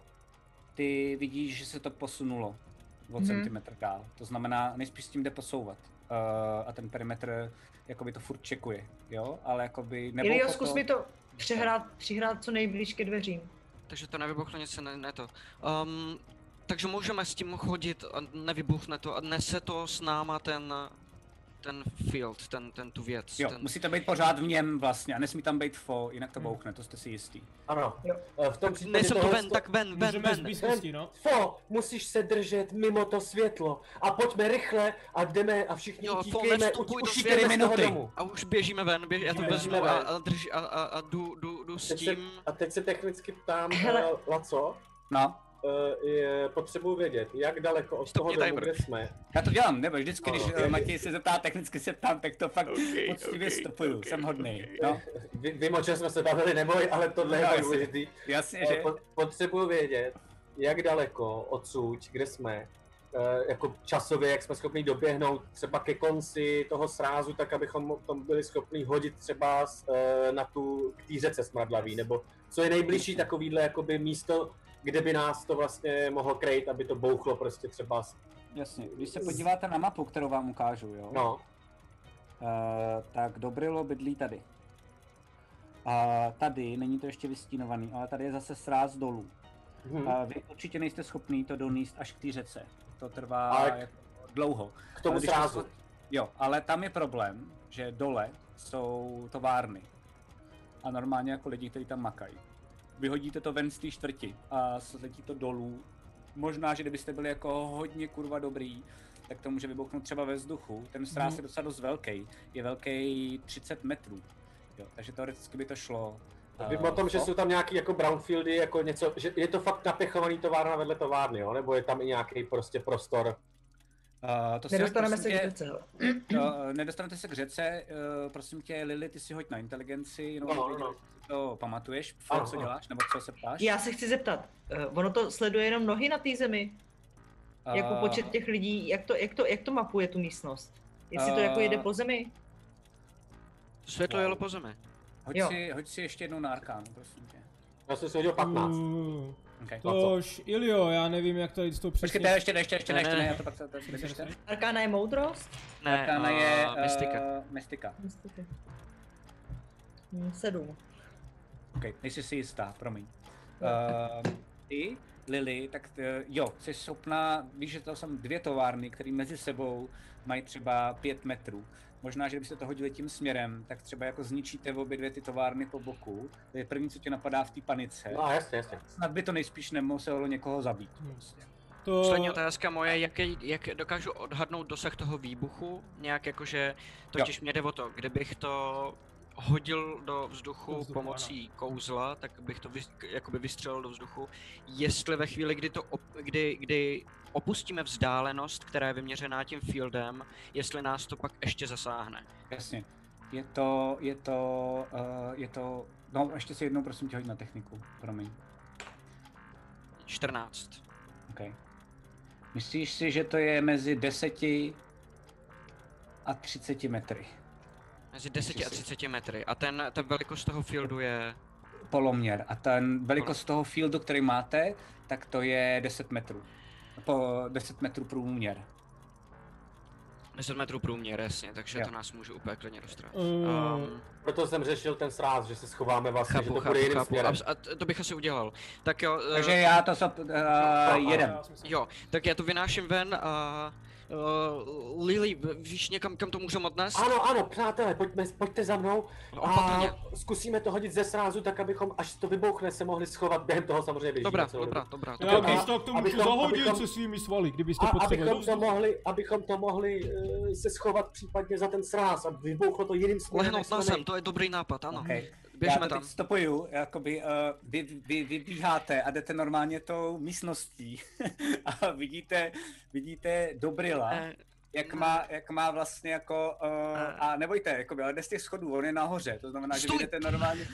ty vidíš, že se to posunulo o centimetr dál, to znamená, nejspíš s tím jde posouvat a ten perimetr jakoby to furt čekuje, jo, ale jakoby neboucha. Iljo, zkus mi to přihrát co nejblíž ke dveřím. Takže to nevybuchlo nic, ne to. Takže můžeme s tím chodit a nevybuchne to a nese to s náma ten field, tu věc. Jo, musí to být pořád v něm vlastně a nesmí tam být jinak to bouchne, to jste si jistý. Ano, v tom případě nejsem to ven, tak ven. No. Musíš se držet mimo to světlo a pojďme rychle a jdeme a všichni utíkejme, už 4 minuty. A už běžíme ven, já to vezmu a jdu s tím. A teď se technicky ptám, Laco. No. Potřebuji vědět, jak daleko od toho domu, kde jsme. Já to dělám, nebo vždycky, když Matěj se zeptá, technicky se ptám, tak to fakt poctivě stopuju, jsem hodnej. No. Vím, o čem jsme se bavili, neboj, ale tohle je důležitý. Jasně, že? Potřebuji vědět, jak daleko odsud, kde jsme, jako časově, jak jsme schopni doběhnout třeba ke konci toho srázu, tak abychom tam byli schopni hodit třeba k té řece smradlavý, nebo co je nejbližší takovýhle jakoby místo, kde by nás to vlastně mohlo krejt, aby to bouchlo prostě třeba. Jasně, když se podíváte na mapu, kterou vám ukážu, jo? No. Tak Dobrilo bydlí tady. A tady, není to ještě vystínovaný, ale tady je zase sráz dolů. Vy určitě nejste schopný to donést až k té řece. To trvá jako dlouho. K tomu srázu. Jo, ale tam je problém, že dole jsou továrny. A normálně jako lidi, kteří tam makají. Vyhodíte to ven z té čtvrti a letí to dolů. Možná, že kdybyste byli jako hodně kurva dobrý, tak to může vybuchnout třeba ve vzduchu. Ten sráz je docela dost velký, je velký 30 metrů, jo, takže teoreticky by to šlo. Vím o tom, že jsou tam nějaký jako brownfieldy, jako něco, že je to fakt napěchovaný továrna vedle továrny, jo? Nebo je tam i nějaký prostě prostor? Nedostaneme se k řece. Nedostanete se k řece, prosím tě, Lily, ty si hoď na inteligenci, jenom to pamatuješ, co děláš, nebo co se ptáš? Já se chci zeptat, ono to sleduje jenom nohy na té zemi? Jako počet těch lidí, jak to mapuje tu místnost? Jestli to jako jede po zemi? Světlo jelo po zemi. Hoď si ještě jednou na arkánu, prosím tě. Já jsem si hodil 15. Okay. Tož, Ilio, já nevím, jak tady s tou přesně... Počkejte, ještě ne, já to pak se Arkána je moudrost? Ne, Arkána je mystika. 7. Ok, nejsi si jistá, promiň. Ty, Lily, tak jo, jsi schopná, víš, že to jsou 2 továrny, které mezi sebou mají třeba 5 metrů. Možná, že kdybyste to hodili tím směrem, tak třeba jako zničíte obě 2 ty továrny po boku. To je první, co tě napadá v té panice. No jasně. Snad by to nejspíš nemuselo někoho zabít. Poslední otázka moje, jak dokážu odhadnout dosah toho výbuchu? Nějak jakože, totiž mě jde o to, kdybych to hodil do vzduchu pomocí kouzla, tak bych to jakoby vystřelil do vzduchu. Jestli ve chvíli, kdy opustíme vzdálenost, která je vyměřená tím fieldem, jestli nás to pak ještě zasáhne. Jasně. Je to, no ještě si jednou prosím tě hoď na techniku, promiň. 14. OK. Myslíš si, že to je mezi 10 a 30 metry? Mezi 10 a 30 metry. A ta velikost toho fieldu je? Poloměr. A ten velikost toho fieldu, který máte, tak to je 10 metrů. Po 10 metrů průměr. 10 metrů průměr, jasně, takže to nás může úplně klidně roztrhat. Proto jsem řešil ten sráz, že se schováme vlastně, že to bude jiným směrem. A to bych asi udělal. Tak jo. Takže já to jedem. Jo, tak já to vynáším ven a... Lily, víš někam, kam to můžeme odnést? Ano, přátelé, pojďte za mnou a zkusíme to hodit ze srázu, tak abychom, až to vybouchne, se mohli schovat, během toho samozřejmě běžíme. Dobrá. Já tak to můžu zahodit se svými svaly, kdybyste potřebovali. Abychom to mohli se schovat případně za ten sráz a vybouchlo to jiným směrem. Lehnout na zem, to je dobrý nápad, ano. Okay. Běžme já to tam. teď stopuju, jakoby vy vybíháte a jdete normálně tou místností a vidíte Dobrila, jak má vlastně jako, a nebojte, jakoby, ale jde z těch schodů, on je nahoře, to znamená, že vy jdete normálně,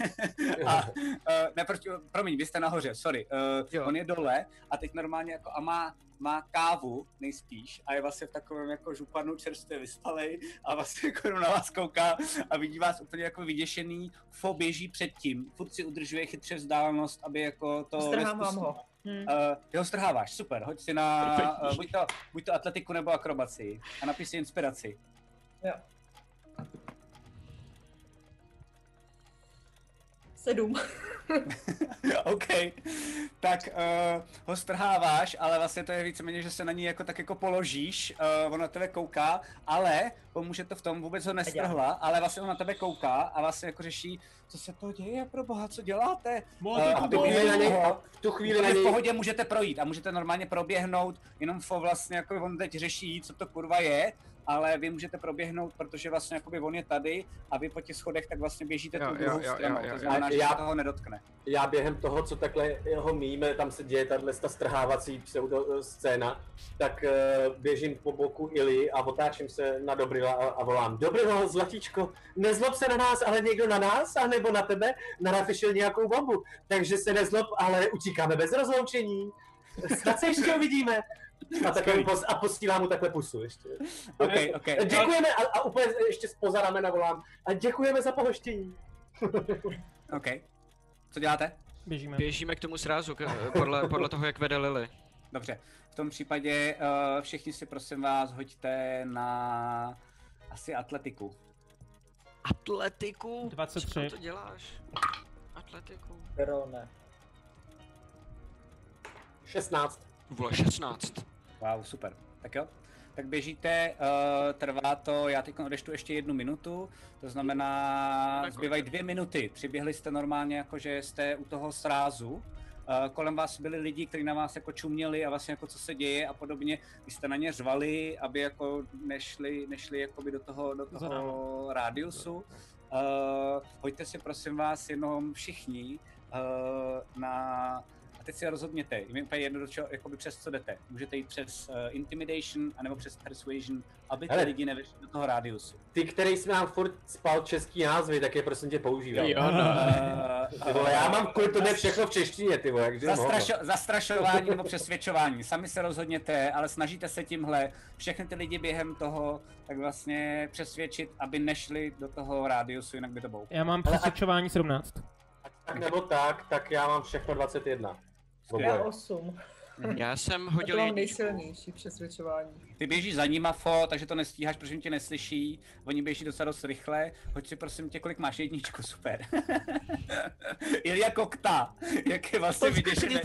promiň, vy jste nahoře, sorry, on je dole a teď normálně jako, a má kávu nejspíš a je vlastně v takovém jako županu čerstvě vyspalej a vlastně jako na vás kouká a vidí vás úplně jako vyděšený, běží před tím, furt si udržuje chytře vzdálenost, aby jako to... Strhávám ho. Ho strháváš, super, hoď si na buď to atletiku nebo akrobaci a napiš si inspiraci. Jo. 7. OK, tak ho strháváš, ale vlastně to je víceméně, že se na ní jako tak jako položíš, on na tebe kouká, ale pomůže to v tom, vůbec ho nestrhla, ale vlastně on na tebe kouká a vlastně jako řeší, co se to děje, pro boha, co děláte? V tu chvíli na něj... v pohodě můžete projít a můžete normálně proběhnout, jenom vlastně jako on teď řeší, co to kurva je, ale vy můžete proběhnout, protože vlastně jakoby on je tady a vy po těch schodech tak vlastně běžíte tu druhou stranou, to znamená, že se toho nedotkne. Já během toho, co takhle ho míme, tam se děje ta strhávací pseudo scéna, tak běžím po boku Ili a otáčím se na Dobrila a volám: Dobrilo, zlatíčko, nezlob se na nás, ale někdo na nás, anebo na tebe nafišil nějakou bombu, takže se nezlob, ale utíkáme bez rozloučení, snad se ještě uvidíme. A posílám mu takhle pusu ještě. Okay. Děkujeme a úplně ještě zpoza ramena volám: a děkujeme za pohoštění. OK. Co děláte? Běžíme k tomu srázu, podle toho, jak vede Lily. Dobře. V tom případě všichni si prosím vás hoďte na asi atletiku. Atletiku? 23. Co to děláš? Atletiku. Ne. 16. Vole, 16. Wow, super. Tak jo. Tak běžíte, trvá to, já teď odeštu ještě 1 minutu, to znamená, zbývají 2 minuty. Přiběhli jste normálně jako, že jste u toho srázu kolem vás byli lidi, kteří na vás jako čuměli a vlastně jako co se děje a podobně. Vy jste na ně řvali, aby jako nešli jakoby do toho rádiusu. Hoďte si prosím vás jenom všichni a teď si rozhodněte, je mi úplně jedno, přes co jdete. Můžete jít přes Intimidation, anebo přes Persuasion, aby ty lidi nevyšli do toho rádiusu. Ty, který jsme nám furt spal český názvy, tak je prosím tě používal. Já mám kulturně všechno v češtině, ty vole, zastrašování nebo přesvědčování, sami se rozhodněte, ale snažíte se tímhle všechny ty lidi během toho tak vlastně přesvědčit, aby nešli do toho rádiusu, jinak by to bouchlo. Já mám přesvědčování 17. Tak nebo tak já mám všechno 21. Já 8. Já jsem hodil jedničku. Nejsilnější přesvědčování. Ty běžíš za nima, Fo, takže to nestíháš, protože tě neslyší. Oni běží docela dost rychle. Hoď si prosím tě, kolik máš jedničku, super. Ilja kokta, jak je vlastně vyděšený.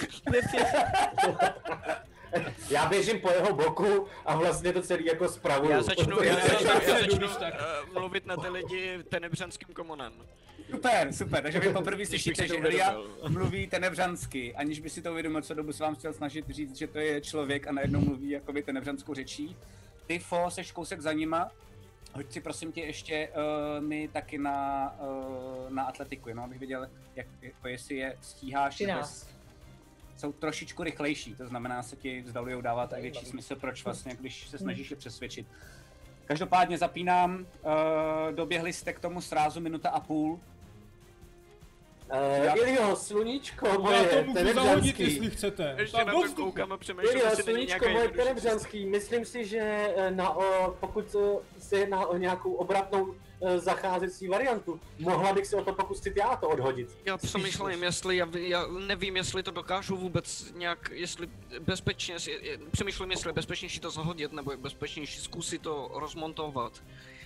Já běžím po jeho boku a vlastně to celý jako spravuju. Já začnu mluvit na ty lidi tenebřanským komonem. Super, takže vy poprvé slyšíte, že Ilja mluví tenebřansky, aniž by si to uvědomil, co dobu se vám chtěl snažit říct, že to je člověk a najednou mluví jakoby tenebřanskou řečí. Ty, Fo, seš kousek za nima, hoď si prosím tě ještě mi taky na atletiku, jenom abych viděl, jako jestli je stíháš. Jsou trošičku rychlejší, to znamená, se ti vzdalujou dávat a větší smysl, proč vlastně, když se snažíš je přesvědčit. Každopádně zapínám, doběhli jste k tomu srázu 1,5 minuty. Iljo, sluníčko moje, já to můžu zahodit, jestli chcete. Ještě na to koukám a přemýšlím, jestli není nějaká moje tenebřanský, myslím si, že pokud se jedná o nějakou obratnou zacházecí variantu, mohla bych se o to pokusit já to odhodit. Já přemýšlím, já nevím, jestli to dokážu vůbec nějak, jestli bezpečně, přemýšlím, jestli je bezpečnější to zahodit, nebo je bezpečnější zkusit to rozmontovat.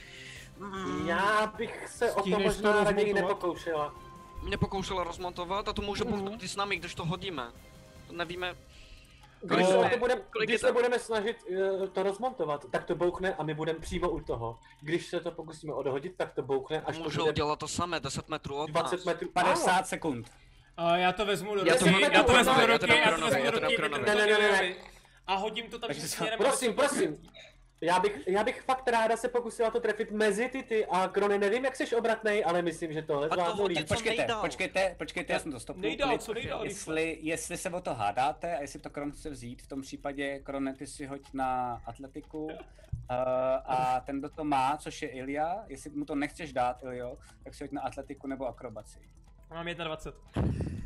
Já bych se o to možná raději nepokoušela rozmontovat a to může bouchnout i s námi, když to hodíme. To nevíme. Když se budeme snažit to rozmontovat, tak to bouchne a my budeme přímo u toho. Když se to pokusíme odhodit, tak to bouchne až to můžou dělat to samé, 10 metrů od nás. 20 metrů, 50 sekund. Já to vezmu do ruky, já to vezmu do ruky, a hodím to tam směrem. Prosím. Já bych fakt ráda se pokusila to trefit mezi ty a Krone, nevím jak jsi obratnej, ale myslím, že tohle zvládnu líp. Počkejte, já jsem to stopnul. Jestli se o to hádáte a jestli to Kron chce vzít, v tom případě Krone, ty si hoď na atletiku a ten, kdo to má, což je Ilja, jestli mu to nechceš dát, Iljo, tak si hoď na atletiku nebo akrobaci. Mám 21.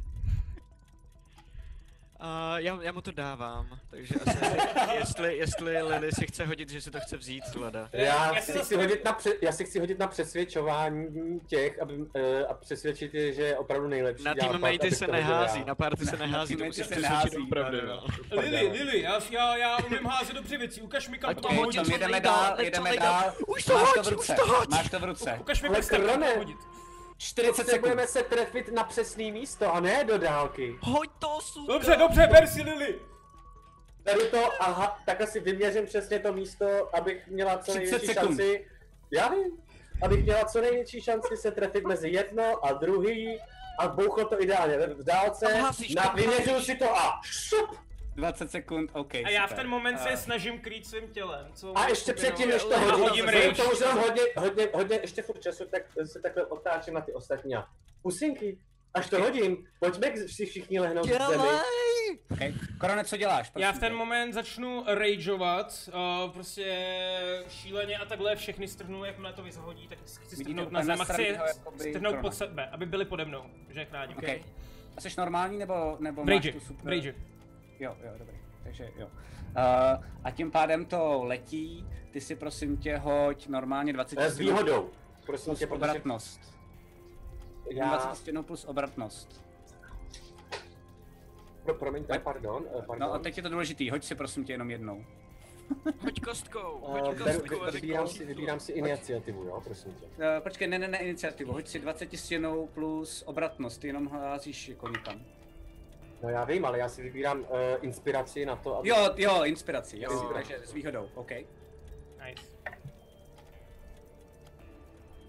Já mu to dávám, takže asi jestli Lily si chce hodit, že si to chce vzít, Lada. Já si chci hodit na přesvědčování těch, a přesvědčit je, že je opravdu nejlepší. Na teammatey se nehází, na party se nehází, to musíš přesvědčit opravdu. Lily, já umím házet dobře věci, ukaž mi kam to hodit. Jedeme dál. Už to hoď! Máš to v ruce. Ukaž mi kam to hodit. 40 sekund. Budeme se trefit na přesný místo a ne do dálky. Hoď to, suka! Dobře, ber si Lily. Beru to, aha, tak asi vyměřím přesně to místo, abych měla co největší šanci. Já vím. Abych měla co největší šanci se trefit mezi jedno a druhý a bouchlo to ideálně v dálce. Vyměřuju si to a šup! 20 sekund, OK. A já v ten moment se snažím krýt svým tělem. A ještě předtím, než to hodím to už mám hodně ještě furt času, tak se takhle otáčím na ty ostatní a pusinky, až to hodím, pojďme si všichni lehnout v zemi. Okay. Korone, co děláš? Já v ten moment začnu rageovat, prostě šíleně a takhle všechny strhnu, jakmile to vyzhodí, tak chci strhnout na zem a chci strhnout pod sebe, aby byli pode mnou, že je chráním. Okay. A jsi normální nebo máš tu super? Rage. Jo, dobrý, takže jo. A tím pádem to letí, ty si prosím tě hoď normálně 20 s výhodou, prosím tě, obratnost. 20 stěnou plus obratnost. Promiňte, pardon. No a teď je to důležitý, hoď si prosím tě jenom jednou. Hoď kostkou, vybírám si iniciativu, jo, prosím tě. Počkej, ne iniciativu, hoď si 20 stěnou plus obratnost, ty jenom házíš jako nikam. No já vím, ale já si vybírám inspiraci na to, aby... Jo, inspiraci, jasně, takže s výhodou, OK. Nice.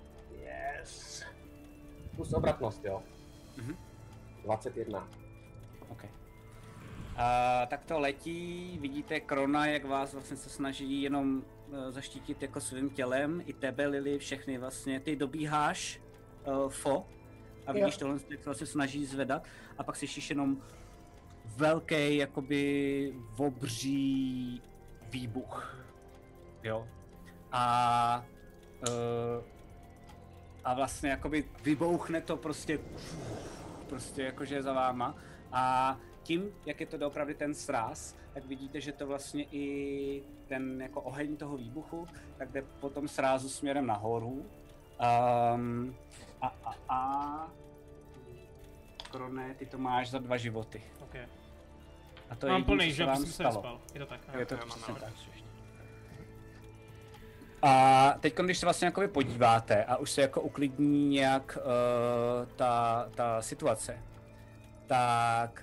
Yes. Plus obratnost, jo. 21. Tak to letí, vidíte Krona, jak vás vlastně se snaží jenom zaštítit jako svým tělem, i tebe, Lily, všechny vlastně, ty dobíháš, Fo, a vidíš tohle, jak se vlastně snaží zvedat, a pak slyšíš jenom velký, jakoby obří výbuch, jo, a vlastně jakoby vybouchne to prostě jakože za váma, a tím, jak je to doopravdy ten sráz, tak vidíte, že to vlastně i ten jako oheň toho výbuchu, tak jde po tom srázu směrem nahoru. Krone, ty to máš za 2 životy. Okay. A to mám je plný, že jsem se nespal. Je to tak. Je to přesně tak. A teď, když se vlastně jakoby podíváte a už se jako uklidní nějak ta situace, tak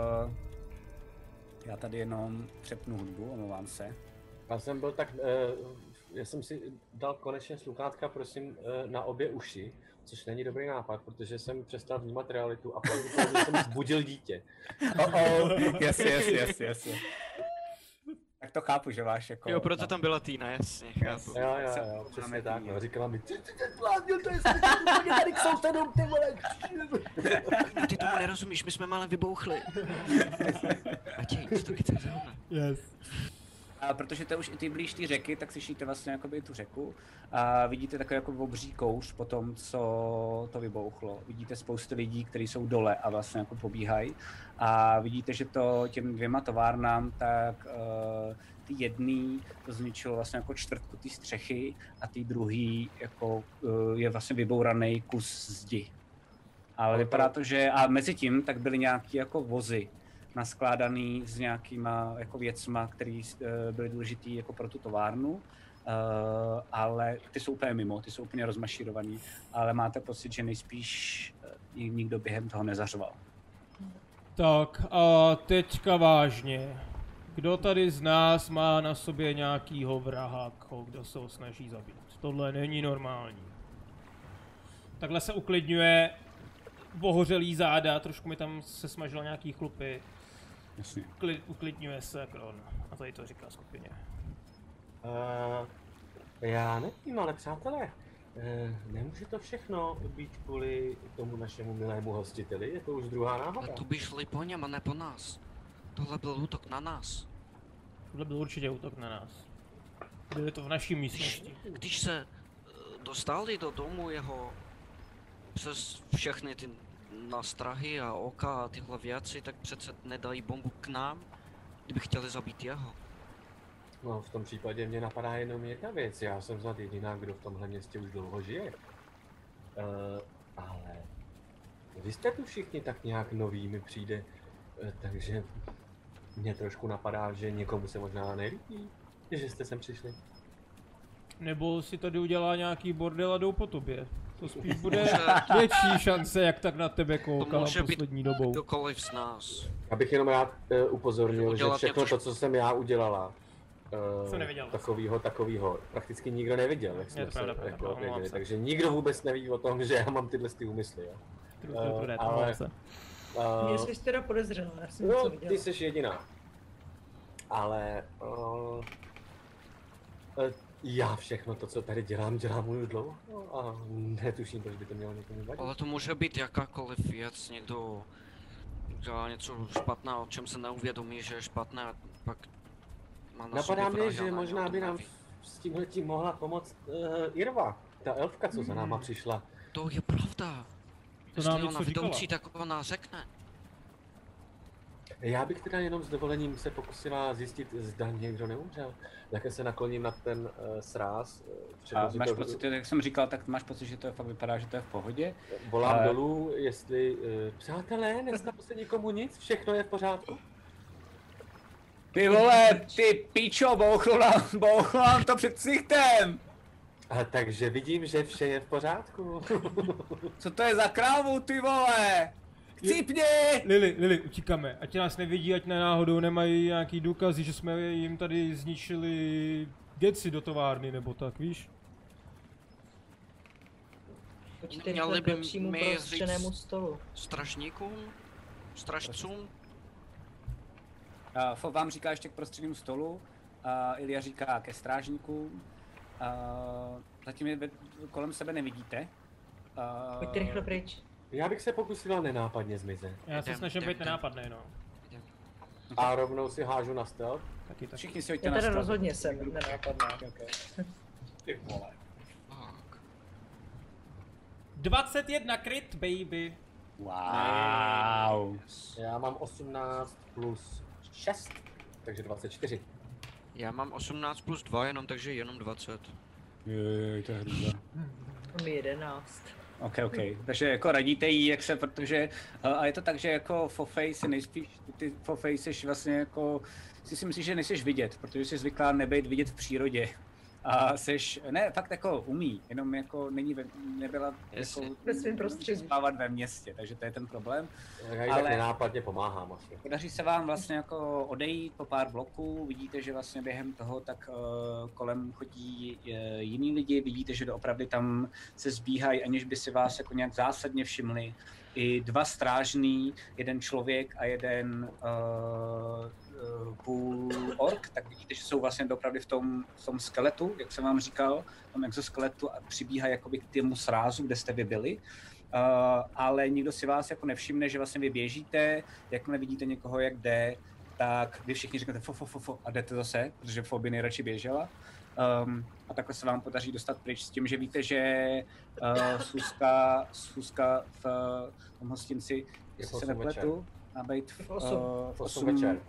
já tady jenom přepnu hudbu, omlouvám se. Já jsem byl tak, já jsem si dal konečně sluchátka, prosím, na obě uši, což není dobrý nápad, protože jsem přestal vnímat realitu a pravděpodobně jsem zbudil dítě. Yes. Tak to chápu, že máš jako... Jo, proto tam byla Týna, jasně, chápu. Jo, přesně tak, no. Říkala mi, ty blázně, to je úplně tady k sousedům, ty vole. Ty tomu nerozumíš, my jsme málem vybouchli. Matěj, co to kyceš za hovna? Yes. A protože to už i ty blíž ty řeky, tak slyšíte vlastně jakoby tu řeku a vidíte takový jako obří kouř po tom, co to vybouchlo. Vidíte spousty lidí, kteří jsou dole a vlastně jako pobíhají, a vidíte, že to těm 2 továrnám, tak ty jedný to zničilo vlastně jako čtvrtku té střechy a ty druhý jako je vlastně vybouraný kus zdi. Ale vypadá to, že a mezi tím tak byly nějaký jako vozy naskládaný s nějakýma jako věcma, které byly důležitý jako pro tu továrnu, ale ty jsou úplně mimo, ty jsou úplně rozmašírovaný, ale máte pocit, že nejspíš nikdo během toho nezařval. Tak a teďka vážně. Kdo tady z nás má na sobě nějakýho vraha, kdo se ho snaží zabít? Tohle není normální. Takhle se uklidňuje, pohořelý záda, trošku mi tam se smažilo nějaký chlupy. Jasně. Uklidňuje se Kron a tady to říká skupině. Já nevím, ale přátelé, nemůže to všechno být kvůli tomu našemu milému hostiteli, je to už druhá náhoda. Ale to by šli po něm a ne po nás. Tohle byl útok na nás. Tohle byl určitě útok na nás. Byly to v naší místnosti. Když se dostali do domu jeho přes všechny ty nástrahy a oka a tyhle věci, tak přece nedají bombu k nám, kdyby chtěli zabít jeho. No, v tom případě mě napadá jenom jedna věc. Já jsem snad jediná, kdo v tomhle městě už dlouho žije. Ale vy jste tu všichni tak nějak noví, mi přijde, takže mě trošku napadá, že někomu se možná nelíbí, že jste sem přišli. Nebo si tady udělá nějaký bordel a jdou po tobě. To spíš bude větší šance, jak tak na tebe koukám poslední dobou. Kdokoliv z nás. Já bych jenom rád upozornil, že všechno to, co jsem já udělala, takovýho, prakticky nikdo neviděl, jak jsme se jako věděli, takže nikdo vůbec neví o tom, že já mám tyhle úmysly, jo. Ale... Mě jsi teda podezřela, já jsem něco viděla. Ty jsi jediná. Ale... já všechno to, co tady dělám už dlouho a netuším, proč by to mělo někomu vadit. Ale to může být jakákoliv věc, někdo dělá něco špatné, o čem se neuvědomí, že je špatné, a pak má na napadá mě, že možná by nám s tímhletím mohla pomoct Irva, ta elfka, co za náma přišla. To je pravda. Jestli ona vedoucí, tak ona řekne. Já bych teda jenom s dovolením se pokusila zjistit, zda někdo neumřel. Jak se nakloním na ten sráz. A máš pocit, jak jsem říkal, tak máš pocit, že to fakt vypadá, že to je v pohodě? Volám dolů, jestli... přátelé, nestalo se nikomu nic, všechno je v pořádku? Ty vole, ty píčo, bouchlo nám to před ksichtem! Takže vidím, že vše je v pořádku. Co to je za krávu, ty vole? Chcípni! Lily, utíkáme, ať nás nevidí, ať náhodou nemají nějaký důkazy, že jsme jim tady zničili geci do továrny, nebo tak, víš? Měli by my říct stolu. Stražníkům? Stražcům? Fo vám říká ještě k prostřednímu stolu, Ilja říká ke strážníkům. Zatím je kolem sebe nevidíte. Pojďte rychle pryč. Já bych se pokusil nenápadně zmizet. Já se snažím být nenápadný, no. A rovnou si hážu na stealth. Taky. Všichni si hoďte na Já teda stealth. rozhodně jsem nenápadná. Ty vole. 21 crit, baby. Wow. Já mám 18 plus 6, takže 24. Já mám 18 plus 2 jenom, takže jenom 20. Jej, to je hrůza. Mám 11. OK. Takže jako radíte jí, jak se, protože, a je to tak, že jako Fofej si nejspíš, ty Fofej seš vlastně jako, si myslíš, že nejseš vidět, protože jsi zvyklá nebejt vidět v přírodě. A seš, ne, fakt jako umí, jenom jako nebyla jako ve svém prostředí spávat ve městě, takže to je ten problém. Já jí tak nenápadně pomáhám asi. Podaří se vám vlastně jako odejít po pár bloků, vidíte, že vlastně během toho tak kolem chodí jiní lidi, vidíte, že doopravdy tam se zbíhají, aniž by si vás jako nějak zásadně všimli. I 2 strážný, jeden člověk a jeden půl ork, tak vidíte, že jsou vlastně doopravdy v tom skeletu, jak jsem vám říkal, v tom exoskeletu a přibíhají jakoby k tému srázu, kde jste vy byli. Ale nikdo si vás jako nevšimne, že vlastně vy běžíte, jakmile vidíte někoho, jak jde, tak vy všichni řeknete fo a jdete zase, protože Fo by nejradši běžela. A takhle se vám podaří dostat pryč s tím, že víte, že schůzka v tom hostinci, jestli se nepletu, má být v 8 večer.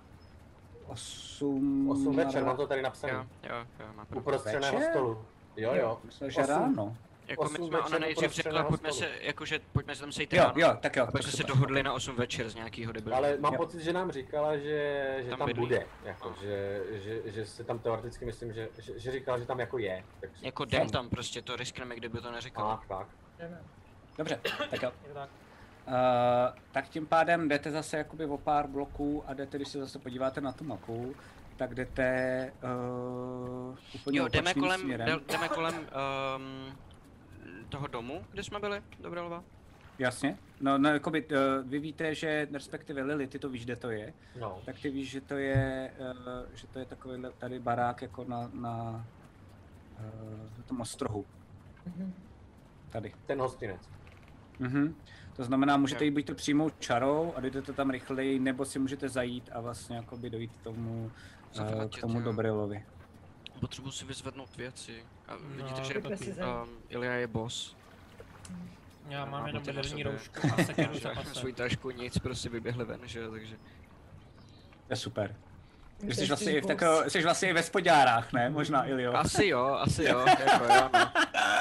8 večer, mám to tady napsané. Jo, má pravdu. Uprostřeného stolu. Jo. Myslím, že ráno. Jako my 8 jsme, ona večer nejdřív řekla, uprostřeného pojďme se tam sejít ráno. Jo, tak jo. A pak jsme se dohodli na 8 večer z nějakýho debilu. Ale mám pocit, že nám říkala, že Tam tam bydlí. bude, jako, že se tam teoreticky myslím, že říkala, že tam jako je. Takže... Jako jdem tam prostě, to riskneme, kdyby to neřekla. Tak. Dobře, tak jo. Je to tak. Tak tím pádem jdete zase jakoby o pár bloků a jdete, když se zase podíváte na tu mapu, tak jdete úplně opačným směrem. Jdeme kolem toho domu, kde jsme byli, Dobralova? Jasně. No jakoby, vy víte, že respektive Lily, ty to víš, kde to je, No. tak ty víš, že to je takovýhle tady barák jako na tom ostrohu. Tady. Ten hostinec. To znamená, můžete jít buď to přímou čarou a dojdete tam rychleji, nebo si můžete zajít a vlastně jakoby dojít k tomu Dobrilovi. Potřebuji si vyzvednout věci. A vidíte, No, že Ilja je boss. Já mám jenom boty na bederní sobě. roušku a sekeru za Na pasem. svůj tašku nic, prostě vyběhli ven, že jo, takže... To je super. Jsi vlastně i ve spodňárách, ne? Možná, Iljo. Asi jo, jako jo, no.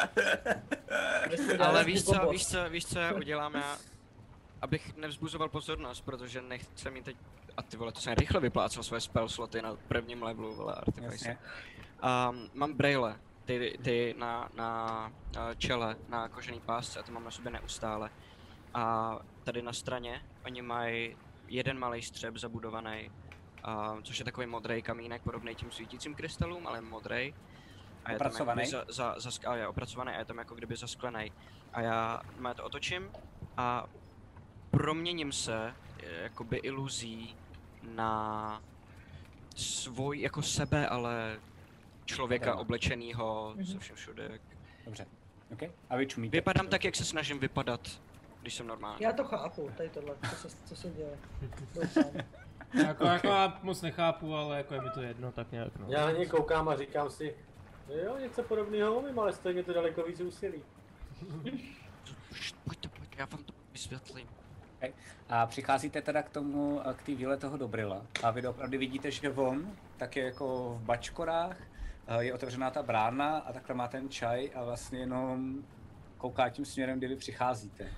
Ale víš co já udělám já, abych nevzbuzoval pozornost, protože nechci mít teď, a ty vole, to jsem rychle vyplácel své spell sloty na prvním levelu, vole, Artifice. Mám braille, ty na čele, na kožený pásce, a to mám na sobě neustále. A tady na straně, oni mají jeden malý střep zabudovaný, což je takový modrý kamínek, podobný tím svítícím krystalům, ale modrý. A je opracovaný. Tam je opracovaný a je tam jako kdyby zasklený. A já to otočím a proměním se jakoby iluzí na svůj jako sebe, ale člověka oblečenýho se všem všude. Dobře. Okay. A vy čumíte. Vypadám tak, jak se snažím vypadat, když jsem normální. Já to chápu, tady tohle, co se děje. Jako já moc nechápu, ale jako je mi to jedno, tak nějak no. Já na něj koukám a říkám si, jo, něco podobného umím, ale stojí mě to daleko víc úsilí. Pojďte, já vám to vysvětlím. Okay. A přicházíte teda k té víle toho Dobrila a vy opravdu vidíte, že on tak je jako v bačkorách, je otevřená ta brána a takhle má ten čaj a vlastně jenom kouká tím směrem, kdy vy přicházíte.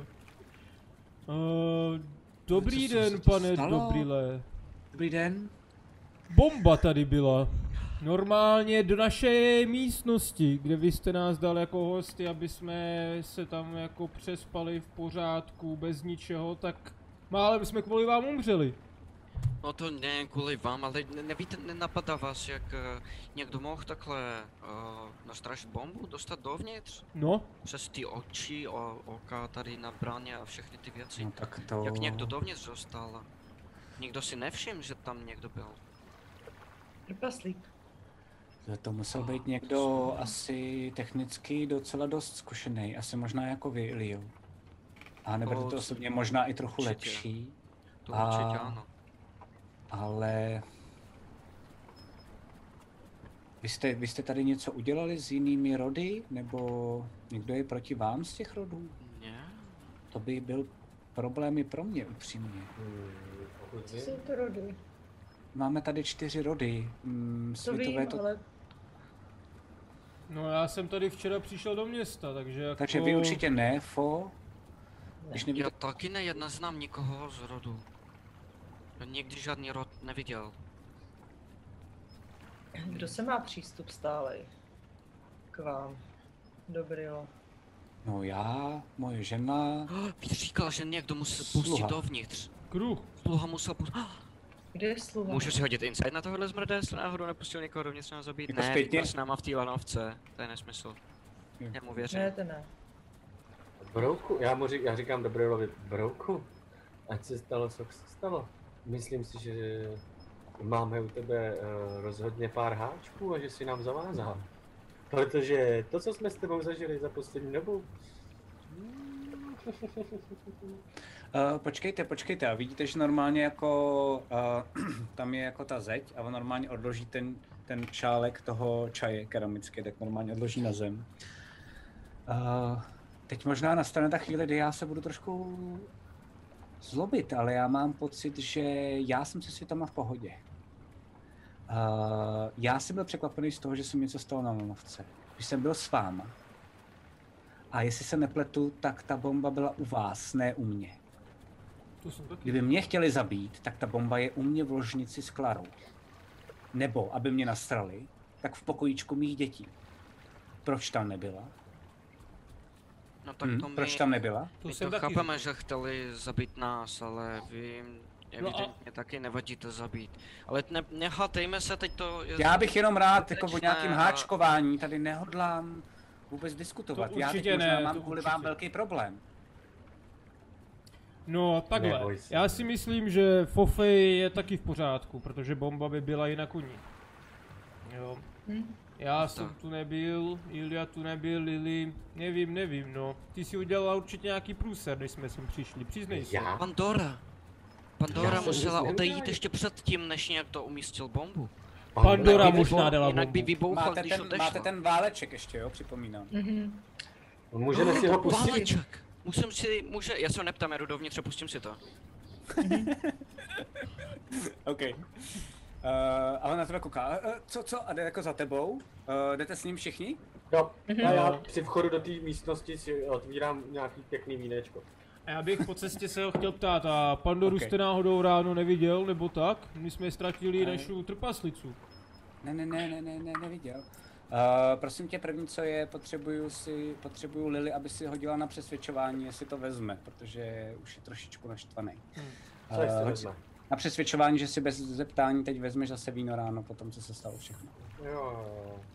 Dobrý den, pane Dobrile. Dobrý den. Bomba tady byla. Normálně do naší místnosti, kde vy jste nás dal jako hosty, aby jsme se tam jako přespali v pořádku, bez ničeho, tak málem jsme kvůli vám umřeli. No to ne kvůli vám, ale nevíte, nenapadá vás, jak někdo mohl takhle nastražit bombu, dostat dovnitř? No? Přes ty oči, oka tady na bráně a všechny ty věci. No tak to... Jak někdo dovnitř dostal? Nikdo si nevšiml, že tam někdo byl. Trpaslík. To musel být někdo asi technicky docela dost zkušený, asi možná jako vy, Ilio. A nebude to osobně možná i trochu určitě. lepší. To určitě ano. Ale... Vy jste tady něco udělali s jinými rody? Nebo někdo je proti vám z těch rodů? Ne. To by byl problém i pro mě, upřímně. Co jsou to rody? Máme tady 4 rody. To vím, ale... No já jsem tady včera přišel do města, takže jako... Takže vy určitě ne, Fo? Když nevíte... Já taky neznám nikoho z rodu. Já nikdy žádný rod neviděl. Kdo se má přístup stálej k vám? Dobrýho. No já, moje žena... Víš, říkal, že někdo musel pustit dovnitř. Kruh. Sluha musel pustit. Kde je sluha? Můžu si hodit insight na tohle zmrde, jestli náhodou nepustil někoho dovnitř na zabít? Jako Ne, zpětně? byl s náma v té lanovce. To je nesmysl. Já mu věřím. Ne, to ne. Brouku, já říkám Dobrýlovi, Brouku, ať se stalo, co se stalo. Myslím si, že máme u tebe rozhodně pár háčků a že si nám zavázal. Protože to, co jsme s tebou zažili za poslední dobu... Počkejte, a vidíte, že normálně jako tam je jako ta zeď a on normálně odloží ten čálek toho čaje keramické, tak normálně odloží na zem. Teď možná nastane ta chvíle, kdy já se budu trošku zlobit, ale já mám pocit, že já jsem se světama v pohodě. Já jsem byl překvapený z toho, že se mi něco stalo na lanovce. Když jsem byl s váma. A jestli se nepletu, tak ta bomba byla u vás, ne u mě. Kdyby mě chtěli zabít, tak ta bomba je u mě v ložnici s Klarou. Nebo, aby mě nastrali, tak v pokojíčku mých dětí. Proč tam nebyla? No tak to Proč tam nebyla? My to chápeme, že chtěli zabít nás, ale vy evidentně taky nevadí to zabít. Ale nehátejme se teď to... Já bych jenom rád jako o nějakým háčkování, tady nehodlám vůbec diskutovat. Já teď možná mám kvůli vám velký problém. No takhle, já si myslím, že Fofej je taky v pořádku, protože bomba by byla jinak u ní. Jo. Já jsem tu nebyl, Ilja tu nebyl, Lily, nevím, no. Ty si udělala určitě nějaký průser, než jsme sem přišli, přiznej se. Pandora musela odejít ještě předtím, než nějak to umístil bombu. Pandora možná dala jinak by bombu. vybouchal, když odešla. Máte ten váleček ještě, jo, připomínám. Můžeme si ho pustit? Váleček! Já se ho neptám, já jdu dovnitř a pustím si to. OK. A on na tebe kouká. Co? A jde jako za tebou? Jdete s ním všichni? Jo. A já při vchodu do té místnosti si otvírám nějaký pěkný vínečko. A já bych po cestě se ho chtěl ptát, a Pandoru jste náhodou ráno neviděl, nebo tak? My jsme ztratili našu trpaslicu. Ne, neviděl. Prosím tě, první co je, potřebuju Lily, aby si hodila na přesvědčování, jestli to vezme, protože už je trošičku naštvaný. Co jestli vezme? Na přesvědčování, že si bez zeptání teď vezmeš zase víno ráno po tom, co se stalo všechno. Jo.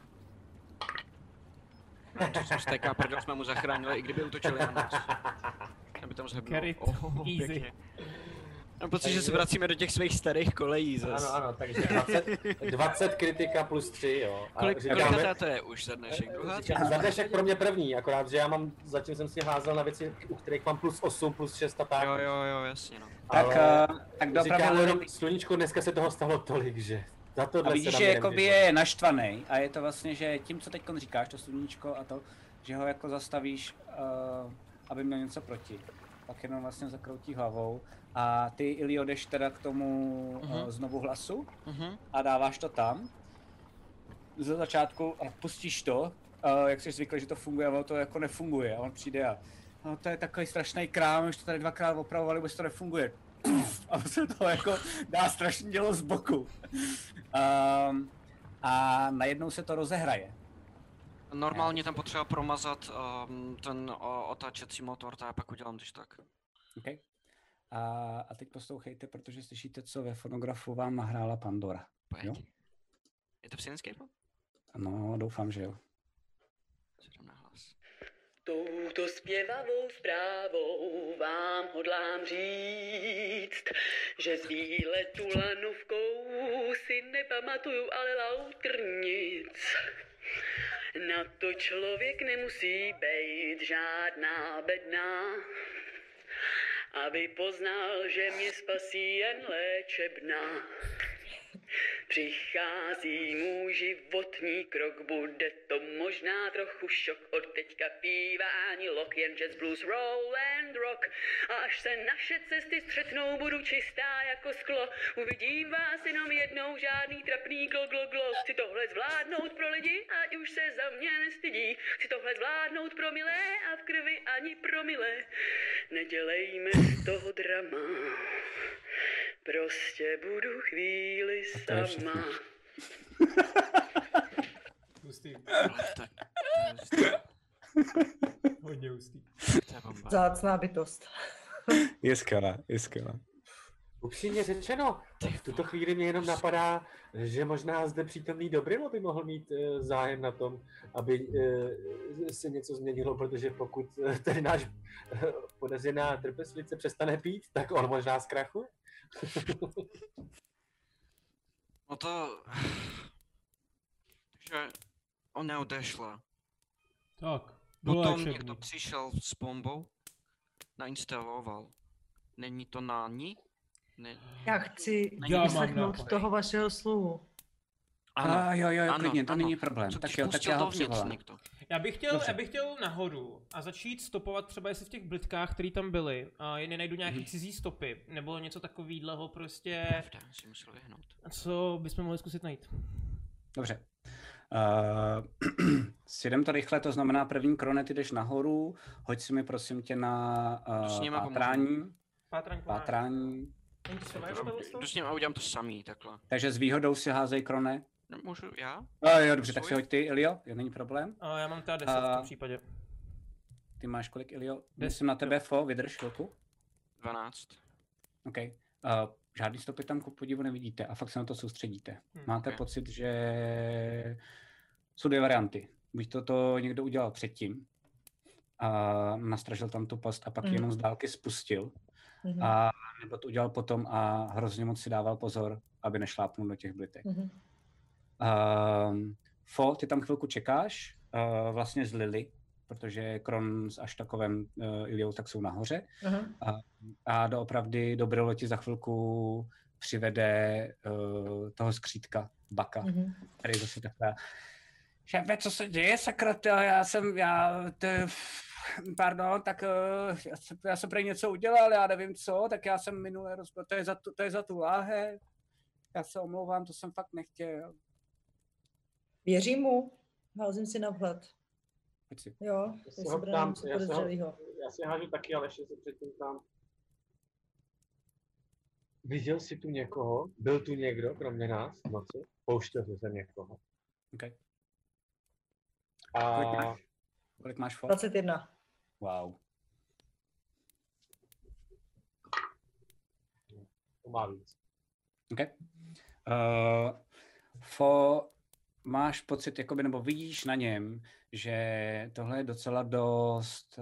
To jsem stéká, prdel jsme mu zachránili, i kdyby útočili na nás. Aby tam zhebnul. Easy. Mám pocit, že se vracíme do těch svých starých kolejí zase. Ano, takže 20 kritika plus 3, jo. Kolikátá to je už za dnešek? Za dnešek pro mě první, akorát, že já mám, zatím jsem si házel na věci, u kterých mám plus 8, plus 6 a tak. Jo, jasně no. Tak dopravdu Sluníčku, dneska se toho stalo tolik, že za to. A vidíš, že jakoby je naštvaný a je to vlastně, že tím, co teď říkáš, to sluníčko a to, že ho jako zastavíš, aby měl něco proti. Pak jenom vlastně zakroutí hlavou a ty, Ilio, jdeš teda k tomu znovu hlasu a dáváš to tam. Ze začátku a pustíš to, jak jsi zvyklý, že to funguje, ale to jako nefunguje a on přijde a no to je takový strašný krám, už to tady dvakrát opravovali, vůbec to nefunguje. A se to jako dá strašně dělo z boku. A najednou se to rozehraje. Normálně tam potřeba promazat ten otáčecí motor, to já pak udělám když tak. Okay. A teď poslouchejte, protože slyšíte, co ve fonografu vám nahrála Pandora. Jo? Je to Psynescape? No, doufám, že jo. Sedám na hlas. Touto zpěvavou zprávou vám hodlám říct, že z výletu lanovkou si nepamatuju ale lautrnic. Na to člověk nemusí bejt žádná bedna, aby poznal, že mě spasí jen léčebna. Přichází můj životní krok, bude to možná trochu šok, od teďka pívání lock, jen jazz, blues, roll and rock. A až se naše cesty střetnou, budu čistá jako sklo, uvidím vás jenom jednou, žádný trapný glo, glo, glo. Chci tohle zvládnout pro lidi, ať už se za mě nestydí, chci tohle zvládnout pro milé a v krvi ani promile. Nedělejme z toho drama, prostě budu chvíli sama. Hustý. Hodně hustý. Vzácná bytost. Je skvělá, je skvělá. Upřímně řečeno, v tuto chvíli mě jenom napadá, že možná zde přítomný Dobrilo by mohl mít zájem na tom, aby se něco změnilo, protože pokud ten náš podezřená trpěslice přestane pít, tak on možná zkrachuje. No to... Takže on neodešla. Tak, Potom někdo přišel s bombou, nainstaloval. Není to na ní? Ne. Já chci vyslechnout toho vašeho sluhu. Ano, jo, klidně, to není problém. Tak jo, tak já ho přivolám. Já bych chtěl nahoru a začít stopovat třeba jestli v těch blitkách, které tam byly, a nenajdu nějaký cizí stopy, nebo něco takovýhleho prostě. Pravda, si musel vyhnout. Co bychom mohli zkusit najít? Dobře. Sjedem to rychle, to znamená první kronet jdeš nahoru, hoď si mi prosím tě na pátrání. Pátrání. Jdu s ním a udělám to samý, takhle. Takže s výhodou si házej krone. No, můžu já? Jo, dobře, tak si hoď ty, Ilio, není problém. Já mám teda 10 v tom případě. Ty máš kolik, Ilio? Myslím na tebe, vydrž chvilku. 12. OK. Žádný stopy tam ku podivu nevidíte a fakt se na to soustředíte. Máte pocit, že jsou dvě varianty. Buď to někdo udělal předtím a nastražil tam tu past a pak jenom z dálky spustil. A nebo to udělal potom a hrozně moc si dával pozor, aby nešlápnul do těch blitek. Fo, ty tam chvilku čekáš, vlastně z Lily, protože Kron s Aštakovem Iliou tak jsou nahoře. A doopravdy Dobrilo ti za chvilku přivede toho skřítka, Baka, který zase taková šéfe, co se děje, sakra, pardon, tak já jsem prý něco udělal, já nevím co, tak já jsem minule rozbil, to je za tu láhev, já se omlouvám, to jsem fakt nechtěl. Věřím mu, házím si na vhled. Jo, já si hážu taky, ale ještě se předtím tam. Viděl jsi tu někoho? Byl tu někdo, kromě nás v noci? Pouštěl jsi se někoho. Okay. A... Kolik máš fot? 21. Wow. To má víc. OK. Máš pocit, jakoby, nebo vidíš na něm, že tohle je docela dost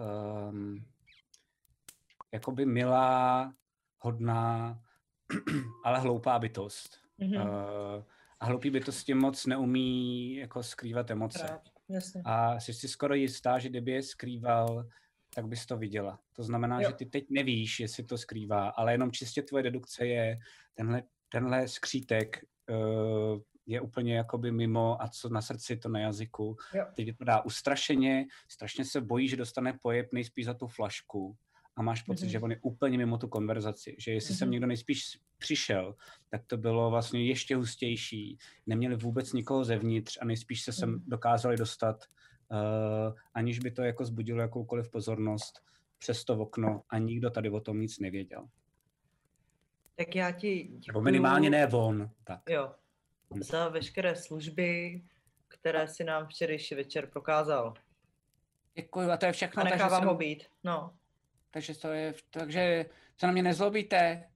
jakoby milá, hodná, ale hloupá bytost. A hloupý bytosti moc neumí jako skrývat emoce. Jasně. A jsi si skoro jistá, že kdyby je skrýval, tak bys to viděla. To znamená, že ty teď nevíš, jestli to skrývá, ale jenom čistě tvoje dedukce je, tenhle skřítek je úplně jakoby mimo a co na srdci, to na jazyku. Teď to dá ustrašeně, strašně se bojí, že dostane pojeb nejspíš za tu flašku a máš pocit, že on je úplně mimo tu konverzaci, že jestli sem někdo nejspíš přišel, tak to bylo vlastně ještě hustější, neměli vůbec nikoho zevnitř a nejspíš se sem dokázali dostat, aniž by to jako zbudilo jakoukoliv pozornost přes to okno a nikdo tady o tom nic nevěděl. Tak já ti děkuju. Nebo minimálně ne on. Tak. Jo. Za veškeré služby, které si nám včerejší večer prokázal. Děkuju, a to je všechno. A nechávám ho být, no. Takže se na mě nezlobíte.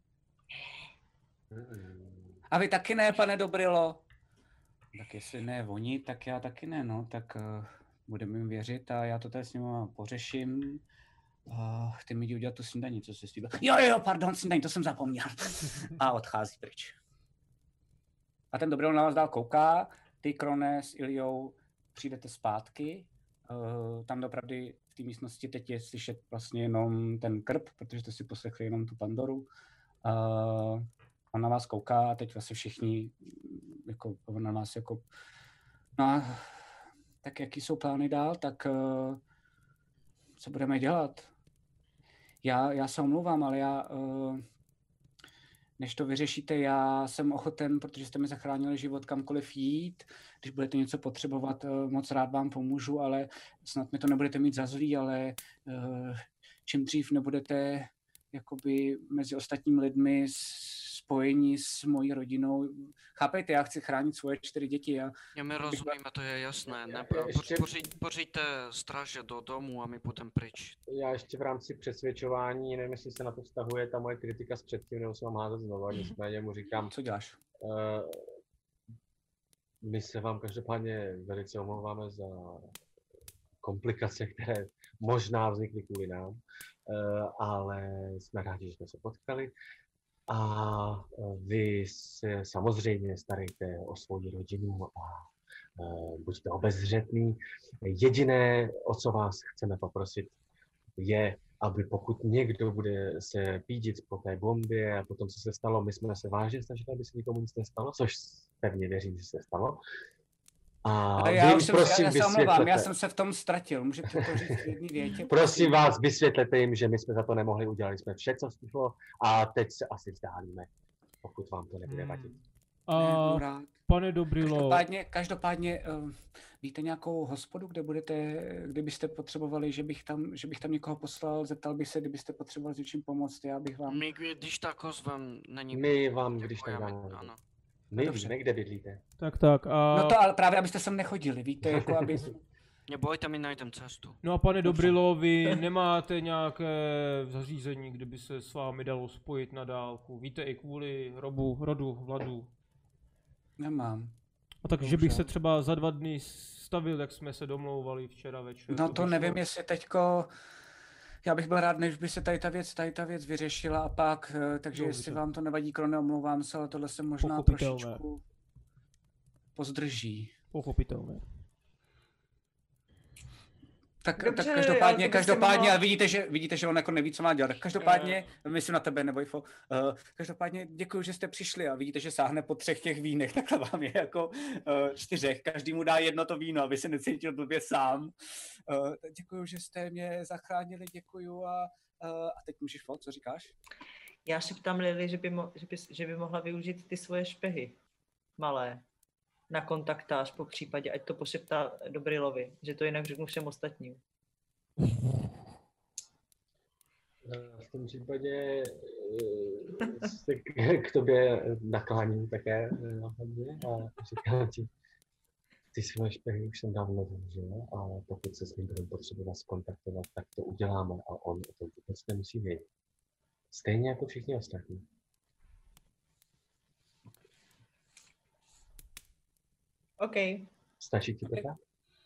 A vy taky ne, pane Dobrilo. Tak jestli ne oni, tak já taky ne, no. Tak budeme jim věřit a já to tady s nimi pořeším. Chci mi udělat tu snídaní, co jsi slíbil. Jo, pardon, snídaní, to jsem zapomněl. A odchází pryč. A ten Dobril na vás dál kouká, ty, Krone, s Iliou přijdete zpátky. Tam dopravdy v té místnosti teď je slyšet vlastně jenom ten krb, protože jste si poslechli jenom tu Pandoru. On na vás kouká a teď vlastně všichni jako na nás jako no, tak jaký jsou plány dál, tak co budeme dělat? Já se omlouvám, ale než to vyřešíte, já jsem ochoten, protože jste mi zachránili život, kamkoliv jít. Když budete něco potřebovat, moc rád vám pomůžu, ale snad mi to nebudete mít za zlý, ale čím dřív nebudete jakoby mezi ostatními lidmi spojení s mojí rodinou. Chápejte, já chci chránit svoje 4 děti. My rozumíme, to je jasné. Pořiďte stráže do domu a my potom pryč. Já ještě v rámci přesvědčování, nevím, jestli se na to vztahuje ta moje kritika z předtím, nebo se mám házet znova, nicméně mu říkám... Co děláš? My se vám každopádně velice omlouváme za komplikace, které možná vznikly kvůli nám, ale jsme rádi, že jsme se potkali. A vy se samozřejmě starejte o svou rodinu a buďte obezřetný. Jediné, o co vás chceme poprosit, je, aby pokud někdo bude se pídit po té bombě a potom, co se stalo, my jsme se vážně snažili, aby se nikomu nic nestalo, což pevně věřím, že se stalo. A já už já jsem se v tom ztratil, můžete to říct v jedné větě? Prosím vás, vysvětlete jim, že my jsme za to nemohli, udělali jsme vše, co šlo a teď se asi vzdálíme, pokud vám to nebude vadit. Pane Dobrilo. Každopádně víte nějakou hospodu, kdybyste potřebovali, že bych tam někoho poslal, zeptal bych se, kdybyste potřebovali s něčím pomoct, já bych vám... My když tak ozvem, není... My vám když tak dáme. My víme, kde bydlíte. Tak. No to ale právě, abyste sem nechodili, víte, jako aby... Nebojte, my najdeme cestu. No a pane Dobrilo, vy nemáte nějaké zařízení, kde by se s vámi dalo spojit na dálku? Víte, i kvůli rodu, Vladu. Nemám. A takže bych se třeba za 2 dny stavil, jak jsme se domlouvali včera večer. No to nevím, jestli teďko... Já bych byl rád, než by se tady ta věc vyřešila a pak, takže jestli vám to nevadí, Krone, omlouvám se, ale tohle se možná trošičku pozdrží. Pochopitelné. Tak každopádně, ale vidíte, že on jako neví, co má dělat. Tak každopádně, myslím na tebe, nebojfo, každopádně děkuji, že jste přišli a vidíte, že sáhne po 3 těch vínech, takhle vám je jako 4, každý mu dá jedno to víno, aby se necítil blbě sám. Děkuji, že jste mě zachránili, děkuji a teď můžeš, co říkáš? Já si ptám Lily, že by mohla využít ty svoje špehy malé na kontaktář po případě, ať to pošeptá Dobrilovi, že to jinak řeknu všem ostatním. V tom případě se k tobě nakláním také a říkám ti, ty svoje špehy už jsem dávno využil a pokud se s ním budeme potřebovat skontaktovat, tak to uděláme a on o tom vůbec nemusí vědět. Stejně jako všichni ostatní. OK. Stačí ti to tak?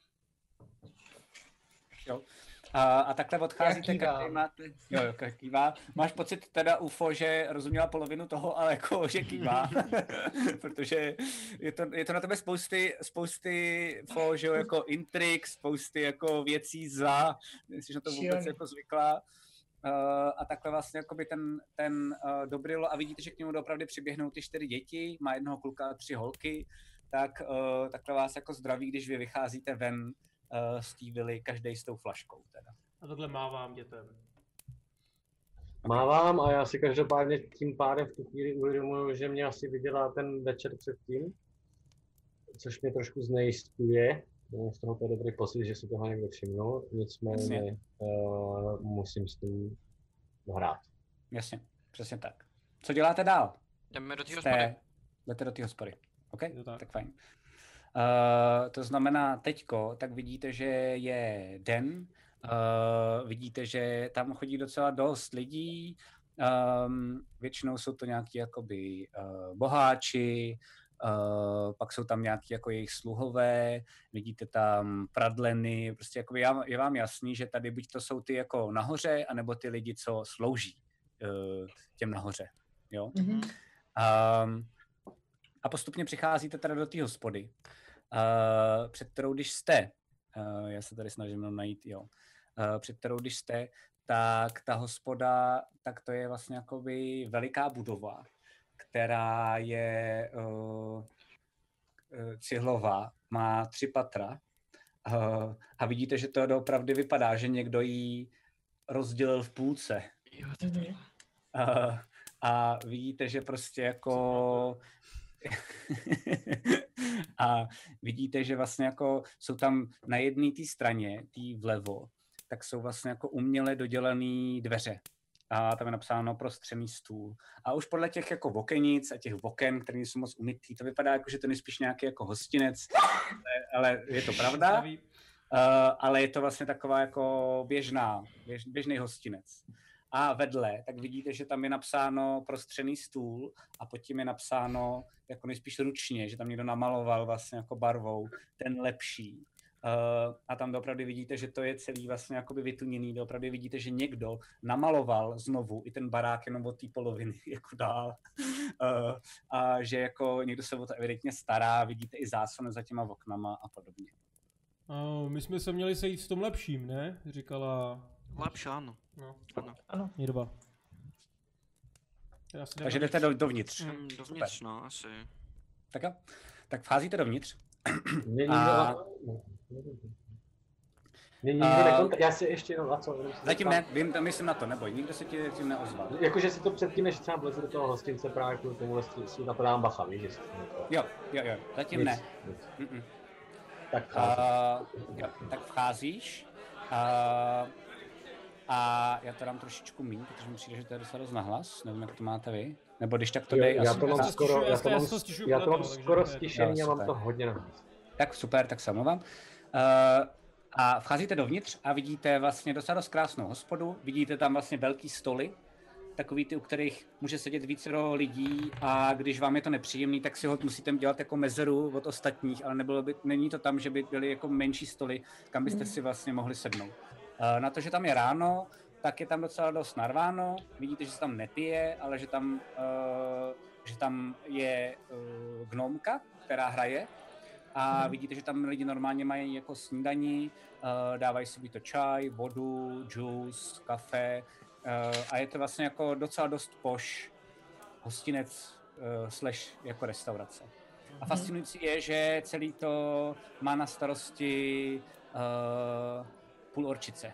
Jo. A takhle odcházíte, každý máte... Jo, kývá. Máš pocit teda UFO, že rozuměla polovinu toho, ale jako, že kývá. Protože je to na tebe spousty že jo, jako intrik, spousty jako věcí za, jsi na to vůbec jako zvyklá. A takhle vlastně jakoby ten Dobrilo a vidíte, že k němu opravdu přiběhnou ty 4 děti, má 1 kluka a 3 holky, takhle vás jako zdraví, když vy vycházíte ven z té vily, každej s tou flaškou teda. A takhle mávám dětem. Mávám a já si každopádně tím pádem v tu chvíli uvědomuji, že mě asi viděla ten večer předtím, což mě trošku znejistuje. Z toho to dobrý pocit, že si toho někdo všimnul, nicméně musím s tím hrát. Jasně, přesně tak. Co děláte dál? Jdeme do té hospody. Jdete do té hospody. OK, tak fajn. To znamená teďko, tak vidíte, že je den, vidíte, že tam chodí docela dost lidí, většinou jsou to nějaký jakoby boháči, pak jsou tam nějaký jako jejich sluhové, vidíte tam pradleny, prostě jako je vám jasný, že tady buď to jsou ty jako nahoře, anebo ty lidi, co slouží těm nahoře, jo. Mm-hmm. A postupně přicházíte teda do té hospody, před kterou když jste, já se tady snažím jenom najít, jo, před kterou když jste, tak ta hospoda, tak to je vlastně jakoby veliká budova, která je cihlová, má 3 patra a vidíte, že to opravdu vypadá, že někdo ji rozdělil v půlce. A vidíte, že prostě jako a vidíte, že vlastně jako jsou tam na jedné té straně, tý vlevo, tak jsou vlastně jako uměle dodělané dveře. A tam je napsáno prostřený stůl. A už podle těch jako okenic a těch oken, které jsou moc umytý, to vypadá jako, že to je spíš nějaký jako hostinec, ale je to pravda. Ale je to vlastně taková jako běžný hostinec. A vedle, tak vidíte, že tam je napsáno prostřený stůl a pod tím je napsáno jako nejspíš ručně, že tam někdo namaloval vlastně jako barvou ten lepší. A tam opravdu vidíte, že to je celý vlastně jakoby vytuněný, opravdu vidíte, že někdo namaloval znovu i ten barák jenom od té poloviny jako dál. A že jako někdo se o to evidentně stará, vidíte i záslony za těma oknama a podobně. My jsme se měli sejít v tom lepším, ne? Říkala... Lepší, ano. No. Ano. Jirba. Takže jdete dovnitř. Dovnitř, no, asi. Tak jo. Tak vcházíte dovnitř. Já si ještě jenom, a co? Zatím ne, myslím na to, neboj, nikdo se ti tím neozval. Jakože si to předtím, než třeba vlezu do toho hostince, právě kvůli tomu si na to dám bacha, víš, že Jo, zatím nic, ne. Nic. Tak vcházíš a já to dám trošičku míň, protože mi přijde, že to je docela dost nahlas, nevím, jak to máte vy. Nebo když tak to dej. Já to mám skoro stišený a mám to hodně nahlas. Tak super, tak se omlouvám. A vcházíte dovnitř a vidíte vlastně docela dost krásnou hospodu, vidíte tam vlastně velký stoly, takový ty, u kterých může sedět vícero lidí a když vám je to nepříjemný, tak si ho musíte dělat jako mezeru od ostatních, ale není to tam, že by byly jako menší stoly, kam byste si vlastně mohli sednout. Na to, že tam je ráno, tak je tam docela dost narváno, vidíte, že se tam nepije, ale že tam je gnomka, která hraje a vidíte, že tam lidi normálně mají jako snídani, dávají si buď to čaj, vodu, džus, kafe a je to vlastně jako docela dost poš hostinec / jako restaurace. A fascinující je, že celý to má na starosti půlorčice.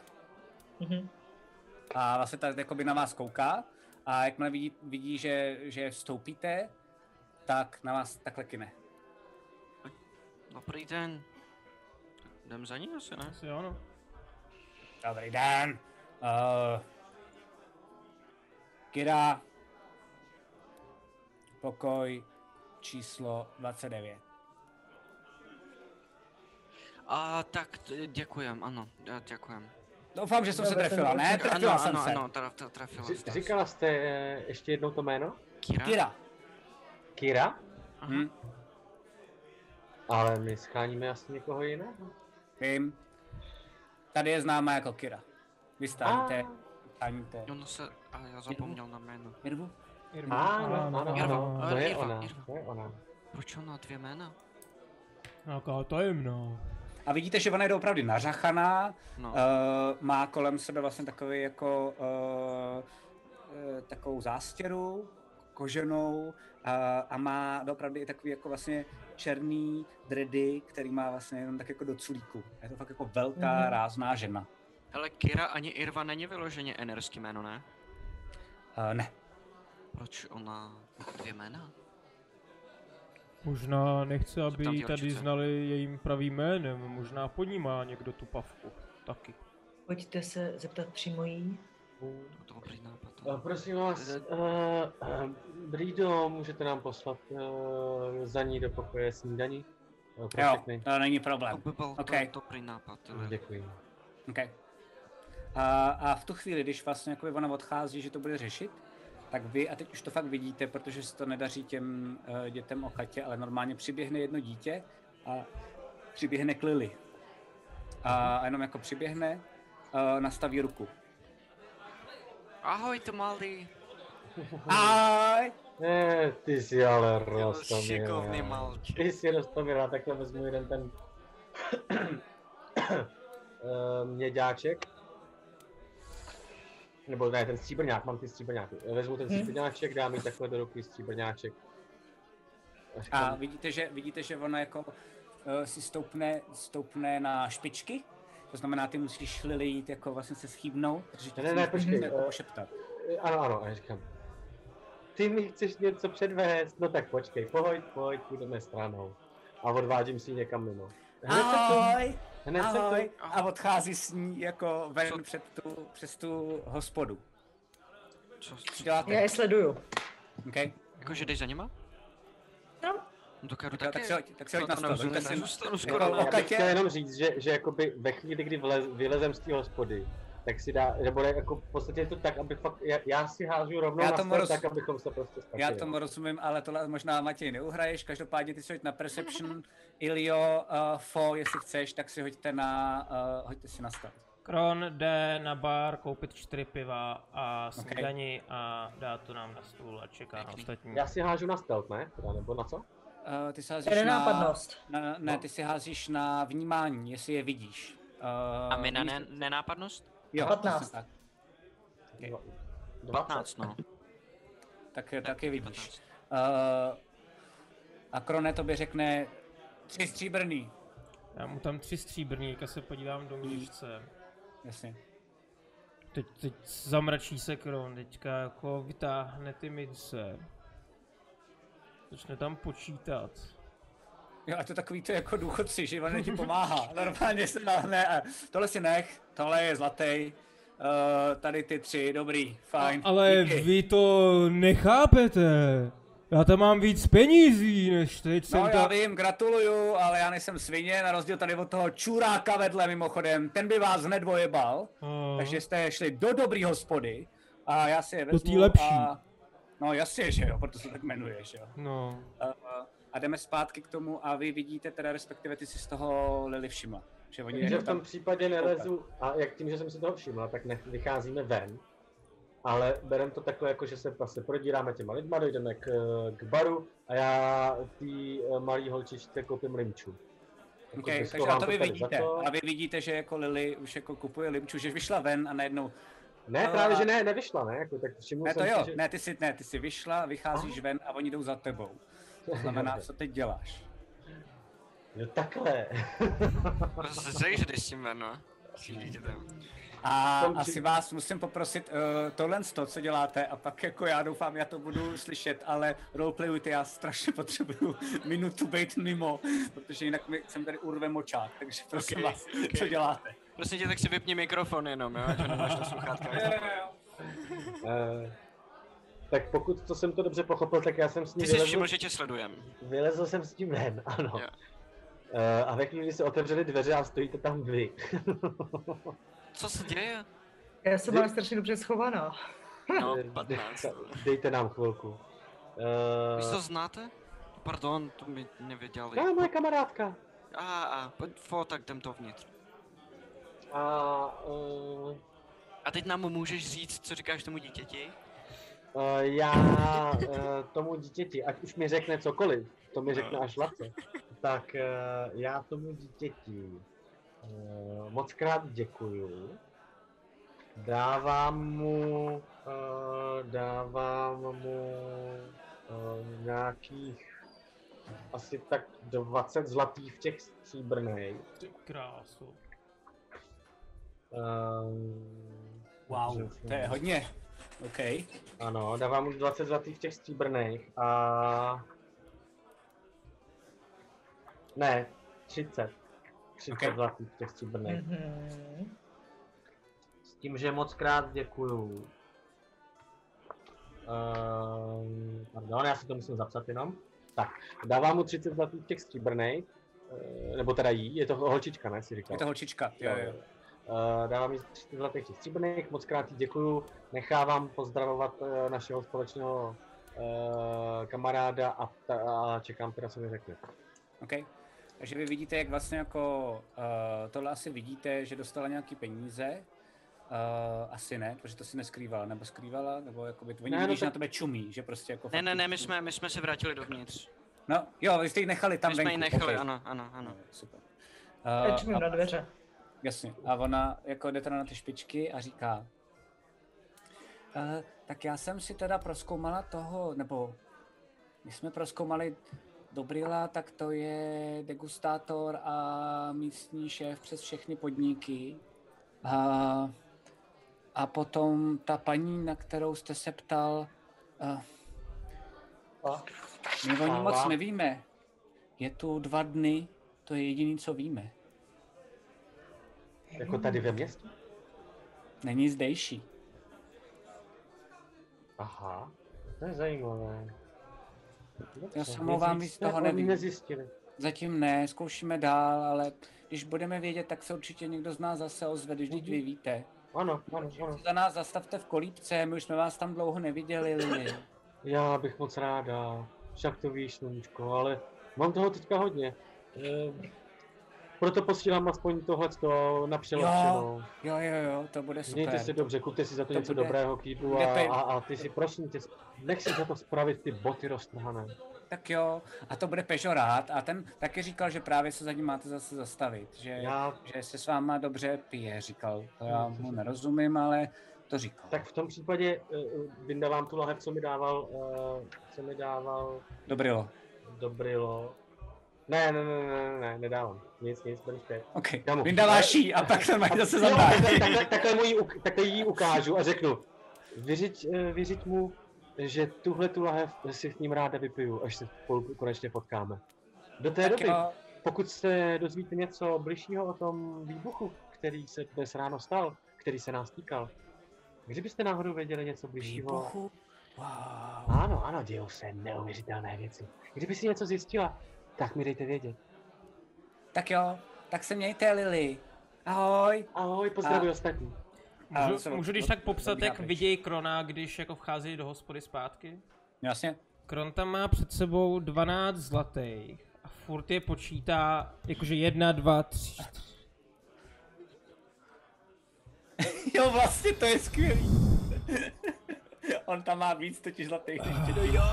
A vlastně tak jakoby na vás kouká a jakmile vidí že vstoupíte, tak na vás takhle kyne. Dobrý den. Jdem za ní asi, ne? Asi ano. Dobrý den. Kira. Pokoj číslo 29. Tak děkujem, ano, děkujem. Doufám, že jsem se trefila, ne? Trefila jsem se. Ano, trefila jste. Říkala jste ještě jednou to jméno? Kira. Kira? Aha. Ale my scháníme asi někoho jiného. Vím. Tady je známá jako Kira. Vy stáníte. Já zapomněl na jméno. Irvu? Ano. To je ona. Proč ona 2 jména? Nějaká tajemná. A vidíte, že ona je opravdu nařachaná, má kolem sebe vlastně takový jako takovou zástěru koženou a má opravdu i takový jako vlastně černý dready, který má vlastně jenom tak jako do culíku. Je to fakt jako velká, rázná žena. Ale Kira ani Irva není vyloženě enerský jméno, ne? Ne. Proč ona 2 jména? Možná nechce, aby ji tady znali jejím pravým jménem. Možná po ní má někdo tu pavku. Taky. Pojďte se zeptat přímo jí. To dobrý nápad. Prosím vás, Brido, můžete nám poslat za ní do pokoje snídaní? Jo, to není problém. To by byl dobrý nápad. Děkuji. Okay. A v tu chvíli, když vlastně ona odchází, že to bude řešit, tak vy, a teď už to fakt vidíte, protože se to nedaří těm dětem o chatě, ale normálně přiběhne jedno dítě a přiběhne k Lily. A jenom jako přiběhne, nastaví ruku. Ahoj, Tomaldy. Ahoj! Ty jsi ale Rostomil. Šikovný malček. Ty jsi Rostomil, já takhle vezmu jeden ten měďáček. Nebo ne, ten stříbrňák, mám ty stříbrňáky. Vezmu ten stříbrňáček, dám jí takhle do ruky stříbrňáček. A vidíte, že ona jako si stoupne na špičky. To znamená, ty musíš Lily jít jako vlastně se schýbnout, protože ti ne, počkej, jako pošeptat. Ano, a já říkám. Ty mi chceš něco předvést? No tak počkej, pojď, půjdeme stranou. A odvádím si ji někam mimo. Ahoj! A odchází s ní jako ven přes tu hospodu. Co děláte? Já je sleduju. Okay. Jakože jdeš za nima? No. No to Karu tak si hoď na stůl. Nezůstanu skoro. Já bych chtěl jenom říct, že jakoby ve chvíli, kdy vylezem z té hospody, tak si dá, nebo jako v podstatě je to tak, aby fakt, já si hážu rovnou na stůl, tak abychom se prostě ztratili. Já tomu rozumím, ale tohle možná Matěj neuhraješ, každopádně ty si hoď na Perception, Ilio, Fo, jestli chceš, tak si hoďte si na start. Kron jde na bar koupit 4 piva a snídani a dá to nám na stůl a čeká na ostatní. Já si hážu na stealth, ne? Nebo na co? Ty si házíš na ty si házíš na vnímání, jestli je vidíš. A my na nenápadnost? Jo, 15. Okay. 15, no. Tak je vidíš. A Krone tobě řekne 3 stříbrný. Já mu tam 3 stříbrný, a se podívám do měřce. Jasně. Teď zamračí se Kron, teďka jako vytáhne ty mince. Začne tam počítat. Jo, a to takový to jako důchodci, že on ti pomáhá. Normálně se nahne a tohle si nech, tohle je zlatý. Tady ty 3, dobrý, fajn. No, ale díky. Vy to nechápete. Já tam mám víc penězí, než teď jsem já vím, gratuluju, ale já nejsem svině, na rozdíl tady od toho čuráka vedle mimochodem, ten by vás hned vojebal. Takže jste šli do dobrý hospody a já si je vezmu. Do tý lepší. No jasně, že jo, proto se tak jmenuje, že jo. No. A jdeme zpátky k tomu a vy vidíte teda, respektive ty si z toho Lily všimla. Že v tom případě nelezu, a jak tím, že jsem si toho všimla, tak vycházíme ven. Ale berem to takhle, jako že se vlastně prodíráme těma lidma, dojdeme k baru a já tý malý holčičce koupím limču. Jako takže a to vy vidíte. A vy vidíte, že jako Lily už jako kupuje limču, že vyšla ven a najednou... Ne, právě že nevyšla, ne? Jako, tak ne, to jo, si, že... ty jsi vyšla, vycházíš ven a oni jdou za tebou. To znamená, co teď děláš? Jo, takhle. Prostě řekl, že jdeš s tím ven, no. A asi vás musím poprosit tohle, co děláte, a pak jako já doufám, já to budu slyšet, ale roleplayujte, já strašně potřebuju minutu být mimo, protože jinak jsem tady urve močák, takže prosím vás, co děláte? Prosím tě, tak si vypni mikrofon jenom, jo, že nemáš to sluchátka. Tak pokud to jsem to dobře pochopil, tak já jsem s ním vylezl... Ty jsi všiml, že tě sledujem. Vylezl jsem s tím ven, ano. A ve chvíli, kdy se otevřely dveře a stojíte tam vy. Co se děje? Já jsem byla strašně dobře schovaná. No, 15. Dejte nám chvilku. Vy to znáte? Pardon, to mi nevěděli. Já, moje kamarádka. Tak jdem to vnitř. A teď nám můžeš říct, co říkáš tomu dítěti? Já tomu dítěti, ať už mi řekne cokoliv, to mi řekne až Lace, tak já tomu dítěti moc krát děkuju. Dávám mu nějakých asi tak 20 zlatých v těch stříbrnej. Ty krásu. Wow, to je hodně. OK. Ano, dávám mu 20 zlatých v těch stříbrných a... Ne, 30. 30 zlatých v těch stříbrných. S tím, že moc krát děkuju. Pardon, já si to musím zapsat jenom. Tak, dávám mu 30 zlatých v těch stříbrných. Nebo teda jí, je to holčička, ne, si říkal? Je to holčička, jo. Dávám mi 3 zlatých stříbrných, moc krát jí děkuju, nechávám pozdravovat našeho společného kamaráda a čekám teda, co mi řekne. OK. Takže vy vidíte, jak vlastně jako tohle asi vidíte, že dostala nějaký peníze. Asi ne, protože to si neskrývala, nebo skrývala, nebo jakoby oni vidí, že na tebe čumí, že prostě jako... Ne, my jsme se vrátili dovnitř. No, jo, vy jste ji nechali tam venku. My jsme ji nechali, okay. Ano. Super. Čumím na dveře. Jasně, a ona jako jde teda na ty špičky a říká tak já jsem si teda prozkoumala toho, nebo my jsme prozkoumali Dobrila, tak to je degustátor a místní šéf přes všechny podniky. A potom ta paní, na kterou jste se ptal, my o ní moc nevíme. Je tu 2 dny, to je jediný, co víme. Jako tady ve městě? Není zdejší. Aha, to je zajímavé. Já se omlouvám, víc toho nevím. Nezjistili. Zatím ne, zkoušíme dál, ale když budeme vědět, tak se určitě někdo z nás zase ozve, když vy víte. Ano. Za nás zastavte v kolípce, my už jsme vás tam dlouho neviděli, Lily. Já bych moc ráda, však to víš, sluníčko, ale mám toho teďka hodně. Proto posílám aspoň tohleto na přeloženou. Jo, to bude super. Mějte se dobře, kupte si za to něco dobrého k jídlu a ty si prosím tě, nech si za to spravit ty boty roztrhané. Tak jo, a to bude Pežo rád a ten taky říkal, že právě se za ním máte zase zastavit, že se s váma dobře pije, říkal. To já mu nerozumím, ale to říkal. Tak v tom případě vyndávám tu lahev, co mi dával... Dobrilo. Ne, nedávám. Nic, beru zpět. OK, vyndáváš jí a pak se mají zase zabát. Takhle jí ukážu a řeknu, vyřiď mu, že tuhle tu lahev si s ním ráda vypiju, až se spolu konečně potkáme. Do té doby, pokud se dozvíte něco bližšího o tom výbuchu, který se dnes ráno stal, který se nás týkal, kdybyste náhodou věděli něco bližšího... Výbuchu? Wow. Ano, dějou se neuvěřitelné věci. Kdyby si něco zjistila, tak mi dejte vědět. Tak jo, tak se mějte, Lily. Ahoj. Ahoj, pozdravuji ostatní. Můžu když tak popsat, jak vidějí Krona, když jako vchází do hospody zpátky? Jasně. Kron tam má před sebou 12 zlatých a furt je počítá jakože 1, 2, 3. Jo, vlastně to je skvělý. On tam má víc totiž zlatých. Jo,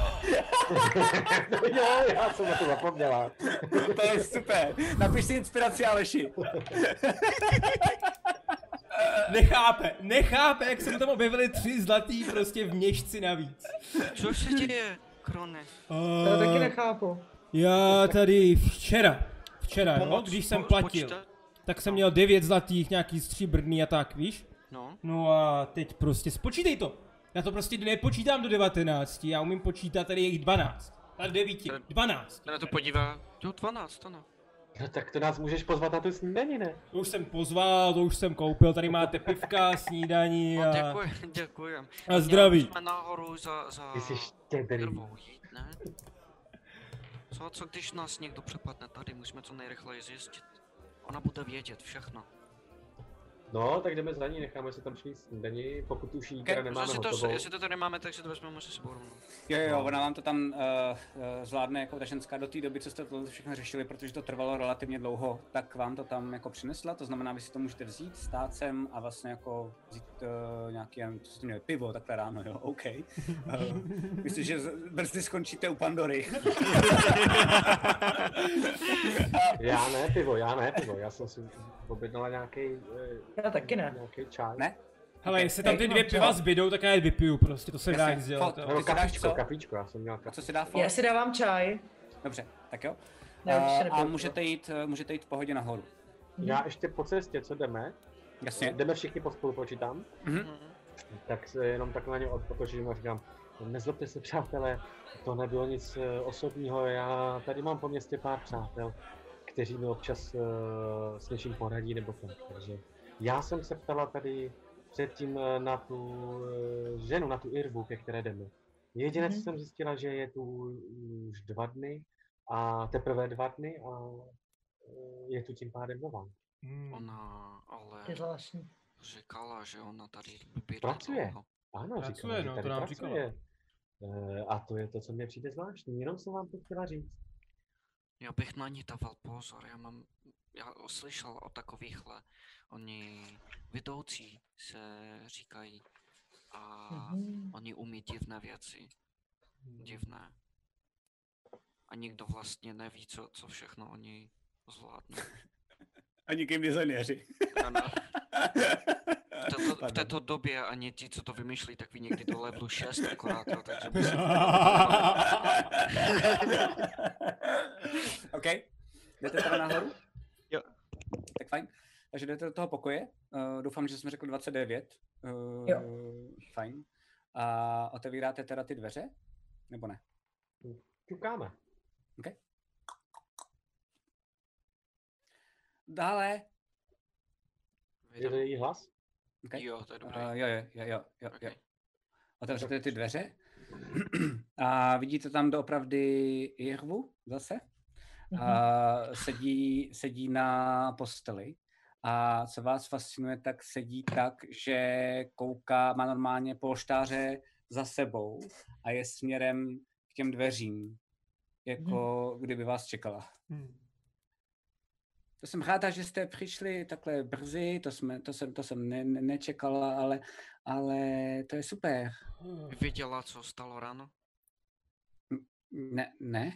já jsem na to zapomněla. To je super. Napiš si inspiraci, Aleši. Nechápe, jak se mu tam objevily 3 zlatý prostě v měšci navíc. Co se děje, Krone? Já taky nechápu. Já tady včera, když jsem platil, tak jsem měl 9 zlatých, nějaký stříbrný a tak, víš? No a teď prostě spočítej to. Já to prostě nepočítám do 19, já umím počítat tady jejich 12. Tady 9, 12. Já na to podívá, jo 12, ano. No tak to nás můžeš pozvat na tu snídani, ne? To už jsem pozval, to už jsem koupil, tady máte pivka, snídaní a... Děkuji. A zdraví. Jsme nahoru za Ty jsi štědrý. Jít, ne? Co když nás někdo přepadne tady, musíme co nejrychleji zjistit. Ona bude vědět všechno. No, tak jdeme za ní, necháme se tam přijít snídani, pokud už jí teda nemáme hotovou. Jestli to tady máme, tak si to vezmeme asi sebou rovnou. Jo, ona vám to tam zvládne jako ta ženská do té doby, co jste to všechno řešili, protože to trvalo relativně dlouho, tak vám to tam jako přinesla, to znamená, vy si to můžete vzít, stát sem a vlastně jako vzít nějaký, co jste měli, pivo takhle ráno, jo, OK. Myslím, že brzy skončíte u Pandory. Já ne pivo, já jsem si objednala nějaký já taky ne. Nějaký čaj. Ne? Hele, jestli tam ty 2 piva zbydou, tak já je vypiju prostě, to se dá nic dělat. Nebo kapičko, já jsem měl kapičko. Co si dá Já si dávám čaj. Dobře, tak jo. A můžete jít v pohodě nahoru. Já ještě po cestě, co jdeme? Jasně. Jdeme všichni pospolu, počítám. Tak se jenom takhle na ně odpotočím a říkám, nezlobte se přátelé, to nebylo nic osobního, já tady mám po městě pár přátel, kteří mi občas s něčím poradí nebo tak, takže já jsem se ptala tady předtím na tu ženu, na tu Irvu, ke které jdeme. Jediné, co jsem zjistila, že je tu už 2 dny a teprve 2 dny a je tu tím pádem nová. Ona ale Je zvláštní. říkala, že ona tady bydlí Pracuje. dlouho. Ano, Pracuje, říkala, že no, tady to nám pracuje. A to je to, co mě přijde zvláštní. Jenom jsem vám to chtěla říct. Já bych na ní dával pozor, já slyšel o takovýchhle, oni vedoucí se říkají a oni umí divné věci, divné. A nikdo vlastně neví, co všechno oni zvládnou. A nikým designéři. Ano. V této době ani ti, co to vymýšlí, tak ví někdy do levelu 6 akorát, takže musím... OK. Jdete teda nahoru? Jo. Tak fajn. Takže jdete do toho pokoje. Doufám, že jsme řekli 29. Jo. Fajn. A otevíráte teda ty dveře? Nebo ne? Čukáme. OK. Dále. Je to její hlas? Okay. Jo, to je dobrý. Jo. Okay. Otevřete ty dveře a vidíte tam doopravdy Jirvu zase. Sedí na posteli a co vás fascinuje, tak sedí tak, že kouká, má normálně polštáře za sebou a je směrem k těm dveřím, jako kdyby vás čekala. To jsem ráda, že jste přišli takhle brzy, to jsem nečekala, ale to je super. Viděla, co stalo ráno? Ne.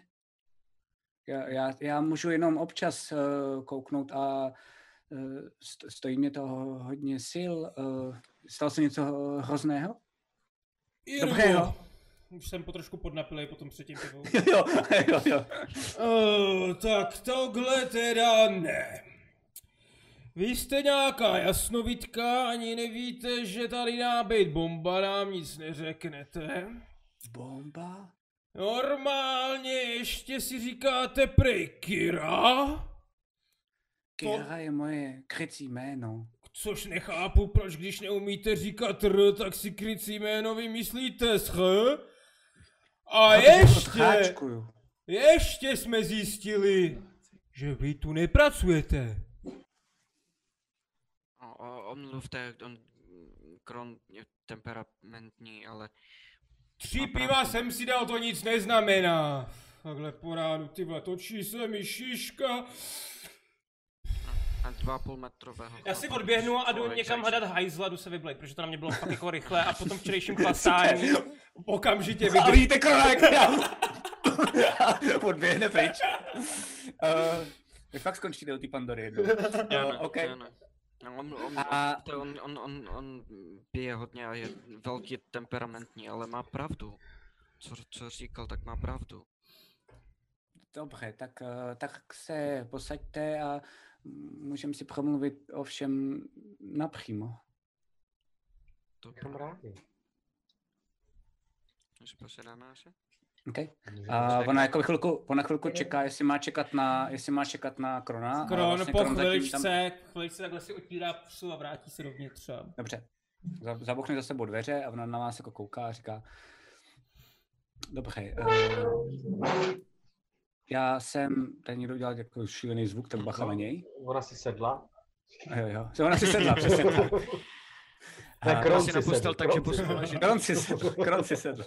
Já můžu jenom občas kouknout a stojí mě to hodně sil. Stalo se něco hrozného? Dobrého. Už jsem trošku podnapilej po tom třetím pivu. Jo. Tak tohle teda ne. Vy jste nějaká jasnovidka, ani nevíte, že tady dá být bomba, nám nic neřeknete. Bomba? Normálně ještě si říkáte prej Kira? Kira je moje krycí jméno. Což nechápu, proč když neumíte říkat R, tak si krycí jméno vymyslíte s H. A ještě jsme zjistili, že vy tu nepracujete. Mluvte, Kron je temperamentní, ale... 3 piva jsem si dal, to nic neznamená. Takhle po ránu, tyhle, točí se mi šiška. A 2,5 metrového. Já si odběhnu a jdu někam hledat hajzla, jdu se vyblejt, protože to na mě bylo fakt jako rychle a po tom včerejším chlastání okamžitě vydržím. A vidíte Kronek! Odběhne pryč. Vy fakt skončíte u té Pandory jednou. Okay. On pije hodně a je velký temperamentní, ale má pravdu. Co říkal, tak má pravdu. Dobře, tak se posaďte a můžeme si promluvit o všem napřímo. Jsem rádi. Takže posedáme asi? Okay. Ona jako chvilku čeká, jestli má čekat na Krona. Kron vlastně po chviličce takhle si otírá pusu a vrátí se dovnitř. Dobře. Zabuchne za sebou dveře a ona na vás jako kouká a říká: Dobře. Já jsem, tady někdo udělal jako šílený zvuk, tak bacha na něj. Ona si sedla. Jo. Ona si sedla, přesně tak. Kron si napustil, takže Kron si sedl.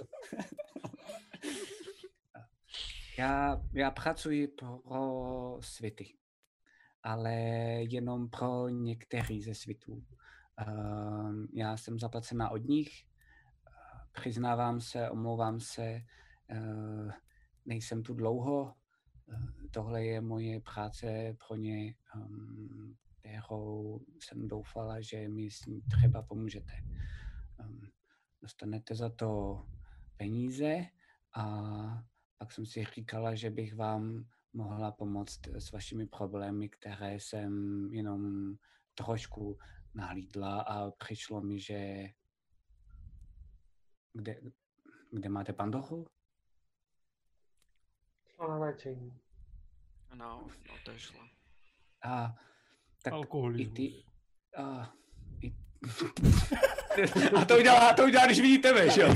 Já pracuji pro světy, ale jenom pro některý ze světů. Já jsem zaplacená od nich, přiznávám se, omlouvám se, nejsem tu dlouho. Tohle je moje práce pro ně, kterou jsem doufala, že mi s ní třeba pomůžete. Dostanete za to peníze a pak jsem si říkala, že bych vám mohla pomoct s vašimi problémy, které jsem jenom trošku nahlídla a přišlo mi, že... Kde máte Pandoru? Šla na léčení. No, odešla. Tak alkoholismus. I ty... A to udělá, když vidí tebe, že jo?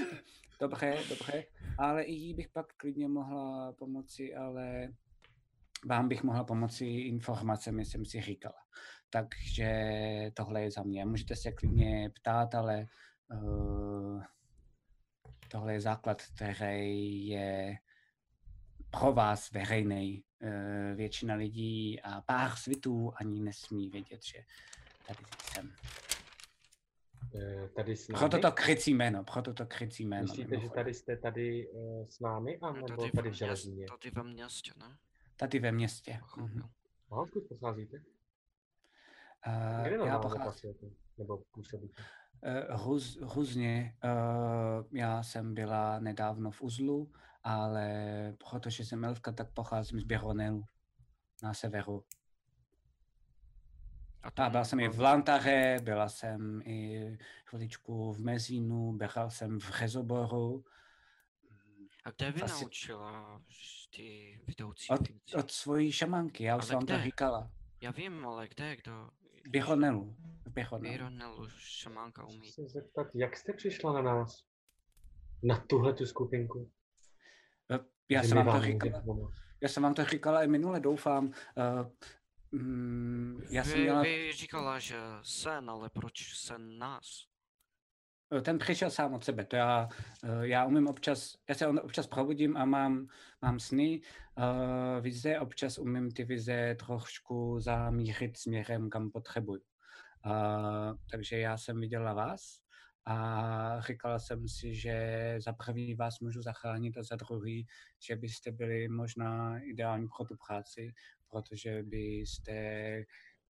Dobře, ale i jí bych pak klidně mohla pomoci, ale vám bych mohla pomoci informacemi, jsem si říkala. Takže tohle je za mě. Můžete se klidně ptát, ale tohle je základ, který je pro vás veřejný. Většina lidí a pár svitů ani nesmí vědět, že tady jsem. Tady s námi? Proto to krycí jméno. Myslíte, že tady jste tady s námi, anebo tady v Železíně? Tady ve městě, ne? Tady ve městě. A odkud pocházíte? Já pocházím. Nebo působíte? Různě. Já jsem byla nedávno v Uzlu, ale protože jsem elfka, tak pocházím z Běronelu na severu. A byla jsem i v Lantare, byla jsem i chviličku v Mezínu, byla jsem v Řezoboru. A kde vy naučila ty vedoucí? Od svojí šamanky, já už vám to říkala. Já vím, ale kde, kdo? V Běronelu. Šamánka umí. Chci se zeptat, jak jste přišla na nás? Na tuhletu skupinku? Já jsem vám to říkala i minule, doufám. Vy říkala, že sen, ale proč sen nás? Ten přišel sám od sebe. To já umím já se občas probudím a mám sny, vize, občas umím ty vize trošku zamířit směrem, kam potřebuji. Takže já jsem viděla vás a říkala jsem si, že za první vás můžu zachránit a za druhý, že byste byli možná ideální pro tu práci, protože byste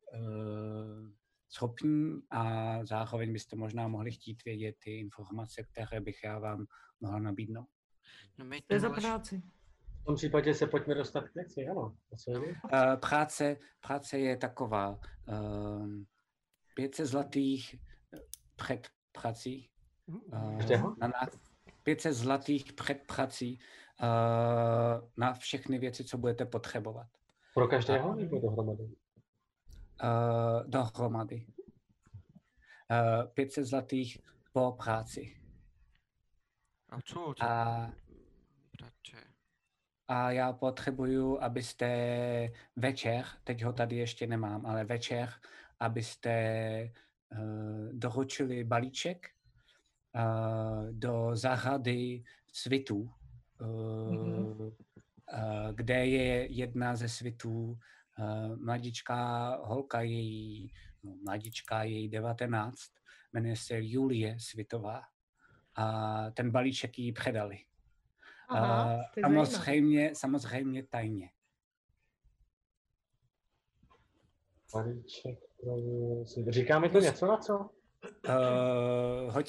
schopní a zároveň byste možná mohli chtít vědět ty informace, které bych já vám mohla nabídnout. To je za práci. V tom případě se pojďme dostat k věci, ano. Práce je taková. 500 zlatých před prací. 500 zlatých před prací na všechny věci, co budete potřebovat. Pro každého nebo dohromady? Dohromady. 500 zlatých po práci. A já potřebuju, abyste večer, teď ho tady ještě nemám, ale večer, abyste doručili balíček do zahrady svitů, kde je jedna ze svitů mladičká holka, její 19, jmenuje se Julie Svitová. A ten balíček jí předali. Samozřejmě tajně. Balíček, říkáme to něco na co? Hoď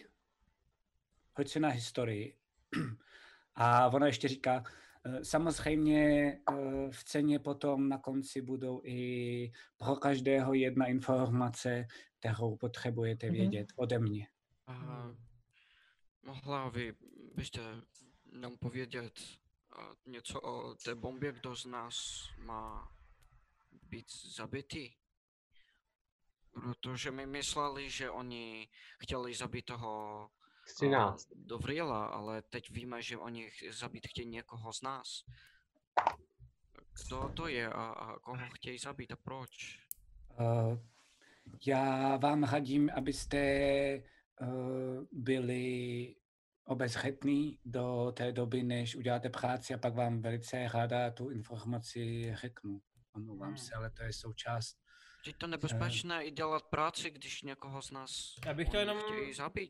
si na historii. A ona ještě říká, samozřejmě v ceně potom na konci budou i pro každého jedna informace, kterou potřebujete vědět ode mě. Mohla byste nám povědět něco o té bombě, kdo z nás má být zabitý? Protože my mysleli, že oni chtěli zabít toho Dovriela, ale teď víme, že oni zabít chtějí někoho z nás. Kdo to je a koho chtějí zabít a proč? Já vám radím, abyste byli obezřetní do té doby, než uděláte práci, a pak vám velice ráda tu informaci řeknu. Omlouvám se, ale to je součást. Je to nebezpečné i dělat práci, když někoho z nás chtějí zabít.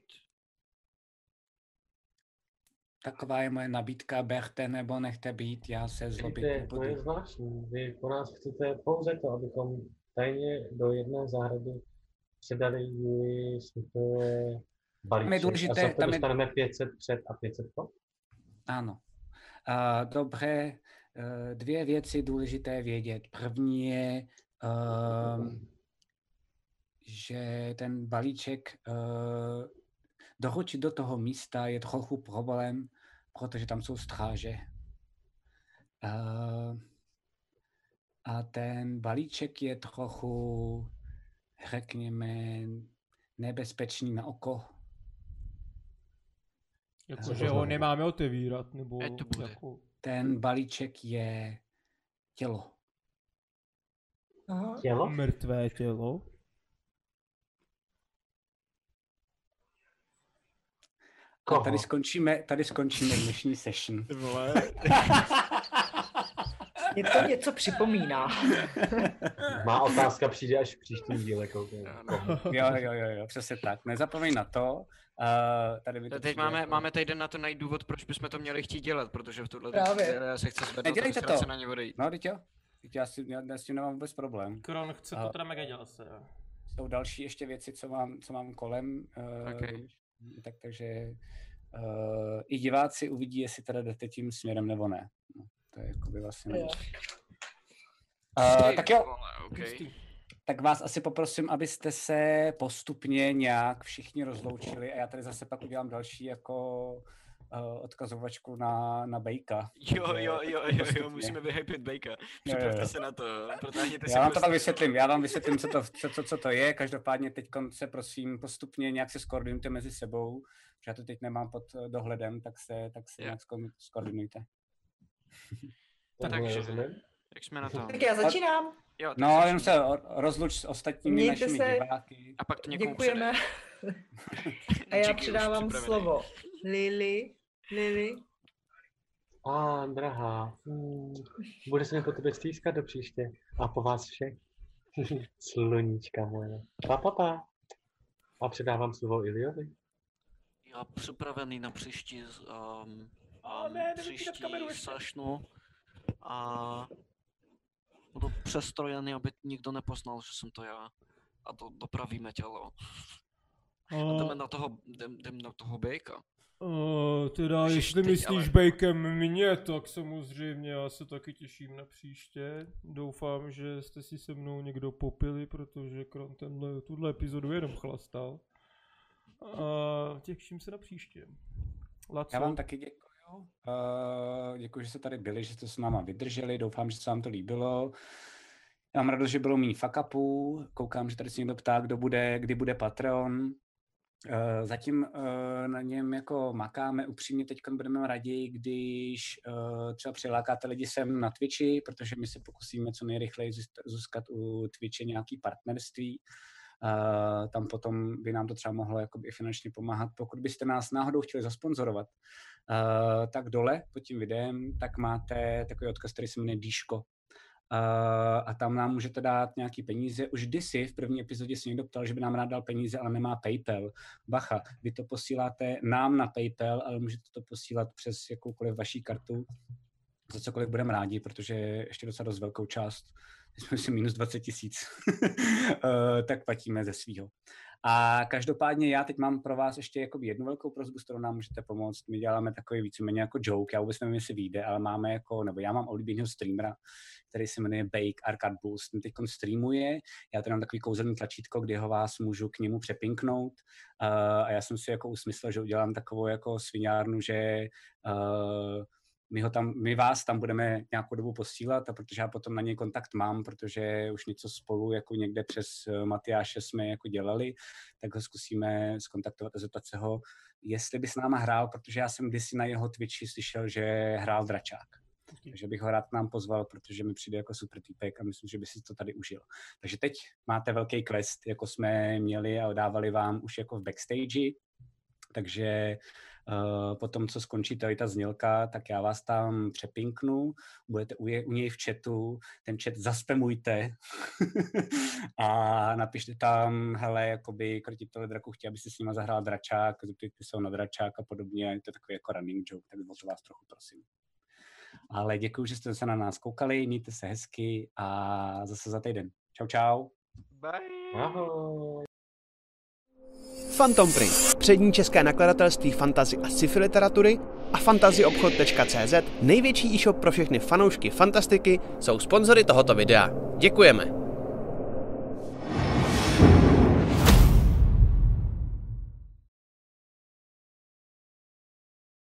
Taková je moje nabídka, berte nebo nechte být, já se zlobit nebudu. To je zvláštní, vy po nás chcete pouze to, abychom tajně do jedné zahrady předali Julii Svitové balíček. A za to dostaneme 500 před a 500 po? Ano. Dobře, dvě věci důležité vědět. První je, že ten balíček doručit do toho místa je trochu problém, protože tam jsou stráže. A ten balíček je trochu, řekněme, nebezpečný na oko. Jakože ho nemáme otevírat, nebo jako... Ten balíček je tělo. Aha. Tělo? Mrtvé tělo. A tady skončíme dnešní session. Je to něco připomíná. Má otázka přijde až v příštím díle. Jo, přesně tak. Nezapomeň na to. Teď máme týden na to najít důvod, proč bychom to měli chtít dělat, protože v tuhle se chce zvednout a se na ně odejít. No, teď jo. Já s tím nemám vůbec problém. Kron chce to teda mega dělat se, jo. Jsou další ještě věci, co mám kolem. Okay. Takže i diváci uvidí, jestli teda jdete tím směrem nebo ne. No, to je jakoby vlastně... Tak jo. Okay. Tak vás asi poprosím, abyste se postupně nějak všichni rozloučili a já tady zase pak udělám další jako odkazovačku na Bejka. Jo, musíme vyhypit Bejka. Připravte se na to, protáhněte si. Já vám vysvětlím, co to je. Každopádně teď se prosím postupně nějak se skoordinujte mezi sebou, protože já to teď nemám pod dohledem, tak se nějak skoordinujte. Takže, jak jsme na to? Tak já začínám. Jo, no, jenom se rozluč s ostatními našimi diváky. A pak to někomu děkujeme. A já předávám slovo Lily. Drahá. Bude se mi po tebe stýskat do příště. A po vás všech. Sluníčka moje. Pa. A předávám slovo Iliovi. Já připravený na příští sešnu. A budu přestrojený, aby nikdo nepoznal, že jsem to já. A dopravíme tělo. A jdeme na toho Bejka. Teda, jestli myslíš Bejkem mě, tak samozřejmě já se taky těším na příště. Doufám, že jste si se mnou někdo popili, protože Kron tuhle epizodu jenom chlastal. A těším se na příště. Laco? Já vám taky děkuju. Děkuji, že jste tady byli, že jste s náma vydrželi. Doufám, že se vám to líbilo. Já mám radost, že bylo méně fuck upů. Koukám, že tady se někdo ptá, kdy bude Patreon. Zatím na něm jako makáme. Upřímně teď budeme raději, když třeba přilákáte lidi sem na Twitchi, protože my se pokusíme co nejrychleji získat u Twitche nějaký partnerství. Tam potom by nám to třeba mohlo jakoby finančně pomáhat. Pokud byste nás náhodou chtěli zasponzorovat, tak dole pod tím videem tak máte takový odkaz, který se jmenuje Díško. A tam nám můžete dát nějaký peníze. Už kdysi v první epizodě se někdo ptal, že by nám rád dal peníze, ale nemá PayPal. Bacha, vy to posíláte nám na PayPal, ale můžete to posílat přes jakoukoliv vaší kartu. Za cokoliv budeme rádi, protože ještě docela dost velkou část, jsme si minus 20 000, tak platíme ze svýho. A každopádně já teď mám pro vás ještě jednu velkou prosbu, s kterou nám můžete pomoct. My děláme takový víceméně jako joke, já vůbec nevím, jestli vyjde, ale máme já mám oblíbeného streamera, který se jmenuje Bake Arcade Boost. Ten teď streamuje, já tady mám takový kouzelný tlačítko, kde ho vás můžu k němu přepinknout. A já jsem si usmyslel, že udělám takovou jako sviňárnu, že my vás tam budeme nějakou dobu posílat, a protože já potom na něj kontakt mám, protože už něco spolu jako někde přes Matyáše jsme jako dělali, tak ho zkusíme zkontaktovat a zeptat se ho, jestli by s náma hrál, protože já jsem kdysi na jeho Twitchi slyšel, že hrál Dračák. Takže bych ho rád k nám pozval, protože mi přijde jako super týpek a myslím, že by si to tady užil. Takže teď máte velký quest, jako jsme měli a dávali vám už jako v backstage, takže potom, co skončí tady ta znělka, tak já vás tam přepinknu, budete u něj v chatu, ten chat zaspamujte a napište tam, hele, jakoby krotitele draku chtějí, aby si s nima zahrál Dračák, zeptejte se na Dračák a podobně, je to takový jako running joke, tak o to vás trochu prosím. Ale děkuji, že jste se na nás koukali, mějte se hezky a zase za týden. Čau, čau. Bye. Ahoj. Phantom Print, přední české nakladatelství fantasy a sci-fi literatury a fantazyobchod.cz, největší e-shop pro všechny fanoušky fantastiky, jsou sponzory tohoto videa. Děkujeme!